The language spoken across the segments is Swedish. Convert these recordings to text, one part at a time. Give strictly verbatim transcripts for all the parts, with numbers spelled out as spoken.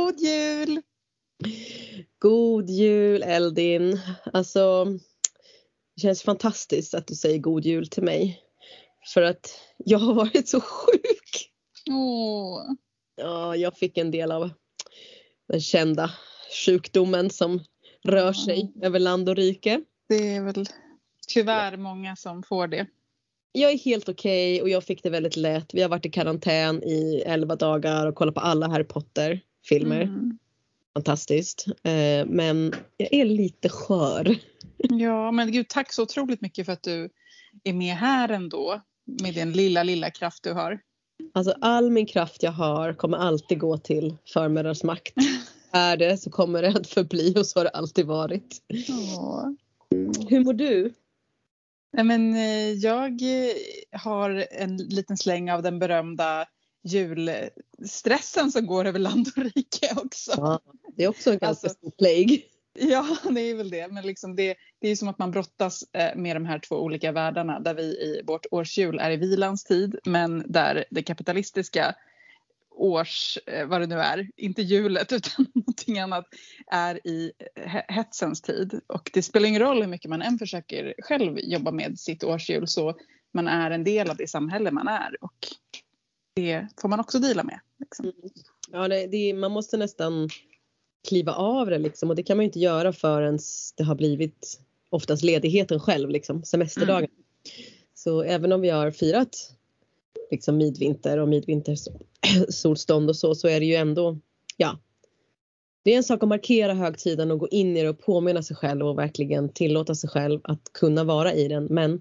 God jul! God jul, Eldin. Alltså, det känns fantastiskt att du säger god jul till mig. För att jag har varit så sjuk. Åh. Ja, jag fick en del av den kända sjukdomen som rör sig över land och rike. Det är väl tyvärr många som får det. Jag är helt okej okay och jag fick det väldigt lätt. Vi har varit i karantän i elva dagar och kollat på alla Harry Potter-filmer. Mm. Fantastiskt. Eh, men jag är lite skör. Ja, men gud, tack så otroligt mycket för att du är med här ändå. Med den lilla, lilla kraft du har. Alltså all min kraft jag har kommer alltid gå till förmiddagsmakt. Är det så kommer det att förbli och så har det alltid varit. Åh. Mm. Hur mår du? Nej, men jag har en liten släng av den berömda julstressen som går över land och rike också. Ja, det är också en ganska alltså, stor plague. Ja, det är väl det. Men liksom det, det är ju som att man brottas med de här två olika världarna. Där vi i vårt årsjul är i vilans tid. Men där det kapitalistiska års, vad det nu är, inte julet utan någonting annat, är i hetsens tid. Och det spelar ingen roll hur mycket man än försöker själv jobba med sitt årsjul, så man är en del av det samhälle man är, och det får man också dela med. Liksom. Mm. Ja, det, det, man måste nästan kliva av det liksom, och det kan man ju inte göra förrän det har blivit oftast ledigheten själv, liksom, semesterdagen. Mm. Så även om vi har firat liksom midvinter och midvintersolstånd och så, så är det ju ändå, ja, det är en sak att markera högtiden och gå in i det och påminna sig själv och verkligen tillåta sig själv att kunna vara i den, men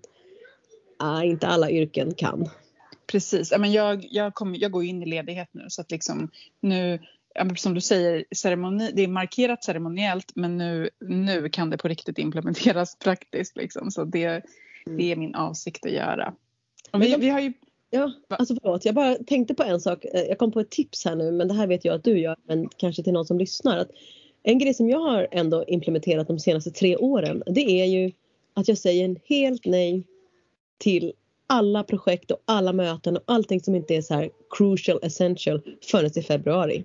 äh, inte alla yrken kan. Precis, men jag, jag, kommer, jag går in i ledighet nu, så att liksom nu, som du säger, ceremoni, det är markerat ceremoniellt, men nu, nu kan det på riktigt implementeras praktiskt liksom, så det, det är min avsikt att göra. Och vi, vi har ju Ja, alltså förlåt, jag bara tänkte på en sak. Jag kom på ett tips här nu, men det här vet jag att du gör, men kanske till någon som lyssnar. Att en grej som jag har ändå implementerat de senaste tre åren, det är ju att jag säger en helt nej till alla projekt och alla möten och allting som inte är så här crucial, essential förrän i februari.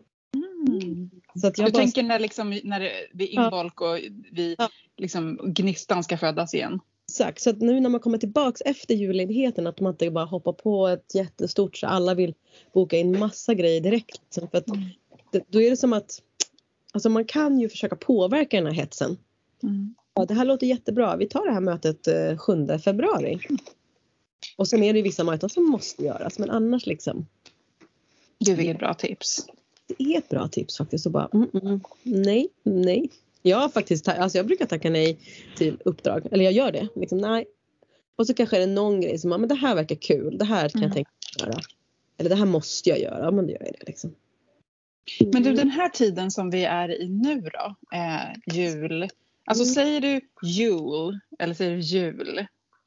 Mm. Så att jag du bara... tänker när, liksom, när det, vi är inbolk och vi, ja. liksom, gnistan ska födas igen. Exakt, så att nu när man kommer tillbaks efter julledigheten, att man inte bara hoppar på ett jättestort så alla vill boka in massa grejer direkt. Liksom, för att mm. det, då är det som att alltså man kan ju försöka påverka den här hetsen. Mm. Ja, det här låter jättebra, vi tar det här mötet eh, sjunde februari. Mm. Och sen är det ju vissa möten som måste göras, men annars liksom. Det är ett bra tips. Det är ett bra tips faktiskt, så bara mm, mm, nej, nej. Jag faktiskt, alltså jag brukar tacka nej till uppdrag. Eller jag gör det. Liksom, nej. Och så kanske är det någon grej som, men det här verkar kul. Det här kan mm. jag tänka mig göra. Eller det här måste jag göra. Men då gör jag det liksom. Mm. Men du, den här tiden som vi är i nu då. Eh, jul. Alltså mm. säger du jul? Eller säger du jul?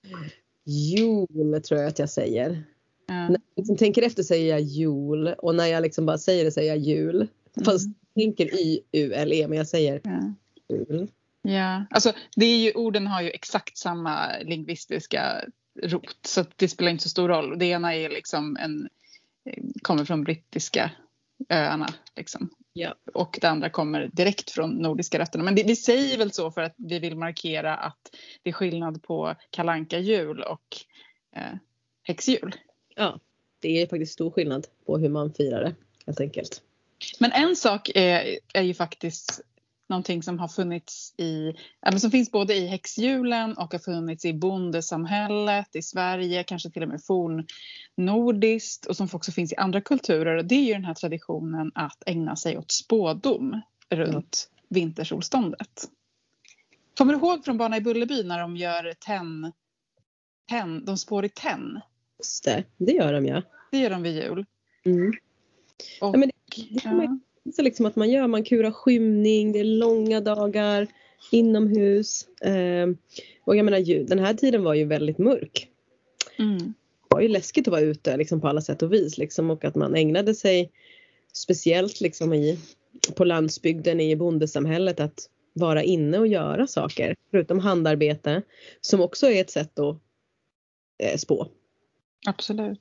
Jul tror jag att jag säger. Mm. När jag liksom tänker efter säger jag jul. Och när jag liksom bara säger det säger jag jul. Mm. Fast jag tänker Y U L E, men jag säger mm. jul. Ja, alltså det är ju, orden har ju exakt samma lingvistiska rot, så det spelar inte så stor roll. Det ena är liksom en, kommer från brittiska öarna liksom. Ja. Och det andra kommer direkt från nordiska rötterna. Men det, vi säger väl så för att vi vill markera att det är skillnad på Kalle Anka jul och eh, häxjul. Ja, det är faktiskt stor skillnad på hur man firar det, helt enkelt. Men en sak är, är ju faktiskt någonting som har funnits i, äh, som finns både i häxjulen och har funnits i bondesamhället i Sverige, kanske till och med fornnordiskt, och som också finns i andra kulturer. Och det är ju den här traditionen att ägna sig åt spådom runt ja. vintersolståndet. Kommer du ihåg från Barna i Bullerby när de gör tenn, tenn de spår i tenn? Just det, det gör de ja. Det gör de vid jul. Mm. Och, ja, men det, det kan man, så liksom att man gör, man kurar skymning, det är långa dagar inomhus. Eh, och jag menar, den här tiden var ju väldigt mörk. Mm. Det var ju läskigt att vara ute liksom, på alla sätt och vis. Liksom, och att man ägnade sig speciellt liksom, i, på landsbygden i bondesamhället att vara inne och göra saker. Förutom handarbete, som också är ett sätt att eh, spå. Absolut.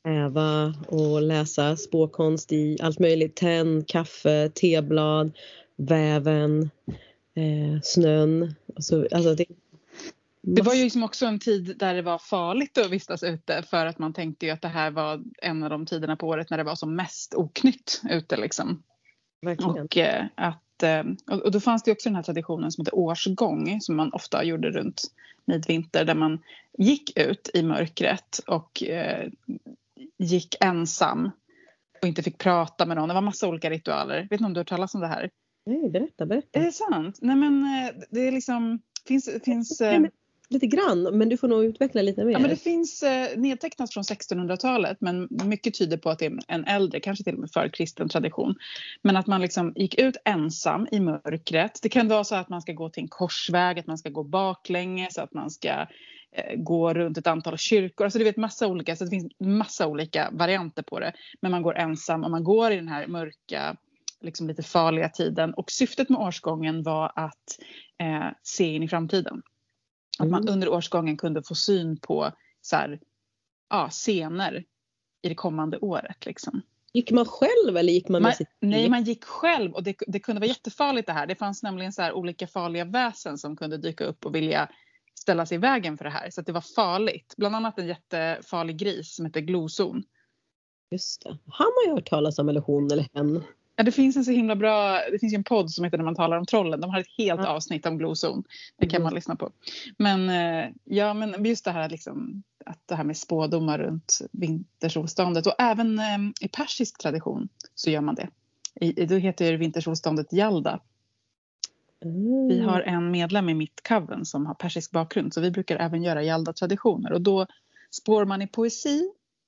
äva och läsa spåkonst i allt möjligt. Tenn, kaffe, teblad, väven, eh, snön. Alltså, alltså det, det var ju liksom också en tid där det var farligt att vistas ute. För att man tänkte ju att det här var en av de tiderna på året när det var som mest oknytt ute liksom. Verkligen. Och, eh, att, eh, och då fanns det också den här traditionen som heter årsgång. Som man ofta gjorde runt midvinter. Där man gick ut i mörkret och eh, gick ensam. Och inte fick prata med någon. Det var massa olika ritualer. Vet ni om du har hört talas om det här? Nej, berätta, berätta. Är det sant? Nej men eh, det är liksom... Finns... finns eh, Lite grann, men du får nog utveckla lite mer. Ja, men det finns eh, nedtecknat från sextonhundratalet, men mycket tyder på att det är en äldre, kanske till och med för kristen tradition. Men att man liksom gick ut ensam i mörkret. Det kan vara så att man ska gå till en korsväg, att man ska gå baklänges, att man ska eh, gå runt ett antal kyrkor. Alltså du vet massa olika, så det finns massa olika varianter på det. Men man går ensam och man går i den här mörka, liksom lite farliga tiden. Och syftet med årsgången var att eh, se in i framtiden. Att man under årsgången kunde få syn på så här, ja, scener i det kommande året. Liksom. Gick man själv eller gick man med man, sitt Nej, man gick själv och det, det kunde vara jättefarligt det här. Det fanns nämligen så här olika farliga väsen som kunde dyka upp och vilja ställa sig i vägen för det här. Så att det var farligt. Bland annat en jättefarlig gris som heter Gloson. Just det. Han har jag hört talas om, eller hon eller hen. Ja, det finns en så himla bra, det finns ju en podd som heter När man talar om trollen. De har ett helt ja. avsnitt om Gloson. Det kan mm. man lyssna på. Men ja, men just det här liksom, att det här med spådomar runt vintersolståndet. Och även eh, i persisk tradition så gör man det. I, då heter vintersolståndet Yalda. Mm. Vi har en medlem i mitt coven som har persisk bakgrund. Så vi brukar även göra Yalda-traditioner. Och då spår man i poesi.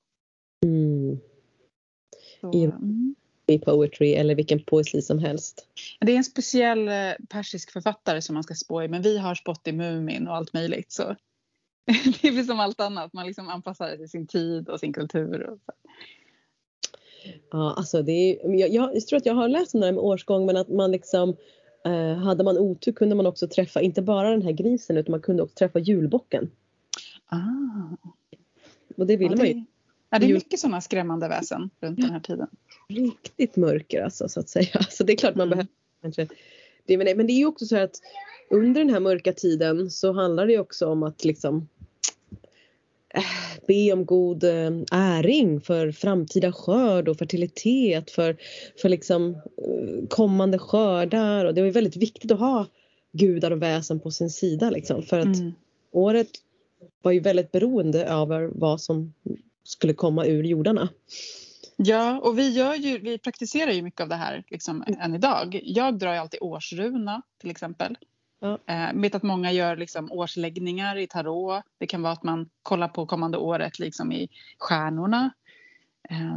Mm. Så, mm. i poetry eller vilken poesi som helst. Det är en speciell persisk författare som man ska spå i. Men vi har spått i Mumin och allt möjligt. Så det blir som allt annat. Man liksom anpassar det till sin tid och sin kultur. Och så. Ja, alltså det är, jag, jag tror att jag har läst om det här med årsgång. Men att man liksom, eh, hade man otur kunde man också träffa, inte bara den här grisen. Utan man kunde också träffa julbocken. Ah. Och det ville ja, man det, ju. Ja, det är mycket sådana skrämmande väsen runt den här tiden. Riktigt mörker alltså, så att säga. Så det är klart man mm. behöver kanske det, men, det, men det är ju också så här att under den här mörka tiden så handlar det ju också om att liksom äh, be om god äh, äring för framtida skörd och fertilitet för, för liksom äh, kommande skördar. Och det är ju väldigt viktigt att ha gudar och väsen på sin sida liksom, för att mm. året var ju väldigt beroende över vad som skulle komma ur jordarna. Ja, och vi gör ju, vi praktiserar ju mycket av det här liksom, mm. än idag. Jag drar ju alltid årsruna till exempel. Ja. Eh, vet att många gör liksom, årsläggningar i tarot. Det kan vara att man kollar på kommande året liksom, i stjärnorna. Eh,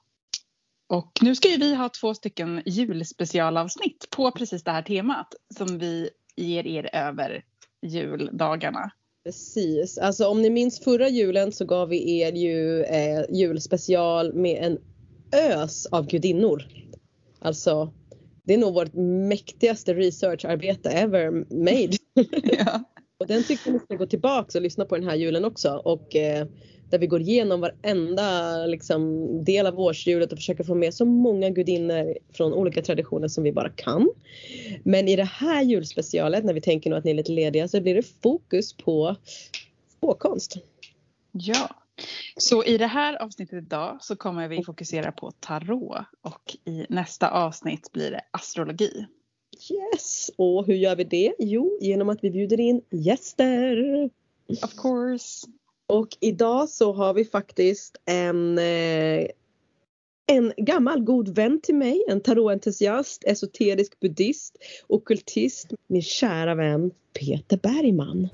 och nu ska ju vi ha två stycken julspecialavsnitt på precis det här temat som vi ger er över juldagarna. Precis, alltså om ni minns förra julen så gav vi er ju eh, julspecial med en ös av gudinnor. Alltså det är nog vårt mäktigaste researcharbete ever made. Ja. Och den tycker ni ska gå tillbaka och lyssna på den här julen också. Och eh, där vi går igenom varenda liksom, del av årsjulet och försöker få med så många gudinnor från olika traditioner som vi bara kan. Men i det här julspecialet, när vi tänker nu att ni är lite lediga, så blir det fokus på spåkonst. Ja, så i det här avsnittet idag så kommer vi fokusera på tarot. Och i nästa avsnitt blir det astrologi. Yes, och hur gör vi det? Jo, genom att vi bjuder in gäster. Of course. Och idag så har vi faktiskt en, eh, en gammal god vän till mig. En tarotentusiast, esoterisk buddhist, ockultist. Min kära vän Peter Bergman.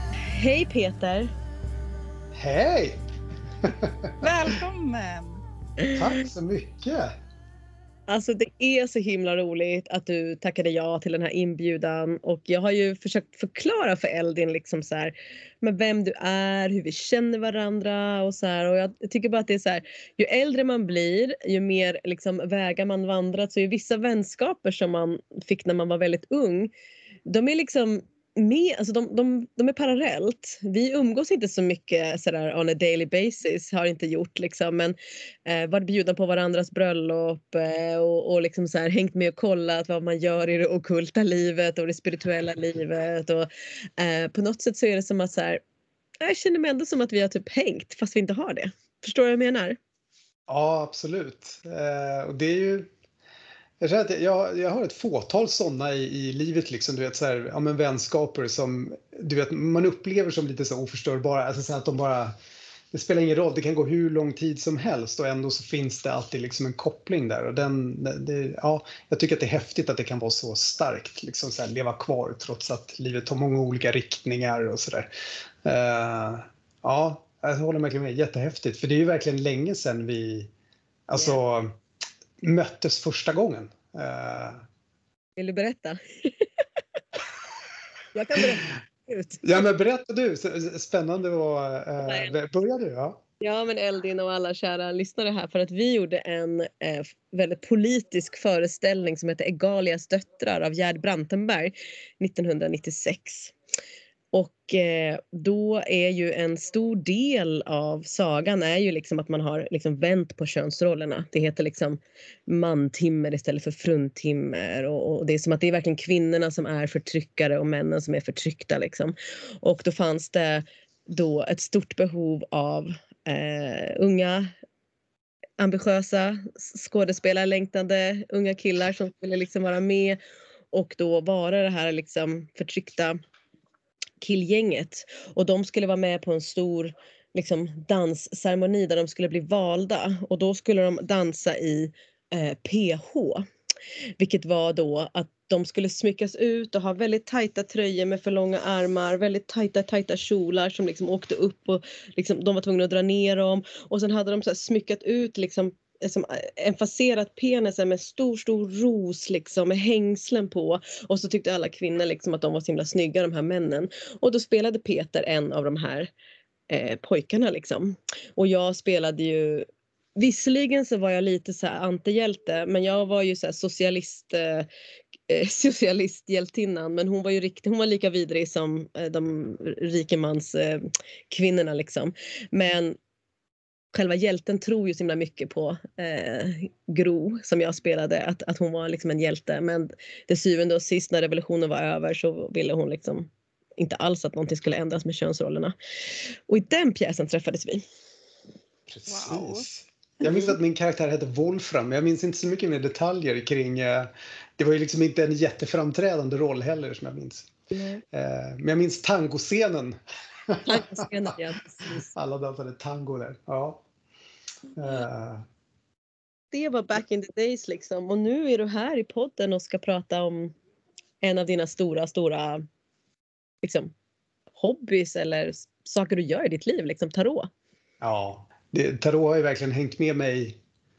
Hej Peter! Hej! Välkommen! Tack så mycket. Alltså det är så himla roligt att du tackade ja till den här inbjudan, och jag har ju försökt förklara för Eldin liksom så här, med vem du är, hur vi känner varandra och så här, och jag tycker bara att det är så här, ju äldre man blir, ju mer liksom vägar man vandrat, så är vissa vänskaper som man fick när man var väldigt ung, de är liksom med, alltså de, de, de är parallellt. Vi umgås inte så mycket sådär on a daily basis, har inte gjort liksom, men eh, varit bjudna på varandras bröllop eh, och, och liksom så här, hängt med och kollat vad man gör i det ockulta livet och det spirituella livet, och eh, på något sätt så är det som att så här, jag känner mig ändå som att vi har typ hängt fast vi inte har det. Förstår du vad jag menar? Ja, absolut. Eh, och det är ju Jag, känner att jag, jag har ett fåtal sådana i, i livet, liksom, du vet, så här, ja, men vänskaper som du vet, man upplever som lite så oförstörbara. Alltså, så att de bara, det spelar ingen roll, det kan gå hur lång tid som helst och ändå så finns det alltid liksom en koppling där. Och den, det, ja, jag tycker att det är häftigt att det kan vara så starkt, liksom, så här, leva kvar trots att livet tar många olika riktningar och sådär. Uh, ja, jag håller verkligen med, jättehäftigt. För det är ju verkligen länge sedan vi, alltså... Yeah. möttes första gången. Uh... Vill du berätta? Jag kan berätta ut. Ja, men berätta du. Spännande var. Uh, börja du, ja. Ja, men Eldin och alla kära lyssnare här, för att vi gjorde en eh, väldigt politisk föreställning som heter Egalias döttrar av Gerd Brantenberg nittonhundranittiosex. Och eh, då är ju en stor del av sagan är ju liksom att man har liksom vänt på könsrollerna. Det heter liksom mantimmer istället för fruntimmer, och, och det är som att det är verkligen kvinnorna som är förtryckare och männen som är förtryckta liksom. Och då fanns det då ett stort behov av eh, unga ambitiösa skådespelarlängtande unga killar som skulle liksom vara med och då vara det här liksom förtryckta killgänget, och de skulle vara med på en stor liksom dansceremoni där de skulle bli valda, och då skulle de dansa i eh, P H, vilket var då att de skulle smyckas ut och ha väldigt tajta tröjor med för långa armar, väldigt tajta tajta kjolar som liksom åkte upp, och liksom de var tvungna att dra ner dem, och sen hade de så här smyckat ut liksom som emfaserat penisen med stor stor ros liksom med hängslen på, och så tyckte alla kvinnor liksom att de var så himla snygga, de här männen, och då spelade Peter en av de här eh, pojkarna liksom, och jag spelade ju, visserligen så var jag lite så här antihjälte, men jag var ju så här socialist eh, socialisthjältinnan, men hon var ju riktigt, hon var lika vidrig som eh, de rikemans eh, kvinnorna liksom, men själva hjälten tror ju så himla mycket på eh, Gro som jag spelade, att, att hon var liksom en hjälte, men det syvende och sist när revolutionen var över så ville hon liksom inte alls att någonting skulle ändras med könsrollerna, och i den pjäsen träffades vi. Precis. Wow. Jag minns att min karaktär hette Wolfram, men jag minns inte så mycket mer detaljer kring, eh, det var ju liksom inte en jätteframträdande roll heller som jag minns. Mm. Eh, men jag minns tangoscenen. Tangoscenen, ja, precis. Alla dansade tango där, ja. Uh. Det var back in the days liksom, och nu är du här i podden och ska prata om en av dina stora, stora liksom hobbys eller saker du gör i ditt liv, liksom tarot. Ja, det, tarot har ju verkligen hängt med mig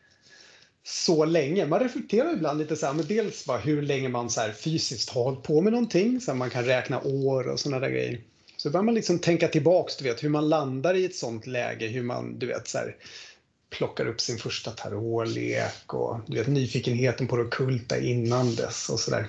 så länge. Man reflekterar ibland lite så här, men dels bara hur länge man så här fysiskt har hållit på med någonting, så man kan räkna år och sådana där grejer. Så börjar man liksom tänka tillbaks, du vet, hur man landar i ett sånt läge, hur man, du vet, så här, plockar upp sin första tarotlek och du vet, nyfikenheten på det ockulta innan dess och sådär.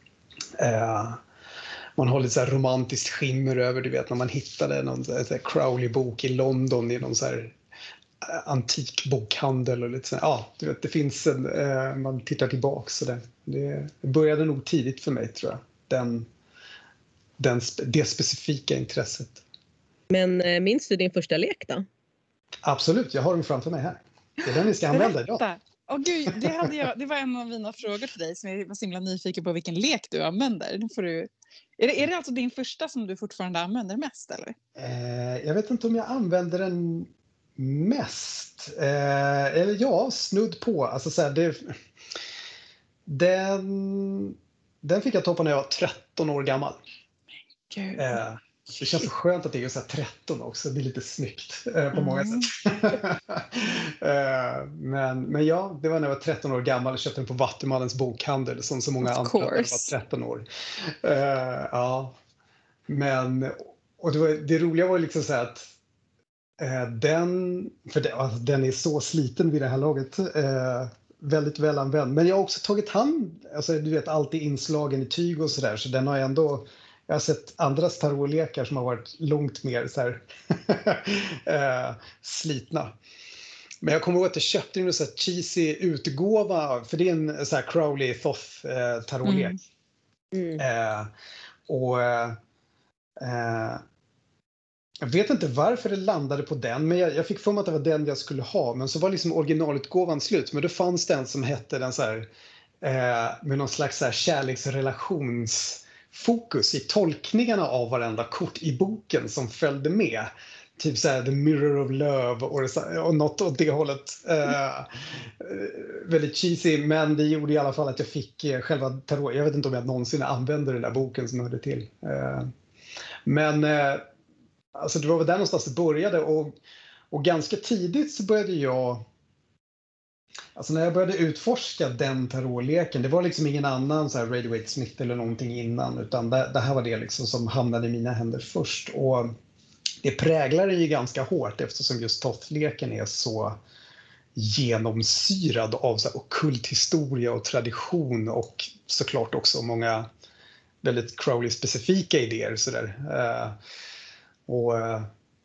Eh, man har lite så här romantiskt skimmer över, du vet, när man hittade någon så här Crowley-bok i London i någon så här antik bokhandel och lite så här, ja, du vet, det finns en, eh, man tittar tillbaks så det, det började nog tidigt för mig, tror jag, den Den, det specifika intresset. Men eh, minns du din första lek då? Absolut, jag har den framför mig här. Det är den vi ska använda idag. Åh gud, det, hade jag, det var en av mina frågor till dig som jag var så himla nyfiken på vilken lek du använder. Nu får du, är, det, är det alltså din första som du fortfarande använder mest, eller? Eh, jag vet inte om jag använder den mest. Eh, eller ja, snudd på. Alltså, så här, det, den, den fick jag ta på när jag var tretton år gammal. Gud. Eh, Det känns så skönt att det är just så här tretton också. Det är lite snyggt eh, på många Mm. sätt. eh, men, men ja, det var när jag var tretton år gammal och köpte den på Vattumannens bokhandel som så många Of andra när jag course. var tretton år. Eh, ja, men och det, var, det roliga var liksom så här att eh, den, för det, alltså, den är så sliten vid det här laget. Eh, väldigt väl använd. Men jag har också tagit hand, alltså du vet alltid inslagen i tyg och sådär. Så den har ändå, jag har sett andra tarotlekar som har varit långt mer så här, eh, slitna. Men jag kommer ihåg att jag köpte en så här cheesy utgåva, för det är en så här Crowley Thoth eh, tarotlek. Mm. Eh, och eh, jag vet inte varför det landade på den, men jag, jag fick för mig att det var den jag skulle ha. Men så var liksom originalutgåvan slut. Men då fanns det en som hette den så här, eh, med någon slags så här kärleksrelationsfokus i tolkningarna av varenda kort i boken som följde med. Typ så här The Mirror of Love och, och något åt det hållet. Eh, väldigt cheesy, men det gjorde i alla fall att jag fick eh, själva tarot. Jag vet inte om jag någonsin använde den där boken som hörde till. Eh, men eh, alltså det var väl där någonstans det började och, och ganska tidigt så började jag, alltså när jag började utforska den tarotleken, det var liksom ingen annan så här Rider Waite Smith eller någonting innan, utan det, det här var det liksom som hamnade i mina händer först. Och det präglar den ju ganska hårt eftersom just Thoth-leken är så genomsyrad av så här ockult historia och tradition och såklart också många väldigt Crowley-specifika idéer så där. Uh, och uh,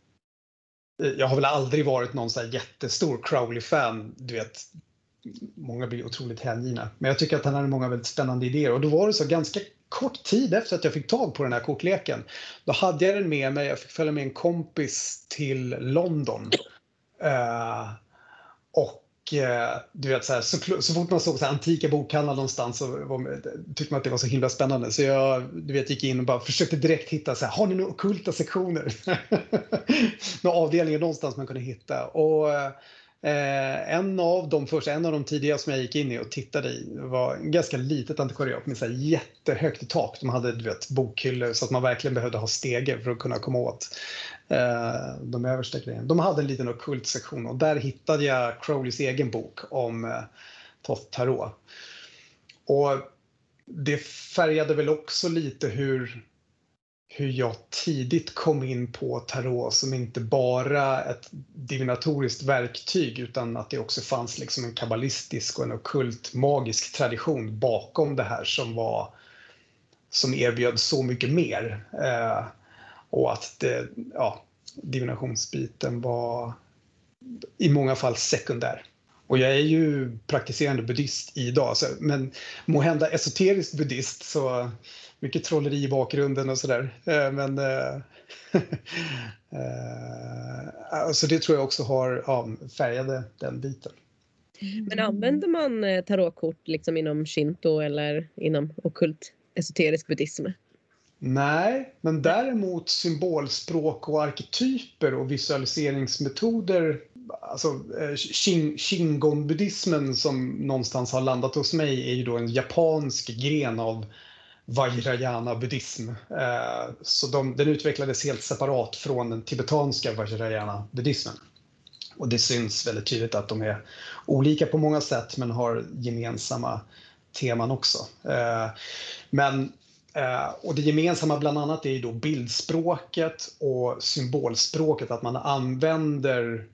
jag har väl aldrig varit någon så här jättestor Crowley-fan, du vet, många blir otroligt hängivna. Men jag tycker att han hade många väldigt spännande idéer. Och då var det så ganska kort tid efter att jag fick tag på den här kortleken. Då hade jag den med mig, jag fick följa med en kompis till London. Uh, och uh, du vet så här, så, så fort man såg så här, antika bokhandlar någonstans så var, tyckte man att det var så himla spännande. Så jag du vet, gick in och bara försökte direkt hitta så här, har ni några ockulta sektioner? Några avdelningar någonstans man kunde hitta. Och uh, Eh, en av de första, en av de tidiga som jag gick in i och tittade i var en ganska litet antikvariat med så här jättehögt i tak. De hade du vet, bokhyllor så att man verkligen behövde ha stege för att kunna komma åt eh, de översta grejerna. De hade en liten ockult sektion och där hittade jag Crowleys egen bok om eh, Thoth Tarot. Och det färgade väl också lite hur hur jag tidigt kom in på tarot som inte bara ett divinatoriskt verktyg utan att det också fanns liksom en kabbalistisk och en ockult magisk tradition bakom det här som var som erbjöd så mycket mer. Eh, och att det, ja, divinationsbiten var i många fall sekundär. Och jag är ju praktiserande buddhist idag, så, men måhända esoterisk buddhist så mycket trolleri i bakgrunden och sådär. Men äh, äh, så det tror jag också har ja, färgade den biten. Men använder man tarotkort liksom inom shinto eller inom ockult esoterisk buddhism? Nej, men däremot symbolspråk och arketyper och visualiseringsmetoder, alltså Shin, Shingon-buddhismen som någonstans har landat hos mig är ju då en japansk gren av Vajrayana-buddhism. Så de, den utvecklades helt separat från den tibetanska Vajrayana-buddhismen. Och det syns väldigt tydligt att de är olika på många sätt men har gemensamma teman också. Men och det gemensamma bland annat är ju då bildspråket och symbolspråket, att man använder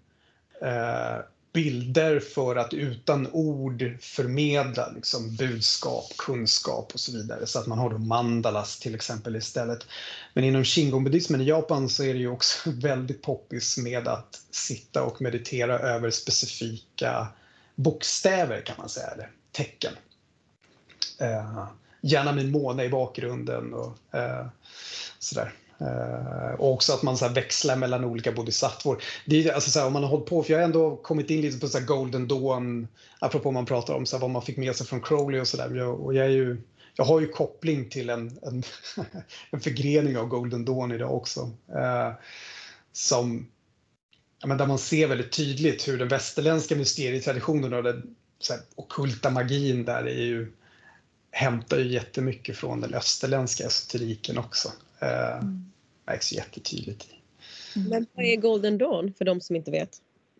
bilder för att utan ord förmedla liksom budskap, kunskap och så vidare. Så att man har då mandalas till exempel istället. Men inom Shingon-buddhismen i Japan så är det ju också väldigt poppis med att sitta och meditera över specifika bokstäver kan man säga, eller tecken. Uh, gärna med en måne i bakgrunden och uh, sådär. Uh, och också att man så här växlar mellan olika bodhisattvor. Det är alltså så här, om man har hållit på, för jag har ändå kommit in lite på så här Golden Dawn, apropå man pratar om så här, vad man fick med sig från Crowley och sådär. Och jag är ju, jag har ju koppling till en, en, en förgrening av Golden Dawn idag också. Uh, som, ja, men där man ser väldigt tydligt hur den västerländska mysterietraditionen och den så här, ockulta magin där är ju, hämtar ju jättemycket från den österländska esoteriken också. Uh, mm. märks jättetydligt i. Men vad är Golden Dawn för de som inte vet?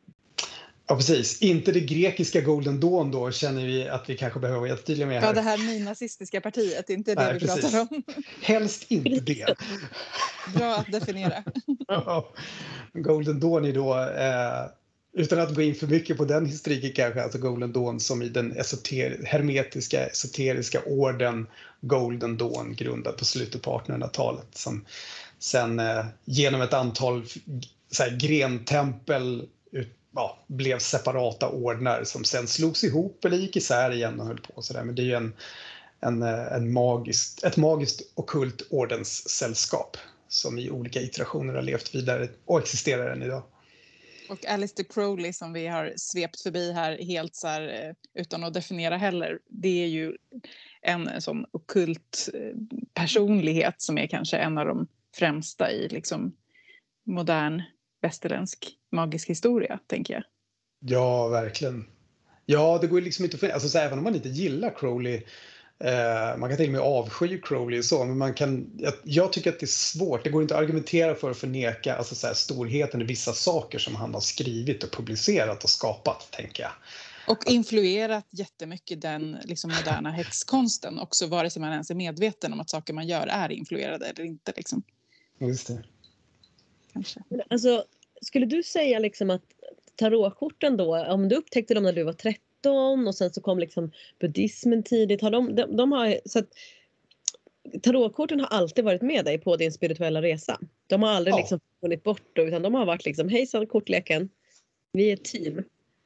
Ja, precis. Inte det grekiska Golden Dawn då känner vi att vi kanske behöver vara jättetydliga med här. Ja, det här nynazistiska partiet, det är inte det Nej, vi precis. pratar om. Helst inte det. Bra att definiera. Ja. Golden Dawn är då, eh, utan att gå in för mycket på den historiken kanske, alltså Golden Dawn som i den esoter- hermetiska esoteriska orden Golden Dawn grundad på slutet på artonhundratalet som sen eh, genom ett antal så här, grentempel ut, ja, blev separata ordnar som sen slogs ihop eller gick isär igen och höll på så där. Men det är ju en, en, en magiskt, ett magiskt ockult ordenssällskap som i olika iterationer har levt vidare och existerar än idag. Och Aleister Crowley som vi har svept förbi här helt så här, utan att definiera heller. Det är ju en sån ockult personlighet som är kanske en av de främsta i liksom modern västerländsk magisk historia, tänker jag. Ja, verkligen. Ja, det går liksom inte att förneka. Alltså, så även om man inte gillar Crowley, eh, man kan till och med avsky Crowley och så, men man kan, jag, jag tycker att det är svårt. Det går inte att argumentera för att förneka alltså, så här, storheten i vissa saker som han har skrivit och publicerat och skapat, tänker jag. Och influerat jättemycket den liksom, moderna häxkonsten också, vare sig man ens är medveten om att saker man gör är influerade eller inte. Liksom. Just det. Kanske. Alltså, skulle du säga liksom att tarotkorten då, om du upptäckte dem när du var tretton och sen så kom liksom buddhismen tidigt, har de, de, de har, så att tarotkorten har alltid varit med dig på din spirituella resa. De har aldrig ja. liksom funnit bort då, utan de har varit liksom, hejsan kortleken, vi är ett team.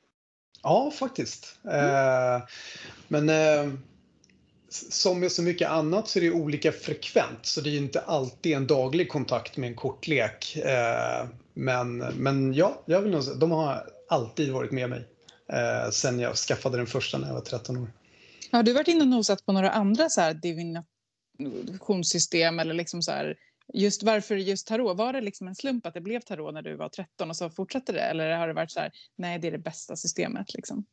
Ja, faktiskt. Mm. Eh, men eh, som med så mycket annat så är det olika frekvent. Så det är inte alltid en daglig kontakt med en kortlek. Eh, men, men ja, jag vill nog säga, de har alltid varit med mig. Eh, sen jag skaffade den första när jag var tretton år. Har du varit inne och nosat på några andra så här divinationssystem eller liksom så här, just varför just tarot? Var det liksom en slump att det blev tarot när du var tretton och så fortsatte det? Eller har det varit så här, nej det är det bästa systemet liksom?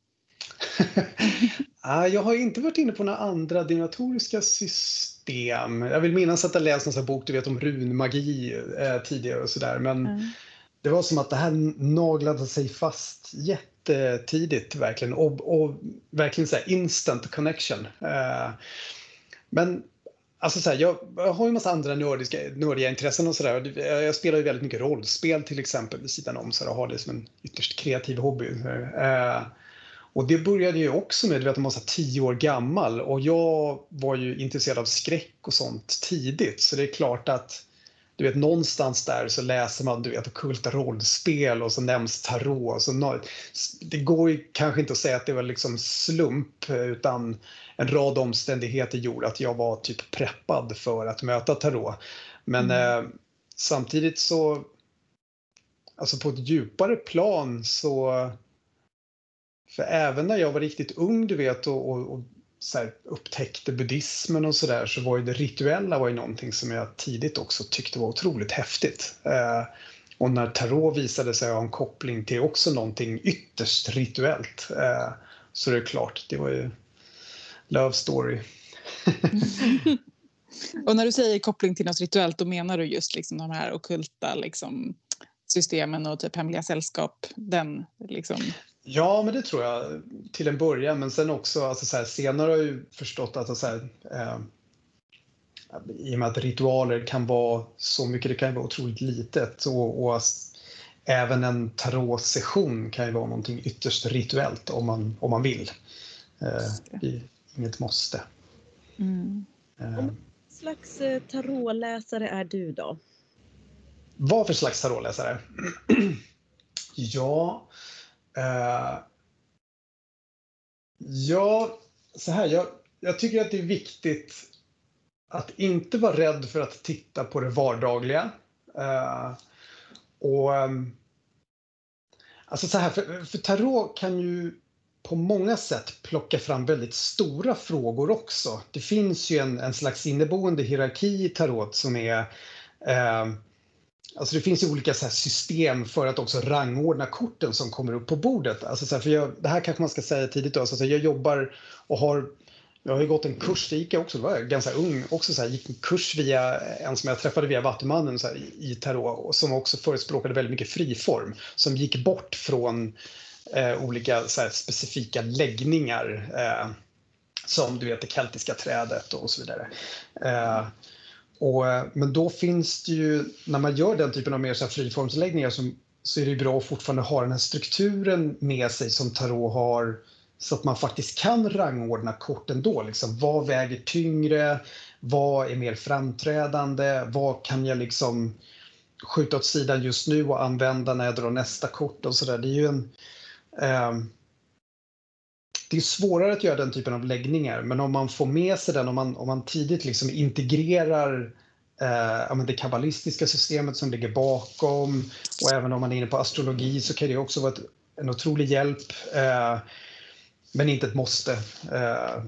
Jag har inte varit inne på några andra divinatoriska system. Jag vill minnas att jag läst en sån här bok, du vet, om runmagi eh, tidigare och sådär. Men mm. det var som att det här naglade sig fast jättetidigt verkligen. Och, och verkligen så här instant connection. Eh, men alltså så här, jag, jag har ju en massa andra nördiska, nördiga intressen och sådär. Jag spelar ju väldigt mycket rollspel till exempel vid sidan om, så jag har det som en ytterst kreativ hobby. Eh, och det började ju också med, du vet, att man var tio år gammal och jag var ju intresserad av skräck och sånt tidigt. Så det är klart att, du vet, någonstans där så läser man, du vet, ockulta rollspel och så nämns tarot. Så det går ju kanske inte att säga att det var liksom slump, utan en rad omständigheter gjorde att jag var typ preppad för att möta tarot. Men mm. eh, samtidigt så, alltså på ett djupare plan så, för även när jag var riktigt ung, du vet, och, och, och så här, upptäckte buddhismen och sådär, så var ju det rituella var ju någonting som jag tidigt också tyckte var otroligt häftigt. Eh, och när tarot visade sig ha en koppling till också någonting ytterst rituellt, eh, så det är klart, det var ju love story. Och när du säger koppling till något rituellt, då menar du just liksom de här ockulta liksom, systemen och typ hemliga sällskap, den liksom... Ja, men det tror jag till en början, men sen också alltså så här, senare har jag ju förstått att så här, eh, i och med att ritualer kan vara så mycket, det kan ju vara otroligt litet och, och även en tarotsession kan ju vara någonting ytterst rituellt om man, om man vill. Eh, det är inget måste. Mm. Eh. Vad slags tarotläsare är du då? Vad för slags tarotläsare? ja... Uh, ja, så här, jag, jag tycker att det är viktigt att inte vara rädd för att titta på det vardagliga. Uh, och um, alltså så här, för, för tarot kan ju på många sätt plocka fram väldigt stora frågor också. Det finns ju en, en slags inneboende hierarki i tarot som är uh, alltså det finns ju olika så här system för att också rangordna korten som kommer upp på bordet. Alltså så här, för jag, det här kanske man ska säga tidigt då. Så jag jobbar och har Jag har ju gått en kurs, det gick jag också, det var jag ganska ung, också så här, gick en kurs via en som jag träffade via Vattumannen så här, i, i tarot, och som också förespråkade väldigt mycket friform, som gick bort från eh, olika så här, specifika läggningar eh, som du vet det keltiska trädet och så vidare. Eh, och, men då finns det ju, när man gör den typen av mer så här, friformsläggningar som, så är det ju bra att fortfarande ha den här strukturen med sig som tarot har, så att man faktiskt kan rangordna korten då. Liksom, vad väger tyngre? Vad är mer framträdande? Vad kan jag liksom skjuta åt sidan just nu och använda när jag drar nästa kort och sådär. Det är ju en... Eh, det är svårare att göra den typen av läggningar, men om man får med sig den, om man, om man tidigt liksom integrerar eh, det kabbalistiska systemet som ligger bakom, och även om man är inne på astrologi så kan det också vara ett, en otrolig hjälp. Eh, Men inte ett måste. Eh,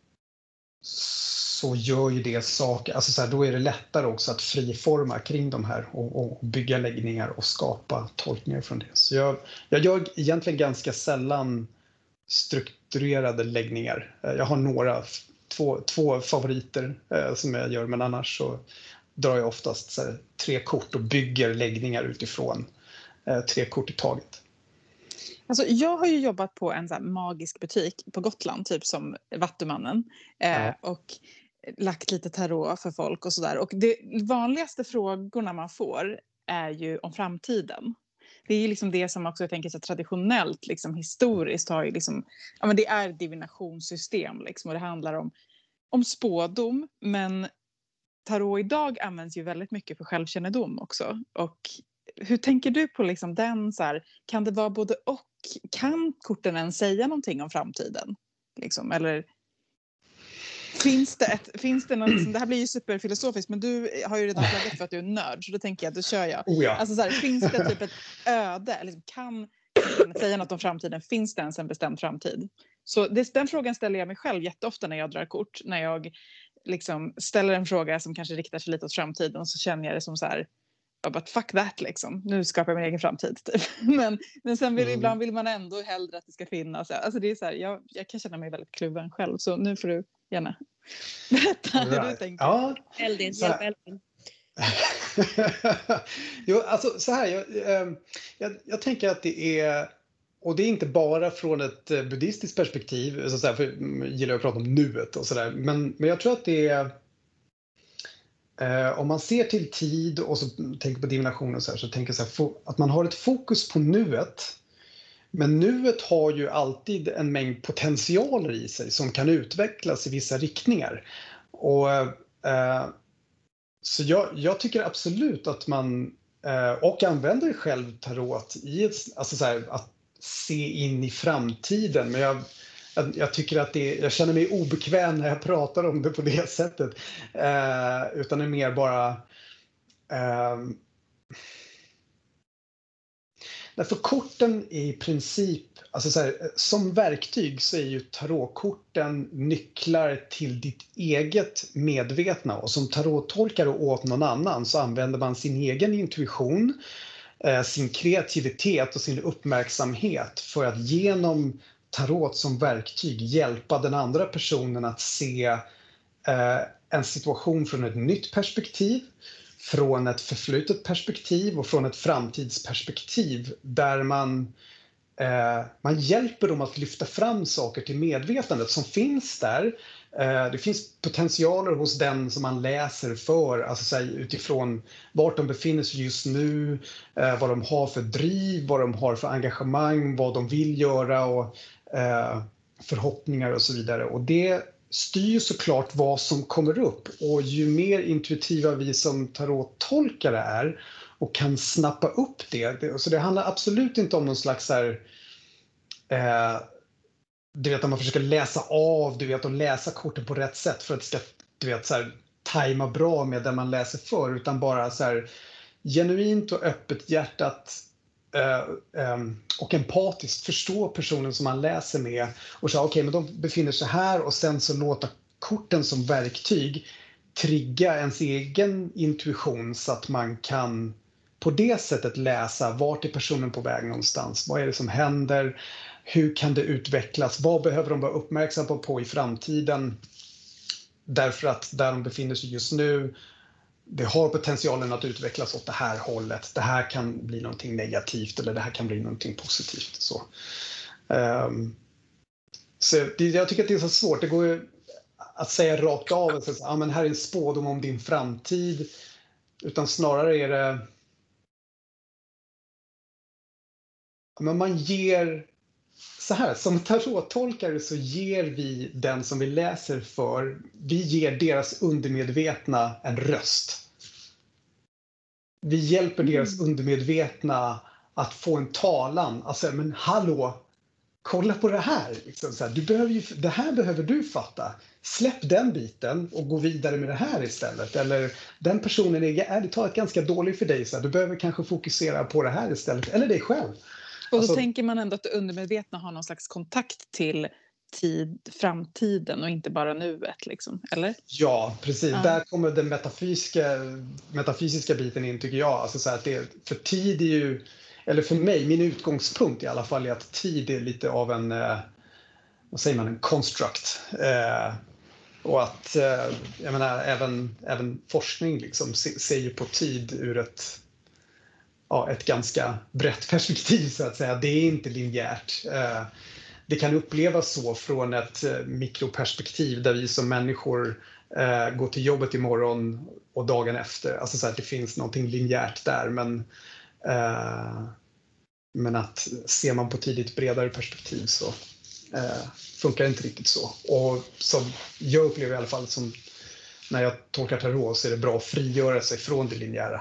så gör ju det saker. Alltså så här, då är det lättare också att friforma kring de här och, och bygga läggningar och skapa tolkningar från det. Så jag, jag gör egentligen ganska sällan strukturerade läggningar. Eh, jag har några, två, två favoriter eh, som jag gör, men annars så drar jag oftast så här, tre kort och bygger läggningar utifrån eh, tre kort i taget. Alltså, jag har ju jobbat på en så här magisk butik på Gotland, typ som Vattumannen. Eh, Ja. Och lagt lite tarot för folk och sådär. Och det vanligaste frågorna man får är ju om framtiden. Det är ju liksom det som också jag tänker så traditionellt, liksom historiskt har ju liksom, ja men det är divinationssystem liksom, och det handlar om, om spådom, men tarot idag används ju väldigt mycket för självkännedom också. Och hur tänker du på liksom den så här, kan det vara både och? Kan korten ens säga någonting om framtiden? Liksom, eller finns det ett, finns det någon, liksom, det här blir ju superfilosofiskt, men du har ju redan flaggat för att du är en nörd, så då tänker jag att då kör jag. Oh ja. Alltså så här, finns det typ ett öde? Liksom, kan korten säga något om framtiden? Finns det ens en bestämd framtid? Så det, den frågan ställer jag mig själv jätteofta när jag drar kort. När jag liksom ställer en fråga som kanske riktar sig lite åt framtiden, och så känner jag det som så här, but fuck that liksom. Nu skapar jag min egen framtid typ. Men, men sen vill, mm. ibland vill man ändå hellre att det ska finnas. Alltså det är så här, jag, jag kan känna mig väldigt kluven själv. Så nu får du gärna berätta right. hur du tänker. Ja. Eldin, hjälp Eldin. Jo, alltså så här, jag, jag, jag tänker att det är, och det är inte bara från ett buddhistiskt perspektiv, så här, för jag gillar att prata om nuet och sådär, men, men jag tror att det är, Eh, om man ser till tid och så tänker på divination och så här, så tänker jag så här, att man har ett fokus på nuet. Men nuet har ju alltid en mängd potentialer i sig som kan utvecklas i vissa riktningar. Och, eh, så jag, jag tycker absolut att man, eh, och använder själv tarot i ett, alltså så här, att se in i framtiden. Men jag Jag, jag tycker att det, jag känner mig obekväm när jag pratar om det på det sättet. Eh, utan det är mer bara... Eh, därför korten i princip... Alltså så här, som verktyg så är ju tarotkorten nycklar till ditt eget medvetna. Och som tarottolkare åt någon annan så använder man sin egen intuition, eh, sin kreativitet och sin uppmärksamhet för att genom tarot som verktyg hjälpa den andra personen att se eh, en situation från ett nytt perspektiv, från ett förflutet perspektiv och från ett framtidsperspektiv, där man, eh, man hjälper dem att lyfta fram saker till medvetandet som finns där. Eh, det finns potentialer hos den som man läser för, alltså så här, utifrån vart de befinner sig just nu, eh, vad de har för driv, vad de har för engagemang, vad de vill göra och eh, förhoppningar och så vidare. Och det styr såklart vad som kommer upp, och ju mer intuitiva vi som tarottolkare är och kan snappa upp det, det så det handlar absolut inte om någon slags här, eh, du vet, att man försöker läsa av, du vet, och läsa korten på rätt sätt för att det ska, du vet, så här, tajma bra med det man läser för, utan bara så här genuint och öppet hjärtat uh, um, och empatiskt förstå personen som man läser med och säga okej, okay, men de befinner sig här, och sen så låta korten som verktyg trigga ens egen intuition så att man kan på det sättet läsa vart är personen på väg någonstans, vad är det som händer, hur kan det utvecklas, vad behöver de vara uppmärksamma på i framtiden, därför att där de befinner sig just nu, det har potentialen att utvecklas åt det här hållet, det här kan bli någonting negativt eller det här kan bli någonting positivt. Så, um, så det, jag tycker att det är så svårt, det går ju att säga rakt av att ah, men här är en spådom om din framtid, utan snarare är det men man ger så här, som tarottolkare så ger vi den som vi läser för, vi ger deras undermedvetna en röst. Vi hjälper mm. deras undermedvetna att få en talan, alltså men hallå, kolla på det här, liksom, så här du behöver ju, det här behöver du fatta. Släpp den biten och gå vidare med det här istället. Eller den personen är ärligt talat ganska dålig för dig. Så här, du behöver kanske fokusera på det här istället. Eller dig själv. Och då alltså, tänker man ändå att det undermedvetna har någon slags kontakt till tid, framtiden och inte bara nuet. Liksom, eller? Ja, precis. Ja. Där kommer den metafysiska, metafysiska biten in tycker jag. Alltså, så här, att det, för tid är ju, eller för mig, min utgångspunkt i alla fall är att tid är lite av en, eh, vad säger man, en construct. Eh, Och att eh, jag menar, även, även forskning liksom ser ju på tid ur ett, ja, ett ganska brett perspektiv så att säga. Det är inte linjärt. Eh, det kan upplevas så från ett eh, mikroperspektiv där vi som människor eh, går till jobbet imorgon och dagen efter. Alltså så att det finns någonting linjärt där. Men, eh, men att ser man på tid i ett bredare perspektiv så Eh, funkar inte riktigt så. Och som jag upplever i alla fall som när jag tolkar tarot så är det bra att frigöra sig från det linjära.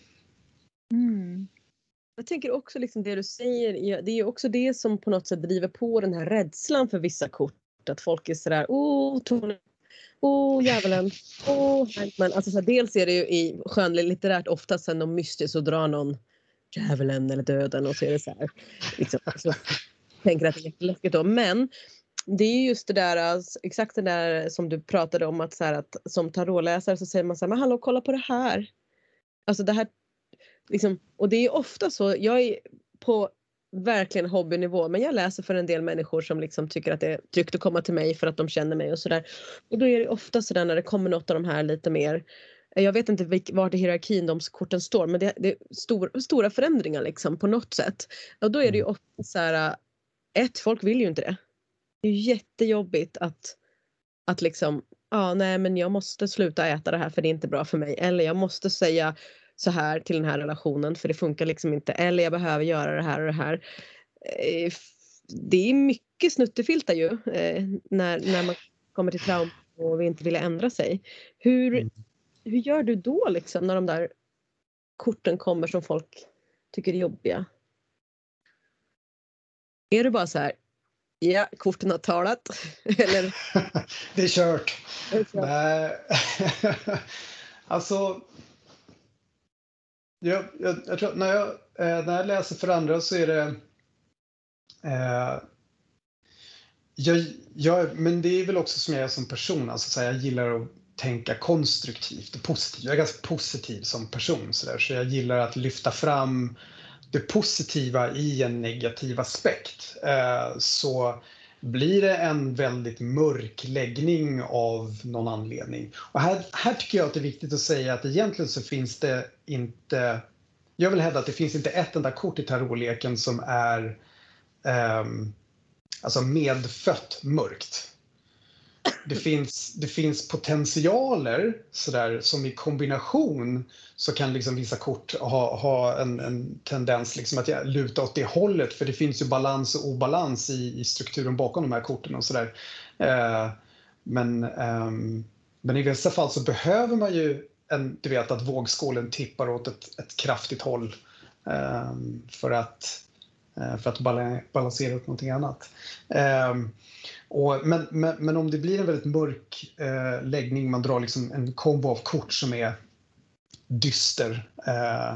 Mm. Jag tänker också liksom det du säger, det är ju också det som på något sätt driver på den här rädslan för vissa kort. Att folk är sådär, åh, Tony, åh, djävulen, åh, men alltså så här, dels är det ju i skönlitterärt ofta sen de mystiskt så drar någon djävulen eller döden och så är det så här, liksom, så tänker att det är jätteläskigt då, men det är just det där, alltså, exakt det där som du pratade om att, så här, att som tarotläsare så säger man så här, men hallå, kolla på det här. Alltså det här, liksom, och det är ofta så, jag är på verkligen hobbynivå, men jag läser för en del människor som liksom tycker att det är tryggt att komma till mig för att de känner mig och sådär. Och då är det ofta sådär när det kommer något av de här lite mer, jag vet inte vilk, vart i hierarkin de korten står, men det, det är stor, stora förändringar liksom på något sätt. Och då är det ju ofta så här, ett, folk vill ju inte det. Det är ju jättejobbigt att, att liksom, ja nej men jag måste sluta äta det här för det är inte bra för mig. Eller jag måste säga så här till den här relationen för det funkar liksom inte. Eller jag behöver göra det här och det här. Det är mycket snuttefiltar ju när, när man kommer till trauma och vi inte vill ändra sig. Hur, hur gör du då liksom när de där korten kommer som folk tycker är jobbiga? Är det bara så här, ja, korten har talat, eller? Det är kört. Det är kört. Nej. Alltså, jag, jag, jag tror att när jag, när jag läser för andra så är det, eh, jag, jag, men det är väl också som jag är som person, alltså så här, jag gillar att tänka konstruktivt och positivt. Jag är ganska positiv som person så där, så jag gillar att lyfta fram det positiva i en negativ aspekt. Så blir det en väldigt mörk läggning av någon anledning. Och här, här tycker jag att det är viktigt att säga att egentligen så finns det inte, jag vill hävda att det finns inte ett enda kort i tarotleken som är um, alltså medfött mörkt. Det finns, det finns potentialer så där, som i kombination så kan liksom vissa kort ha, ha en, en tendens liksom att luta åt det hållet. För det finns ju balans och obalans i, i strukturen bakom de här korten och sådär. Eh, men, eh, men i vissa fall så behöver man ju en, du vet, att vågskålen tippar åt ett, ett kraftigt håll eh, för att, eh, för att balansera upp någonting annat. Eh, Och, men, men, men om det blir en väldigt mörk eh, läggning, man drar liksom en kombo av kort som är dyster, eh,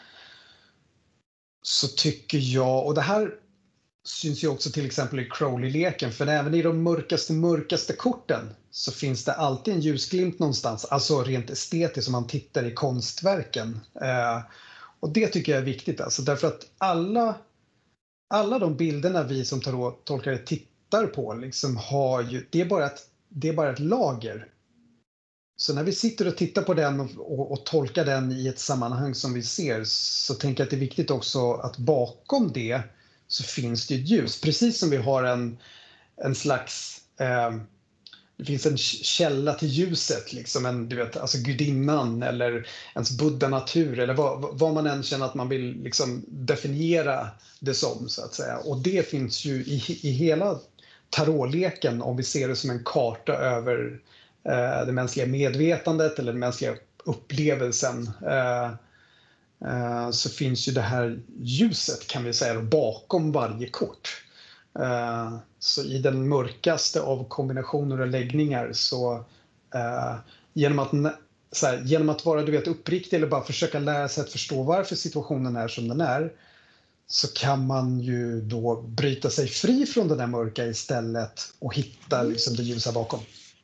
så tycker jag, och det här syns ju också till exempel i Crowley-leken, för även i de mörkaste, mörkaste korten så finns det alltid en ljusglimt någonstans, alltså rent estetiskt om man tittar i konstverken. Eh, Och det tycker jag är viktigt alltså, därför att alla, alla de bilderna vi som tarottolkare tittar på liksom har ju, det är bara ett, det är bara ett lager. Så när vi sitter och tittar på den och, och, och tolkar den i ett sammanhang som vi ser, så tänker jag att det är viktigt också att bakom det så finns det ett ljus. Precis som vi har en, en slags, eh, det finns en källa till ljuset, liksom en, du vet, alltså gudinnan eller ens Buddha natur eller vad, vad man än känner att man vill liksom definiera det som, så att säga. Och det finns ju i, i hela tarotleken, om vi ser det som en karta över eh, det mänskliga medvetandet eller den mänskliga upplevelsen, eh, eh, så finns ju det här ljuset, kan vi säga, bakom varje kort. Uh, så i den mörkaste av kombinationer och läggningar så uh, genom att så här, genom att vara, du vet, uppriktig eller bara försöka lära sig att förstå varför situationen är som den är, så kan man ju då bryta sig fri från den där mörka istället och hitta liksom det ljusa bakom.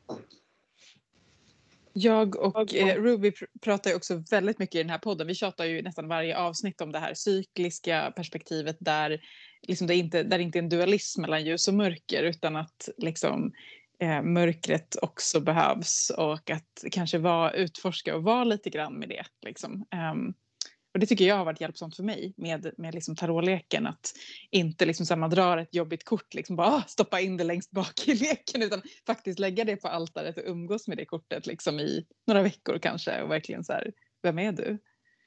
Jag och eh, Ruby pr- pratar ju också väldigt mycket i den här podden. Vi tjatar ju nästan varje avsnitt om det här cykliska perspektivet där, liksom det, inte, där det inte är en dualism mellan ljus och mörker, utan att liksom, eh, mörkret också behövs och att kanske vara, utforska och vara lite grann med det. Liksom. Um, och det tycker jag har varit hjälpsamt för mig med, med liksom tarotleken, att inte liksom så här, man drar ett jobbigt kort, liksom bara stoppa in det längst bak i leken, utan faktiskt lägga det på altaret och umgås med det kortet liksom i några veckor kanske, och verkligen så här, vem är du?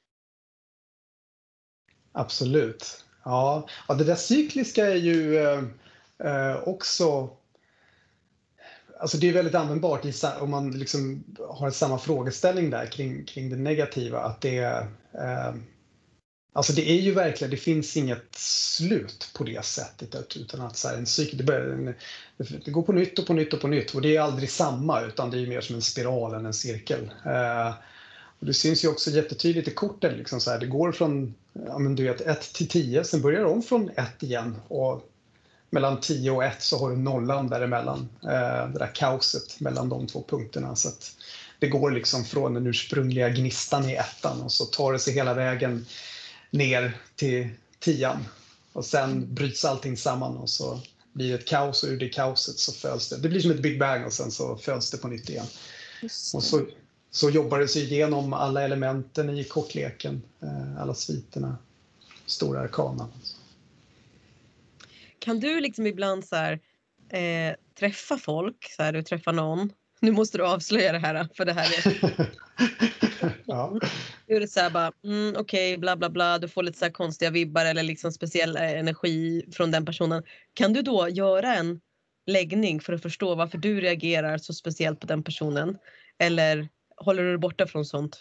Absolut. Ja, ja, det där cykliska är ju eh, också, alltså det är väldigt användbart i, om man liksom har samma frågeställning där kring, kring det negativa, att det är eh, alltså det är ju verkligen, det finns inget slut på det sättet, utan att så här, en cykel, det, börjar, det går på nytt och på nytt och på nytt, och det är aldrig samma, utan det är mer som en spiral än en cirkel. Eh, och det syns ju också jättetydligt i korten, liksom så här, det går från, ja men du vet, ett till tio, sen börjar det om från ett igen, och mellan tio och ett så har du nollan däremellan, eh, det där kaoset mellan de två punkterna, så att det går liksom från den ursprungliga gnistan i ettan och så tar det sig hela vägen ner till tian, och sen bryts allting samman och så blir det ett kaos, och ur det kaoset så föds det. Det blir som ett Big Bang och sen så föds det på nytt igen. Och så, så jobbar det sig igenom alla elementen i kortleken, alla sviterna, stora arkanan. Kan du liksom ibland så här, eh, träffa folk, så här, du träffar någon, nu måste du avslöja det här för det här är ja. Nu är det så här bara, mm, okej, okay, bla bla bla, du får lite så här konstiga vibbar eller liksom speciell energi från den personen. Kan du då göra en läggning för att förstå varför du reagerar så speciellt på den personen? Eller håller du borta från sånt?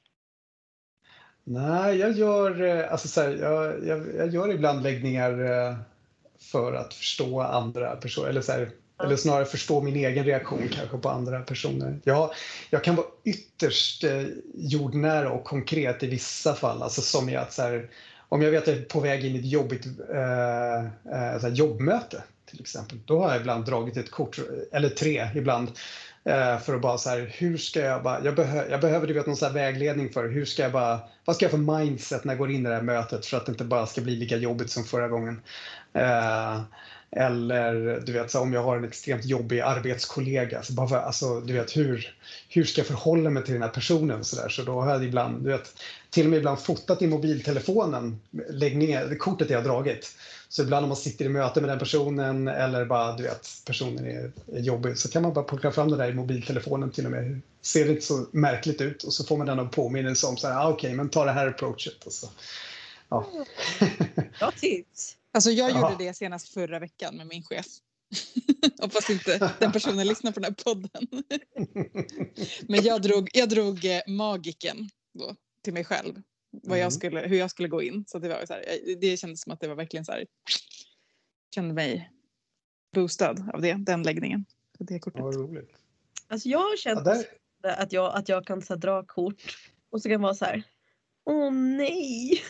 Nej, jag gör, alltså så här, jag, jag, jag gör ibland läggningar för att förstå andra personer, eller så här, eller snarare förstå min egen reaktion kanske på andra personer. Jag, jag kan vara ytterst eh, jordnära och konkret i vissa fall. Alltså som i att så här, om jag vet att jag är på väg in i ett jobbigt eh, eh, så här jobbmöte till exempel. Då har jag ibland dragit ett kort, eller tre ibland. Eh, för att bara så här, hur ska jag bara, jag, behö, jag behöver du vet någon så här vägledning för hur ska jag bara, vad ska jag för mindset när jag går in i det här mötet för att det inte bara ska bli lika jobbigt som förra gången. Eh, Eller du vet, så om jag har en extremt jobbig arbetskollega, så bara, alltså, du vet, hur, hur ska jag förhålla mig till den här personen? Så, där. Så då har jag ibland, du vet, till och med ibland fotat i mobiltelefonen läggningen, det kortet jag har dragit. Så ibland om man sitter i möte med den personen eller bara, du vet, personen är, är jobbig, så kan man bara plocka fram det där i mobiltelefonen till och med. Ser det inte så märkligt ut, och så får man den att påminnelse om så här, ah, okej, okay, men ta det här approachet. Och så. Ja. Bra tips. Alltså jag ja. gjorde det senast förra veckan med min chef. Hoppas inte den personen lyssnar på den här podden. Men jag drog, jag drog eh, magiken då till mig själv. Vad jag skulle, hur jag skulle gå in. Så det var så här, det kändes som att det var verkligen så här. Kände mig boostad av det, den läggningen. Det kortet. Ja, roligt. Alltså jag har känt ja, där... att, jag, att jag kan så här, dra kort och så kan det vara så här. Åh nej.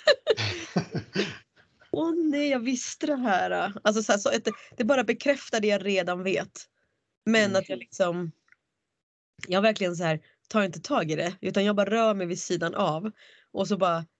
Åh nej, jag visste det här. Alltså så här, så ett, det bara bekräftar det jag redan vet. Men mm. att jag liksom, jag verkligen så här, tar inte tag i det. Utan jag bara rör mig vid sidan av. Och så bara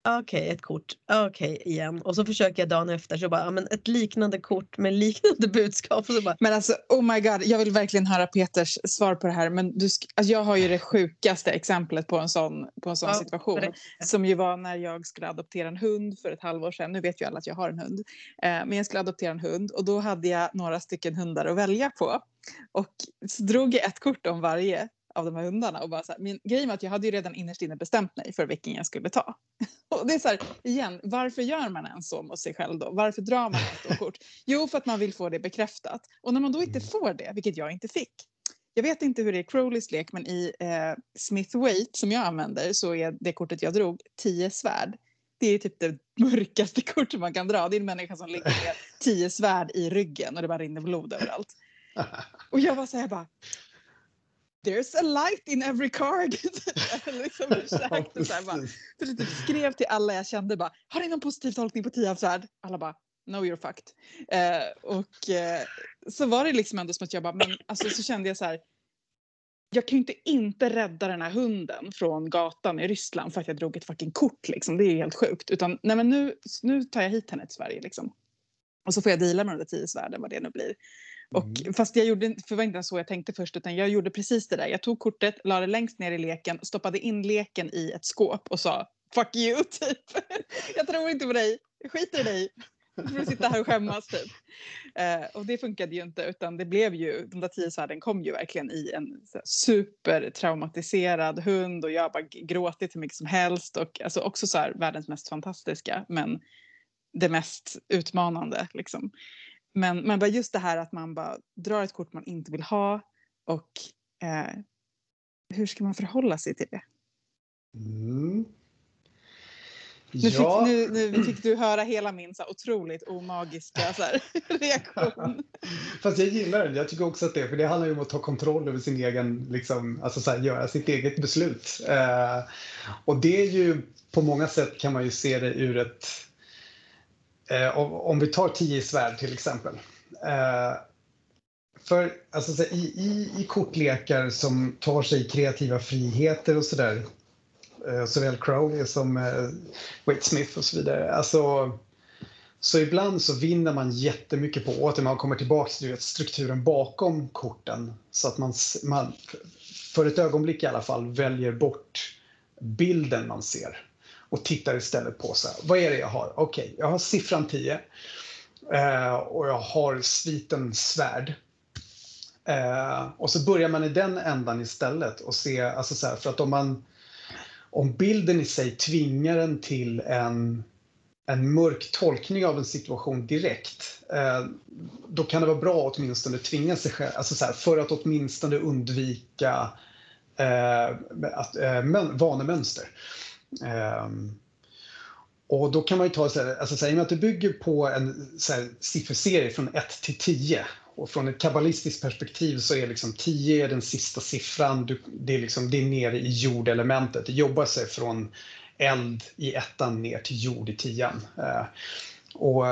Okej, okay, ett kort. Okej, okay, igen. Och så försöker jag dagen efter så bara, ja, men ett liknande kort med liknande budskap. Och så bara... Men alltså, oh my god, jag vill verkligen höra Peters svar på det här. Men du, alltså, jag har ju det sjukaste exemplet på en sån, på en sån ja, situation. Som ju var när jag skulle adoptera en hund för ett halvår sedan. Nu vet ju alla att jag har en hund. Eh, men jag skulle adoptera en hund och då hade jag några stycken hundar att välja på. Och så drog jag ett kort om varje av de här hundarna och bara så här, min grej var att jag hade ju redan innerst inne bestämt mig för vilken jag skulle ta. Och det är så här, igen, varför gör man ens så mot sig själv då? Varför drar man ett stort kort? Jo, för att man vill få det bekräftat. Och när man då inte får det, vilket jag inte fick. Jag vet inte hur det är i Crowleys lek, men i eh, Smith Waite som jag använder så är det kortet jag drog tio svärd. Det är typ det mörkaste kortet man kan dra. Det är en människa som ligger med tio svärd i ryggen och det bara rinner blod överallt. Och jag var så här bara... There's a light in every card. liksom försökte så här bara. Så det typ skrev till alla jag kände bara, har ni någon positiv tolkning på tio av svärd? Alla bara, no you're fucked. Eh, och eh, så var det liksom ändå som att jag bara, men alltså så kände jag så här, jag kan ju inte inte rädda den här hunden från gatan i Ryssland för att jag drog ett fucking kort liksom. Det är ju helt sjukt. Utan nej men nu, nu tar jag hit henne till Sverige liksom. Och så får jag deala med de där tio svärden, vad det nu blir. Och mm. fast jag gjorde, för det var inte så jag tänkte först, utan jag gjorde precis det där. Jag tog kortet, la det längst ner i leken, stoppade in leken i ett skåp och sa fuck you typ. Jag tror inte på dig, jag skiter i dig. Du får sitta här och skämmas typ. Eh, och det funkade ju inte, utan det blev ju, de där tio svärden kom ju verkligen i en supertraumatiserad hund och jag bara gråtit hur mycket som helst och alltså också så här världens mest fantastiska, men det mest utmanande liksom. Men, men bara just det här att man bara drar ett kort man inte vill ha och eh, hur ska man förhålla sig till det? Mm. Nu, ja. fick, nu, nu fick du höra hela min så här, otroligt omagiska så här, reaktion. Fast jag gillar den, jag tycker också att det, för det handlar ju om att ta kontroll över sin egen, liksom, alltså så här, göra sitt eget beslut. Eh, och det är ju, på många sätt kan man ju se det ur ett, eh, om vi tar tio svärd till exempel. Eh, för alltså, så här, i, i, i kortlekar som tar sig kreativa friheter och sådär, eh, såväl Crowley som eh, Waite Smith och så vidare, alltså, så ibland så vinner man jättemycket på att man kommer tillbaka till strukturen bakom korten, så att man, man för ett ögonblick i alla fall väljer bort bilden man ser och tittar istället på så här, vad är det jag har? Okej, okay, jag har siffran tio eh, och jag har sviten svärd. Eh, och så börjar man i den ändan istället och se, alltså så här, för att om man om bilden i sig tvingar en till en en mörk tolkning av en situation direkt, eh, då kan det vara bra att åtminstone tvinga sig själv, alltså så här, för att åtminstone undvika eh, att, eh, men, vanemönster. Eh, och då kan man ju ta så här, alltså så här, i och med att det bygger på en så här, sifferserie från ett till tio, och från ett kabbalistiskt perspektiv så är liksom tio är den sista siffran, du, det är liksom det är nere i jordelementet, det jobbar sig från eld i ettan ner till jord i tian. Eh, och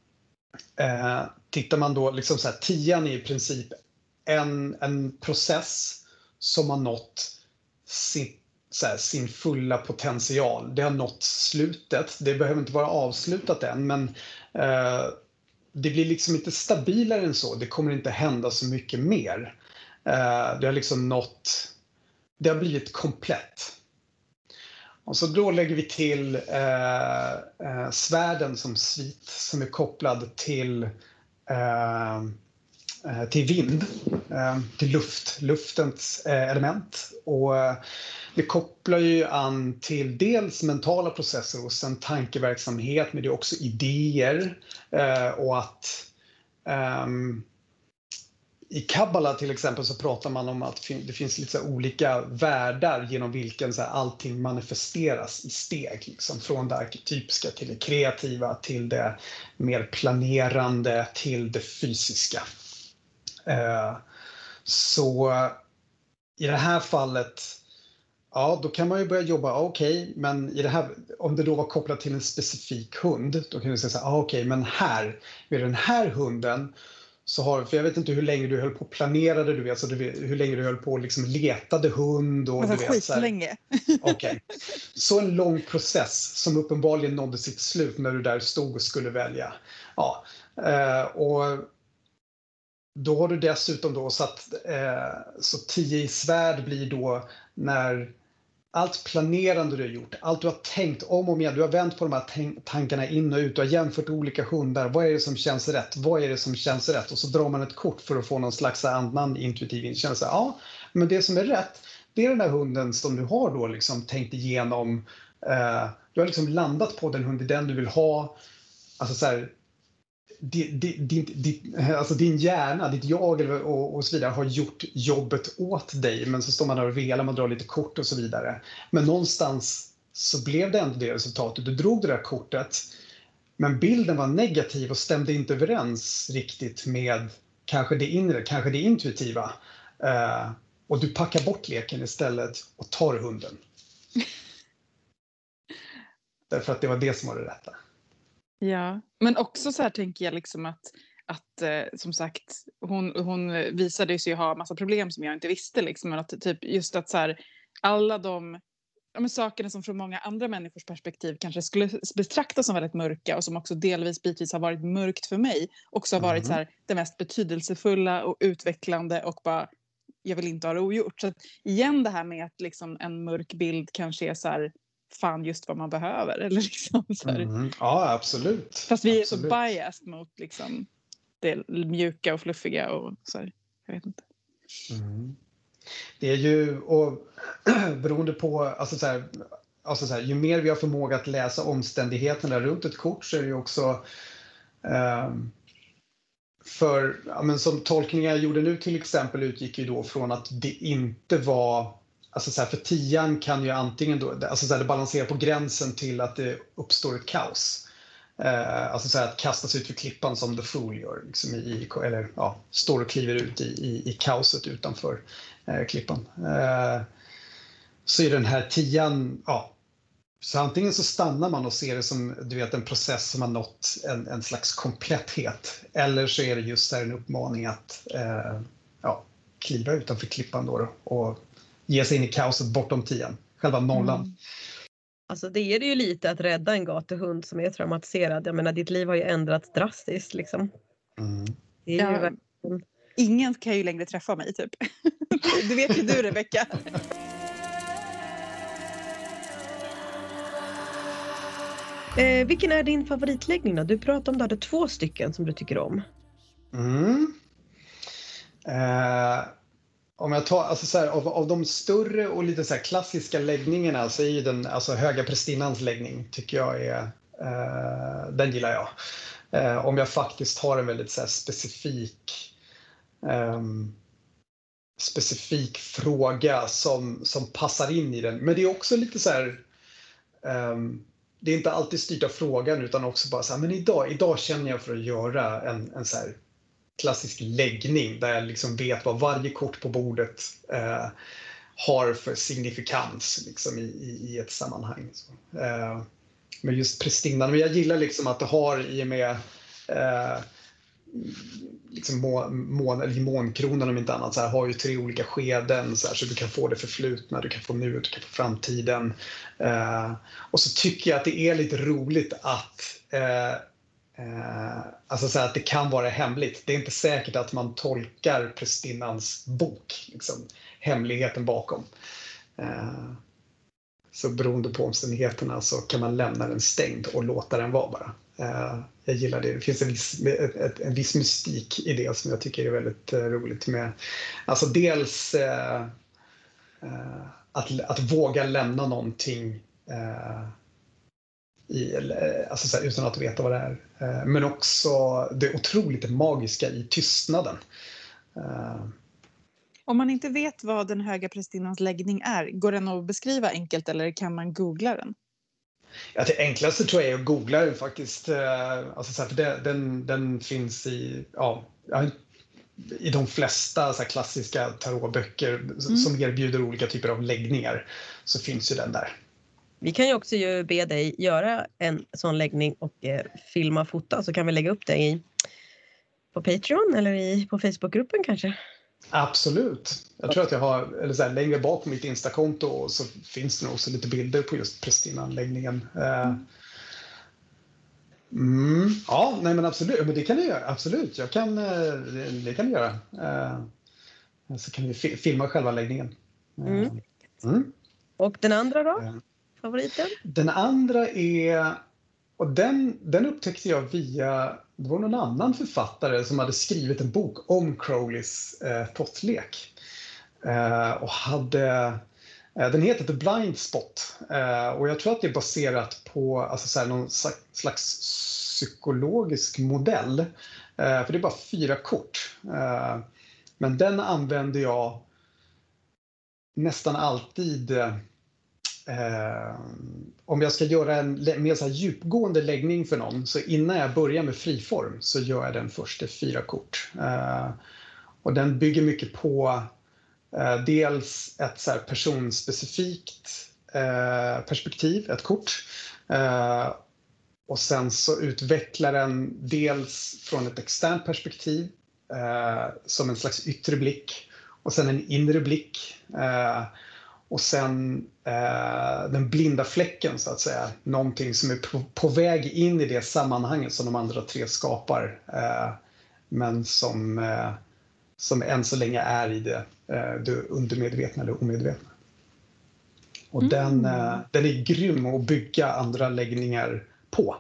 eh, tittar man då liksom så här, tian är i princip en, en process som har nått sin, så här, sin fulla potential. Det har nått slutet. Det behöver inte vara avslutat än, men eh, det blir liksom inte stabilare än så. Det kommer inte hända så mycket mer. Eh, det har liksom nått, det har blivit komplett. Och så då lägger vi till eh, eh, svärden som svit som är kopplad till, eh, till vind, eh, till luft, luftens eh, element. Och eh, det kopplar ju an till dels mentala processer och sen tankeverksamhet, men det är också idéer eh, och att eh, i Kabbala till exempel så pratar man om att det finns lite så olika världar genom vilken så här allting manifesteras i steg. Liksom, från det arketypiska till det kreativa, till det mer planerande, till det fysiska. Eh, så i det här fallet, ja, då kan man ju börja jobba, okej, okay, men i det här, om det då var kopplat till en specifik hund, då kan vi säga så här, okej, okay, men här, med den här hunden, så har, för jag vet inte hur länge du höll på och planerade, du vet, så du vet, hur länge du höll på och liksom letade hund och alltså, du vet så här. Skitlänge. Okej. Okay. Så en lång process som uppenbarligen nådde sitt slut när du där stod och skulle välja. Ja, eh, och då har du dessutom då satt eh, så tio i svärd blir då när allt planerande du har gjort, allt du har tänkt om och om igen, du har vänt på de här tankarna in och ut, du har jämfört olika hundar, vad är det som känns rätt, vad är det som känns rätt, och så drar man ett kort för att få någon slags annan intuitiv känsla. Ja, men det som är rätt, det är den där hunden som du har då liksom tänkt igenom, eh, du har liksom landat på den hunden, den du vill ha, alltså så här, din, din, din, alltså din hjärna, ditt jag och, och så vidare har gjort jobbet åt dig, men så står man där och velar, man drar lite kort och så vidare. Men någonstans så blev det ändå det resultatet. Du drog det där kortet, men bilden var negativ och stämde inte överens riktigt med kanske det inre, kanske det intuitiva. Uh, och du packar bort leken istället och tar hunden. Därför att det var det som var det rätta. Ja, men också så här tänker jag liksom att, att eh, som sagt, hon, hon visade sig ha massa problem som jag inte visste liksom, men att typ just att så här, alla de ja, men sakerna som från många andra människors perspektiv kanske skulle betraktas som väldigt mörka och som också delvis bitvis har varit mörkt för mig, också har varit mm. så här, det mest betydelsefulla och utvecklande och bara, jag vill inte ha det ogjort. Så att, igen det här med att liksom en mörk bild kanske är så här, fan just vad man behöver eller liksom så här. Mm. Ja, absolut. Fast vi absolut. är så biased mot liksom det mjuka och fluffiga och så här, jag vet inte. Mm. Det är ju och beroende på alltså så här, alltså så här, ju mer vi har förmåga att läsa omständigheterna runt ett kort, så är det ju också um, för ja, men som tolkningar jag gjorde nu till exempel utgick ju då från att det inte var. Alltså så här, för tian kan ju antingen då, alltså så här, det balanserar på gränsen till att det uppstår ett kaos. Eh, alltså så här, att kastas ut för klippan som The Fool gör, liksom i, eller ja, står och kliver ut i, i, i kaoset utanför eh, klippan. Eh, så är den här tian, ja, så antingen så stannar man och ser det som du vet, en process som har nått en, en slags kompletthet, eller så är det just så här en uppmaning att eh, ja, kliva utanför klippan då, då och ge sig in i kaoset bortom tian, själva nollan. Mm. Alltså det är det ju lite att rädda en gatuhund som är traumatiserad. Jag menar, ditt liv har ju ändrats drastiskt liksom. Mm. Det är ju ja, verkligen... Ingen kan ju längre träffa mig typ. Det vet ju du, Rebecka. eh, vilken är din favoritläggning då? Du pratade om att du hade två stycken som du tycker om. Mm. Eh... Om jag tar, alltså så här, av, av de större och lite så här klassiska läggningarna, så är ju den alltså Höga Prästinnans läggning tycker jag är, eh, den gillar jag. Eh, om jag faktiskt har en väldigt så här specifik eh, specifik fråga som, som passar in i den. Men det är också lite så här, eh, det är inte alltid styrt av frågan utan också bara så här, men idag, idag känner jag för att göra en, en så här klassisk läggning där jag liksom vet vad varje kort på bordet eh, har för signifikans liksom, i, i, i ett sammanhang. Så, eh, men just Prästinnan, men jag gillar liksom att det har i och med eh, liksom må, mån, eller månkronan om inte annat, så här, har ju tre olika skeden så, här, så du kan få det förflutna, du kan få nuet, du kan få framtiden. Eh, och så tycker jag att det är lite roligt att eh, Eh, alltså så här att det kan vara hemligt. Det är inte säkert att man tolkar Prästinnans bok, liksom, hemligheten bakom. Eh, så beroende på omständigheterna så kan man lämna den stängd och låta den vara bara. Eh, jag gillar det. Det finns en viss, ett, ett, en viss mystik i det som jag tycker är väldigt eh, roligt med. Alltså dels eh, eh, att, att våga lämna någonting eh, I, alltså så här, utan att veta vad det är. Men också det otroligt magiska i tystnaden. Om man inte vet vad den Höga Prästinnans läggning är, går den att beskriva enkelt eller kan man googla den? Ja, det enklaste tror jag är att googla den faktiskt. Alltså så här, för det, den, den finns i, ja, i de flesta så här klassiska tarotböcker mm. som erbjuder olika typer av läggningar, så finns ju den där. Vi kan ju också ju be dig göra en sån läggning och eh, filma och fota, så kan vi lägga upp det i, på Patreon eller i, på Facebookgruppen kanske? Absolut. Jag tror att jag har, eller så här, längre bak på mitt Instakonto och så finns det nog också lite bilder på just Pristina-anläggningen. Mm. Mm, ja, nej men absolut. Men det kan jag göra. Absolut. Jag kan, det, det kan jag göra. Så kan vi filma själva anläggningen. Mm. Mm. Och den andra då? Favoriten? Den andra är, och den, den upptäckte jag via, det var någon annan författare som hade skrivit en bok om Crowleys eh, pottlek. Eh, och hade, eh, den heter The Blind Spot. Eh, och jag tror att det är baserat på alltså så här, någon slags psykologisk modell. Eh, för det är bara fyra kort. Eh, men den använder jag nästan alltid eh, om jag ska göra en mer så här djupgående läggning för någon, så innan jag börjar med friform så gör jag den första fyra kort. Eh, och den bygger mycket på eh, dels ett så här personspecifikt eh, perspektiv, ett kort. Eh, och sen så utvecklar den dels från ett externt perspektiv eh, som en slags yttre blick. Och sen en inre blick. Eh, och sen eh, den blinda fläcken så att säga. Någonting som är på, på väg in i det sammanhanget som de andra tre skapar. Eh, men som, eh, som än så länge är i det, eh, det undermedvetna eller omedvetna. Och mm. den, eh, den är grym att bygga andra läggningar på.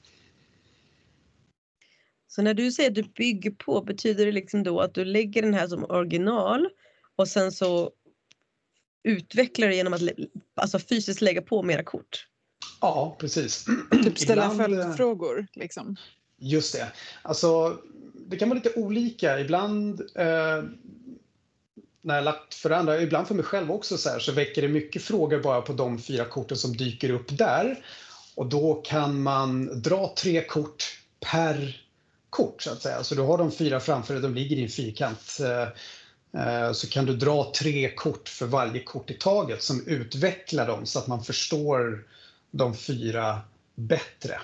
Så när du säger att du bygger på, betyder det liksom då att du lägger den här som original och sen så utvecklar du genom att alltså fysiskt lägga på mera kort? Ja, precis. Typ ställa följdfrågor liksom. Just det. Alltså, det kan vara lite olika. Ibland eh, när jag lagt för andra, ibland för mig själv också så här, så väcker det mycket frågor bara på de fyra korten som dyker upp där. Och då kan man dra tre kort per kort så att säga. Så du har de fyra framför dig, de ligger i en fyrkant. Så kan du dra tre kort för varje kort i taget som utvecklar dem så att man förstår de fyra bättre.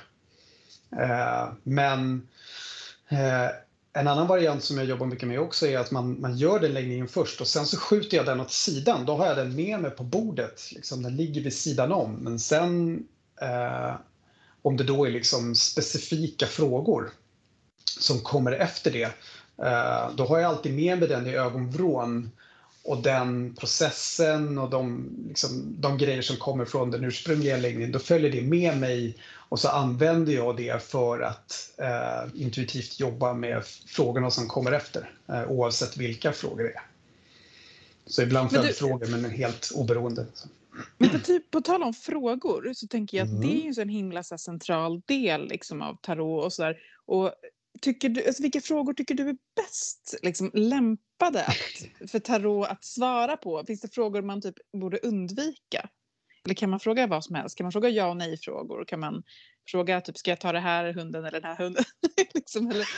Men en annan variant som jag jobbar mycket med också är att man, man gör den läggningen först och sen så skjuter jag den åt sidan. Då har jag den med mig på bordet. Liksom, den ligger vid sidan om. Men sen eh, om det då är liksom specifika frågor som kommer efter det, eh, då har jag alltid med mig den i ögonvrån. Och den processen och de, liksom, de grejer som kommer från den ursprungliga läggningen, då följer det med mig och så använder jag det för att eh, intuitivt jobba med frågorna som kommer efter, eh, oavsett vilka frågor det är. Så ibland följdfrågor men helt oberoende. Men på, typ, på tal om frågor så tänker jag att mm. det är ju en sån himla så central del liksom, av tarot och sådär. Och tycker du, alltså, vilka frågor tycker du är bäst liksom, lämpade att, för tarot att svara på? Finns det frågor man typ borde undvika? Eller kan man fråga vad som helst? Kan man fråga ja och nej frågor? Kan man fråga typ, ska jag ta det här hunden eller den här hunden? liksom, eller,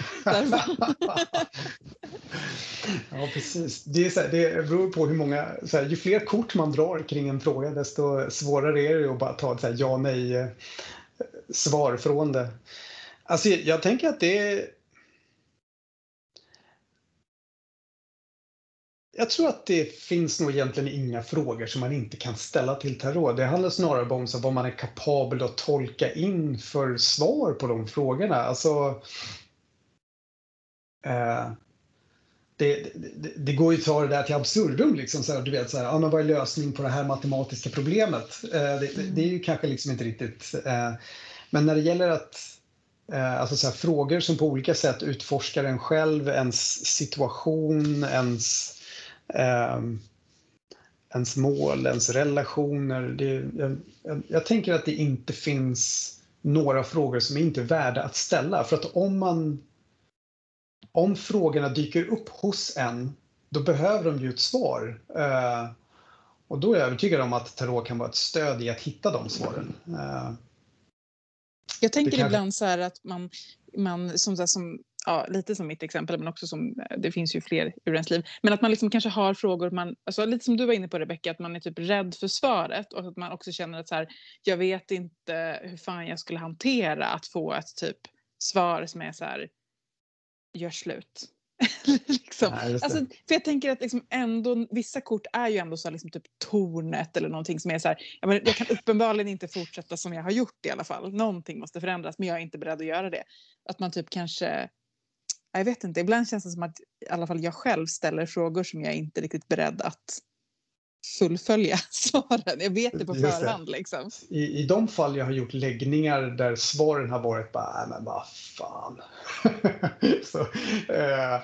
ja, precis. Det, är så här, det beror på hur många, så här, ju fler kort man drar kring en fråga, desto svårare är det att bara ta ett så här, ja nej svar från det. Alltså jag tänker att det är... Jag tror att det finns nog egentligen inga frågor som man inte kan ställa till tarot. Det handlar snarare om så vad man är kapabel att tolka in för svar på de frågorna. Alltså... Eh, det, det, det går ju att ta det där till absurdum. Liksom, så här, du vet, så här, ja, men vad är lösning på det här matematiska problemet? Eh, det, det, det är ju kanske liksom inte riktigt... Eh, men när det gäller att... Alltså så här, frågor som på olika sätt utforskar en själv, ens situation, ens, eh, ens mål, ens relationer. Det, jag, jag, jag tänker att det inte finns några frågor som är inte är värda att ställa. För att om, man, om frågorna dyker upp hos en, då behöver de ju ett svar. Eh, och då är jag övertygad om att tarot kan vara ett stöd i att hitta de svaren. Eh, Jag tänker kanske... ibland så här att man, man som, som, ja, lite som mitt exempel, men också som, det finns ju fler ur ens liv, men att man liksom kanske har frågor, man, alltså lite som du var inne på Rebecka, att man är typ rädd för svaret och att man också känner att så här, jag vet inte hur fan jag skulle hantera att få ett typ svar som är så här, gör slut. liksom. Nej, alltså, för jag tänker att liksom ändå, vissa kort är ju ändå så liksom typ tornet eller någonting som är så här, jag, menar, jag kan uppenbarligen inte fortsätta som jag har gjort i alla fall. Någonting måste förändras, men jag är inte beredd att göra det. Att man typ kanske, jag vet inte, ibland känns det som att i alla fall jag själv ställer frågor som jag inte är riktigt beredd att fullfölja svaren. Jag vet det på Just förhand det. liksom. I, I de fall jag har gjort läggningar där svaren har varit bara, nej men vad fan. så, eh,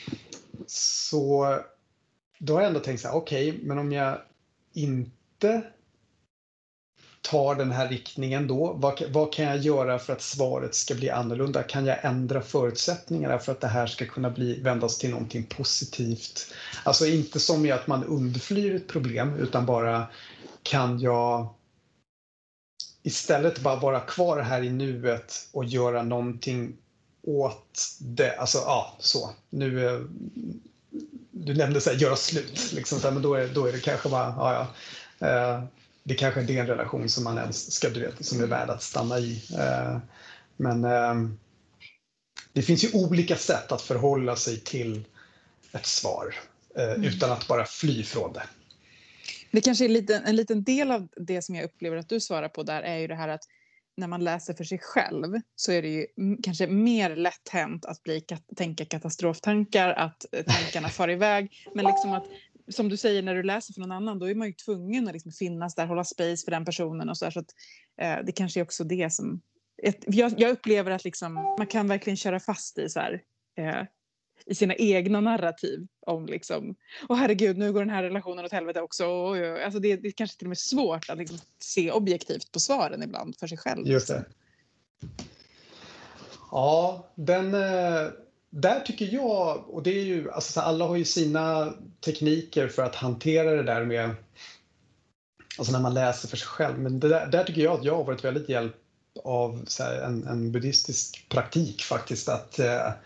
så då har jag ändå tänkt så här, okej, okay, men om jag inte tar den här riktningen då, vad, vad kan jag göra för att svaret ska bli annorlunda? Kan jag ändra förutsättningarna för att det här ska kunna bli, vändas till någonting positivt? Alltså inte som i att man undflyr ett problem, utan bara kan jag istället bara vara kvar här i nuet och göra någonting åt det. Alltså ja, så. Nu, du nämnde så här, göra slut. Liksom, så här, men då är, då är det kanske bara, ja ja. Eh, det kanske är en relation som man ens ska, du vet, som är värd att stanna i. Eh, men eh, det finns ju olika sätt att förhålla sig till ett svar eh, mm. utan att bara fly från det. Det kanske är lite, en liten del av det som jag upplever att du svarar på där är ju det här att när man läser för sig själv så är det ju kanske mer lätt hänt att bli, tänka katastroftankar, att tankarna far iväg. Men liksom att, som du säger, när du läser för någon annan, då är man ju tvungen att liksom finnas där, hålla space för den personen och så, så att eh, det kanske är också det som ett, jag, jag upplever att liksom, man kan verkligen köra fast i så här eh, i sina egna narrativ om liksom, åh herregud, nu går den här relationen åt helvete också. Och, alltså det, det är kanske till och med svårt att liksom se objektivt på svaren ibland för sig själv. Just det. Ja, den, där tycker jag, och det är ju, alltså alla har ju sina tekniker för att hantera det där med, alltså när man läser för sig själv. Men det där, där tycker jag att jag har varit väldigt hjälp av så här, en, en buddhistisk praktik faktiskt, att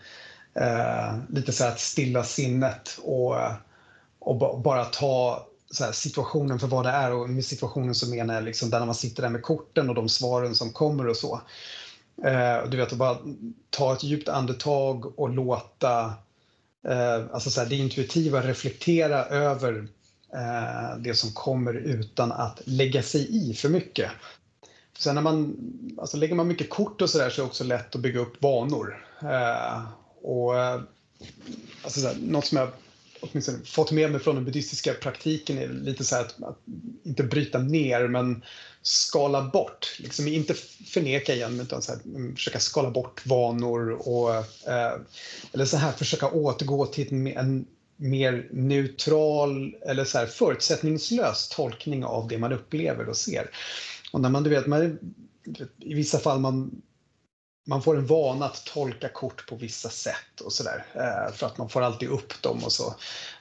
Eh, lite så här att stilla sinnet och, och b- bara ta så här, situationen för vad det är, och med situationen så menar jag liksom där när man sitter där med korten och de svaren som kommer och så. Eh, du vet, att bara ta ett djupt andetag och låta eh, alltså så här, det intuitiva reflektera över eh, det som kommer utan att lägga sig i för mycket. Sen när man, alltså lägger man mycket kort och så där så är det också lätt att bygga upp vanor. Eh, Och alltså så här, något som jag åtminstone fått med mig från den buddhistiska praktiken är lite så här att, att inte bryta ner men skala bort. Liksom inte förneka igen utan så här, försöka skala bort vanor och eh, eller så här försöka återgå till en, en mer neutral eller så här förutsättningslös tolkning av det man upplever och ser. Och när man, du vet, man, i vissa fall man Man får en vana att tolka kort på vissa sätt och sådär. För att man får alltid upp dem och så.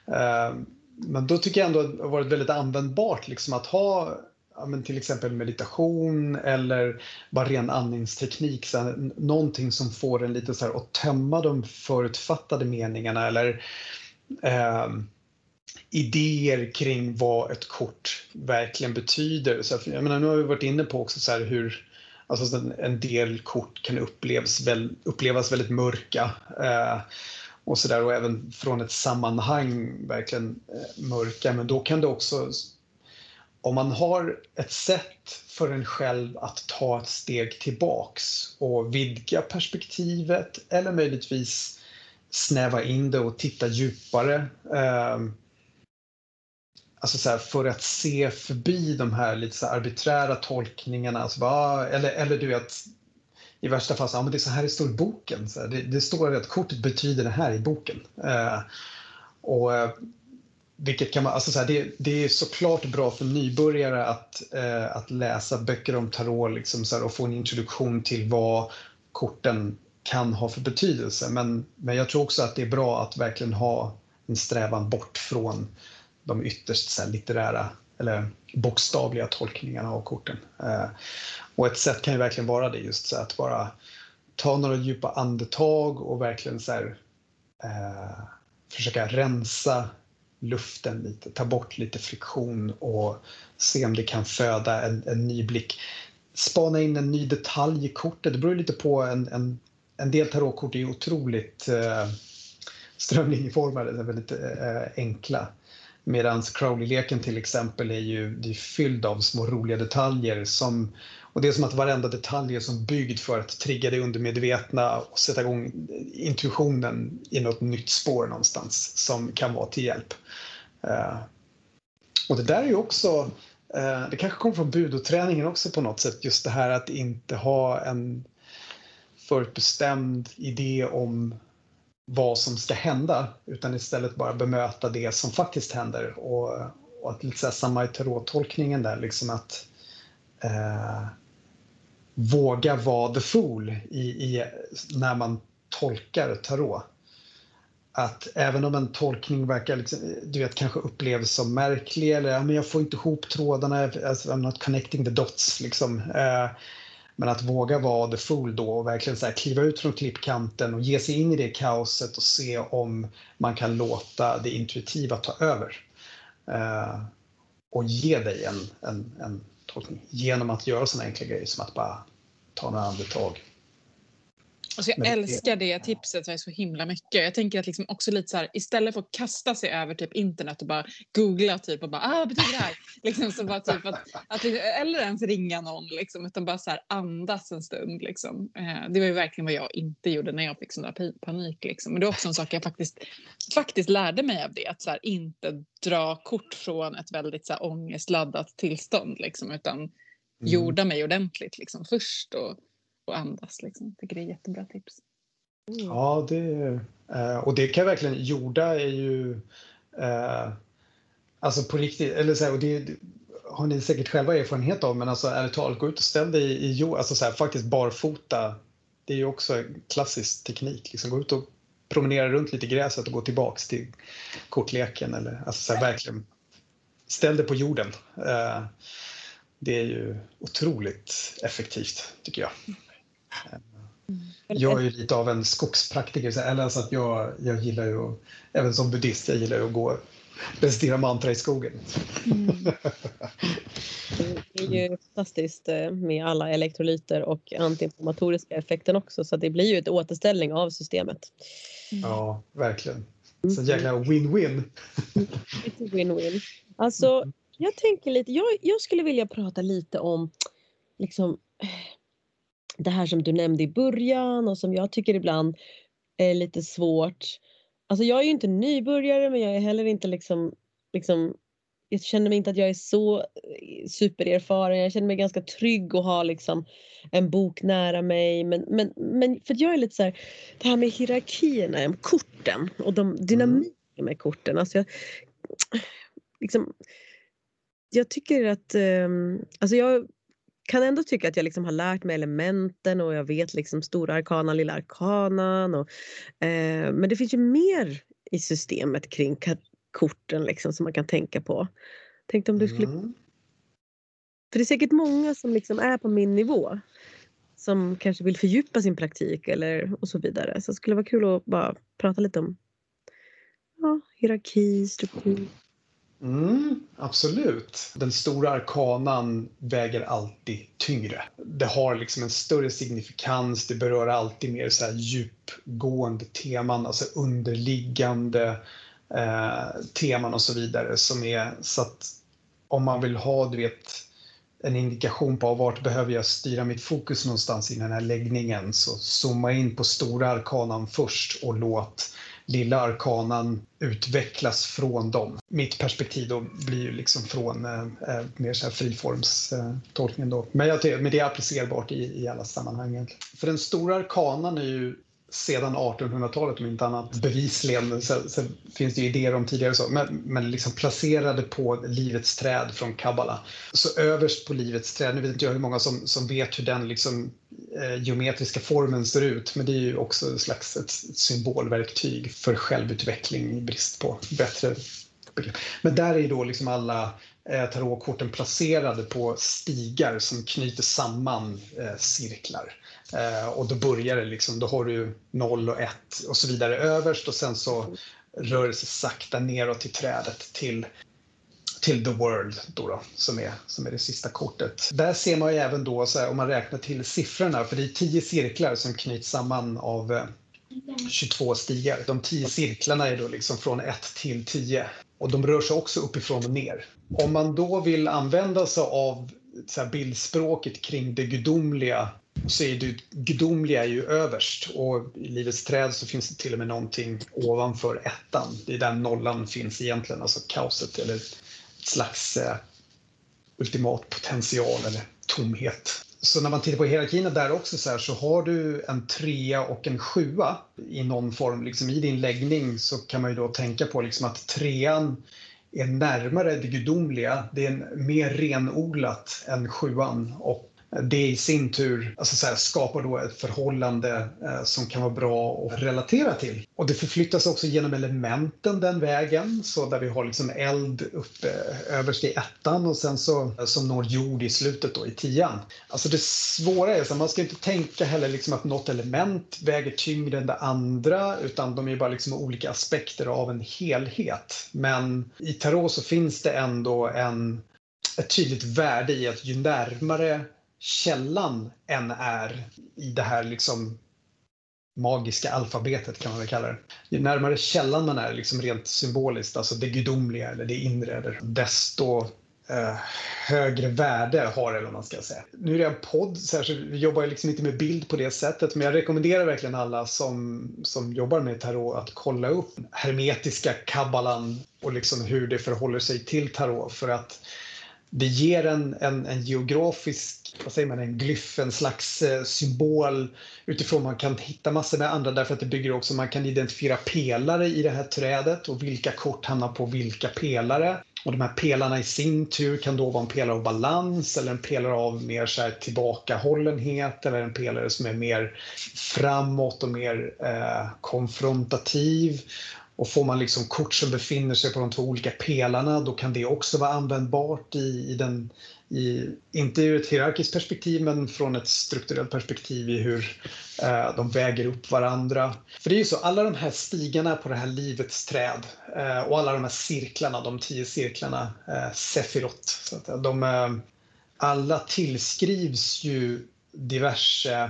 Men då tycker jag ändå att det har varit väldigt användbart liksom att ha, ja, men till exempel meditation eller bara ren andningsteknik. Så här, någonting som får en lite så här att tömma de förutfattade meningarna eller eh, idéer kring vad ett kort verkligen betyder. Så jag menar, nu har vi varit inne på också så här hur alltså en del kort kan upplevas, väl, upplevas väldigt mörka eh, och så där, och även från ett sammanhang verkligen eh, mörka. Men då kan det också, om man har ett sätt för en själv att ta ett steg tillbaks och vidga perspektivet eller möjligtvis snäva in det och titta djupare. Eh, Alltså så här, för att se förbi de här lite så här arbiträra tolkningarna. Alltså bara, eller, eller du vet, i värsta fall så, ja, men det är så här det står i boken. Så här, det, det står att kortet betyder det här i boken. Eh, och vilket kan man, alltså så här, det, det är såklart bra för nybörjare att, eh, att läsa böcker om tarot liksom, så här, och få en introduktion till vad korten kan ha för betydelse. Men, men jag tror också att det är bra att verkligen ha en strävan bort från de ytterst så här, litterära eller bokstavliga tolkningarna av korten. Eh, och ett sätt kan ju verkligen vara det, just så att bara ta några djupa andetag och verkligen så här, eh, försöka rensa luften lite, ta bort lite friktion och se om det kan föda en, en ny blick. Spana in en ny detalj i kortet, det beror lite på en, en en del tarotkort är ju otroligt eh, strömlinjeformade, väldigt eh, enkla. Medan Crowley-leken till exempel är ju det är fylld av små roliga detaljer. Som, och det är som att varenda detalj är som byggd för att trigga det undermedvetna och sätta igång intuitionen i något nytt spår någonstans som kan vara till hjälp. Uh, och det där är ju också, uh, det kanske kommer från budoträningen också på något sätt. Just det här att inte ha en förutbestämd idé om vad som ska hända, utan istället bara bemöta det som faktiskt händer. Och, och att lite så här, samma i tarottolkningen där, liksom att eh, våga vara the fool i, i, när man tolkar tarot. Att även om en tolkning verkar liksom, du vet, kanske upplevs som märklig, eller ja, men jag får inte ihop trådarna, alltså, I'm not connecting the dots liksom. Eh, Men att våga vara the fool då och verkligen så här kliva ut från klippkanten och ge sig in i det kaoset och se om man kan låta det intuitiva ta över. Uh, och ge dig en, en, en tolkning genom att göra såna enkla grejer som att bara ta några andetag. Alltså jag älskar det tipset så himla mycket. Jag tänker att liksom också lite så här, istället för att kasta sig över typ internet och bara googla typ och bara ah vad betyder det här? Liksom så bara typ att, att eller ens ringa någon liksom, utan bara så här andas en stund liksom. Eh, det var ju verkligen vad jag inte gjorde när jag fick sån där panik liksom. Men det är också en sak jag faktiskt faktiskt lärde mig av det, att så här, inte dra kort från ett väldigt så här ångestladdat tillstånd liksom, utan mm. jorda mig ordentligt liksom först och och andas liksom. Jag tycker det är jättebra tips. Mm. Ja, det eh, och det kan verkligen, jorda är ju eh, alltså på riktigt, eller så här, och det, det har ni säkert själva erfarenhet av, men alltså ärligt talat, gå ut och ställ dig i, i jord, alltså så här, faktiskt barfota, det är ju också en klassisk teknik liksom, gå ut och promenera runt lite i gräset och gå tillbaks till kortleken, eller alltså så här, verkligen ställ dig på jorden. Eh, det är ju otroligt effektivt tycker jag. Jag är ju lite av en skogspraktiker, eller alltså att jag, jag gillar ju, även som buddhist, jag gillar ju att gå recitera mantra i skogen. Mm. Det är ju fantastiskt med alla elektrolyter och antiinflammatoriska effekten också, så det blir ju ett återställning av systemet. Mm. Ja, verkligen. Så jäkla win-win. Win-win. Alltså, jag tänker lite, jag, jag skulle vilja prata lite om liksom det här som du nämnde i början och som jag tycker ibland är lite svårt. Alltså jag är ju inte nybörjare, men jag är heller inte liksom, liksom jag känner mig inte att jag är så supererfaren. Jag känner mig ganska trygg och har liksom en bok nära mig. Men, men, men för jag är lite så här, det här med hierarkierna, korten och de dynamiken med korten. Alltså jag, liksom, jag tycker att, um, alltså jag kan ändå tycka att jag liksom har lärt mig elementen och jag vet liksom stora arkanan, lilla arkanan och, eh, men det finns ju mer i systemet kring ka- korten liksom som man kan tänka på. Tänkte om du skulle... Mm. För det är säkert många som liksom är på min nivå som kanske vill fördjupa sin praktik eller och så vidare. Så det skulle vara kul att bara prata lite om ja, hierarki, struktur. Mm, absolut. Den stora arkanan väger alltid tyngre. Det har liksom en större signifikans. Det berör alltid mer så här djupgående teman, alltså underliggande eh, teman och så vidare. Som är så att om man vill ha, du vet, en indikation på vart behöver jag styra mitt fokus någonstans i den här läggningen, så zooma in på stora arkanan först och låt lilla arkanan utvecklas från dem. Mitt perspektiv då blir ju liksom från eh, mer så här friformstolkningen då. Men, jag, men det är applicerbart i, i alla sammanhang egentligen. För den stora arkanan är ju sedan artonhundratalet om inte annat bevisligen, så, så finns det ju idéer om tidigare så, men, men liksom placerade på livets träd från Kabbala. Så överst på livets träd, nu vet inte jag hur många som, som vet hur den liksom eh, geometriska formen ser ut, men det är ju också ett slags ett symbolverktyg för självutveckling i brist på bättre begrepp. Men där är ju då liksom alla eh, tarotkorten placerade på stigar som knyter samman eh, cirklar. Uh, och då börjar det liksom, då har du noll och ett och så vidare överst och sen så rör det sig sakta neråt till trädet till, till the world då, då som, är, som är det sista kortet. Där ser man ju även då, så här, om man räknar till siffrorna, för det är tio cirklar som knyts samman av eh, tjugotvå stigar. De tio cirklarna är då liksom från ett till tio. Och de rör sig också uppifrån och ner. Om man då vill använda sig av så här bildspråket kring det gudomliga, så är det gudomliga är ju överst. Och i Livets träd så finns det till och med någonting ovanför ettan. Det är där nollan finns egentligen, alltså kaoset eller ett slags eh, ultimat potential eller tomhet. Så när man tittar på hierarkin där också så här, så har du en trea och en sjua i någon form. Liksom i din läggning så kan man ju då tänka på liksom att trean är närmare det gudomliga. Det är en mer renodlat än sjuan, och det i sin tur alltså så här, skapar då ett förhållande eh, som kan vara bra att relatera till. Och det förflyttas också genom elementen den vägen. Så där vi har liksom eld uppe överst i ettan och sen så som når jord i slutet då i tian. Alltså det svåra är att man ska inte tänka heller liksom att något element väger tyngre än det andra, utan de är bara liksom olika aspekter av en helhet. Men i tarot så finns det ändå en, ett tydligt värde i att ju närmare källan än är i det här liksom magiska alfabetet, kan man väl kalla det. Ju närmare källan man är liksom rent symboliskt, alltså det gudomliga eller det inre, desto eh, högre värde har det, eller vad man ska säga. Nu är det en podd, så, här, så vi jobbar ju liksom inte med bild på det sättet, men jag rekommenderar verkligen alla som, som jobbar med tarot att kolla upp hermetiska kabbalan och liksom hur det förhåller sig till tarot, för att det ger en, en, en geografisk, vad säger man, en glyf, en slags eh, symbol utifrån man kan hitta massor med andra, därför att det bygger också, man kan identifiera pelare i det här trädet och vilka kort hamnar på vilka pelare. Och de här pelarna i sin tur kan då vara en pelare av balans eller en pelare av mer så här tillbakahållenhet eller en pelare som är mer framåt och mer eh, konfrontativ. Och får man liksom kort som befinner sig på de två olika pelarna, då kan det också vara användbart i, i den, i, inte ur ett hierarkiskt perspektiv, men från ett strukturellt perspektiv i hur eh, de väger upp varandra. För det är ju så, alla de här stigarna på det här livets träd eh, och alla de här cirklarna, de tio cirklarna, eh, Sefirot, så att de eh, alla tillskrivs ju diverse,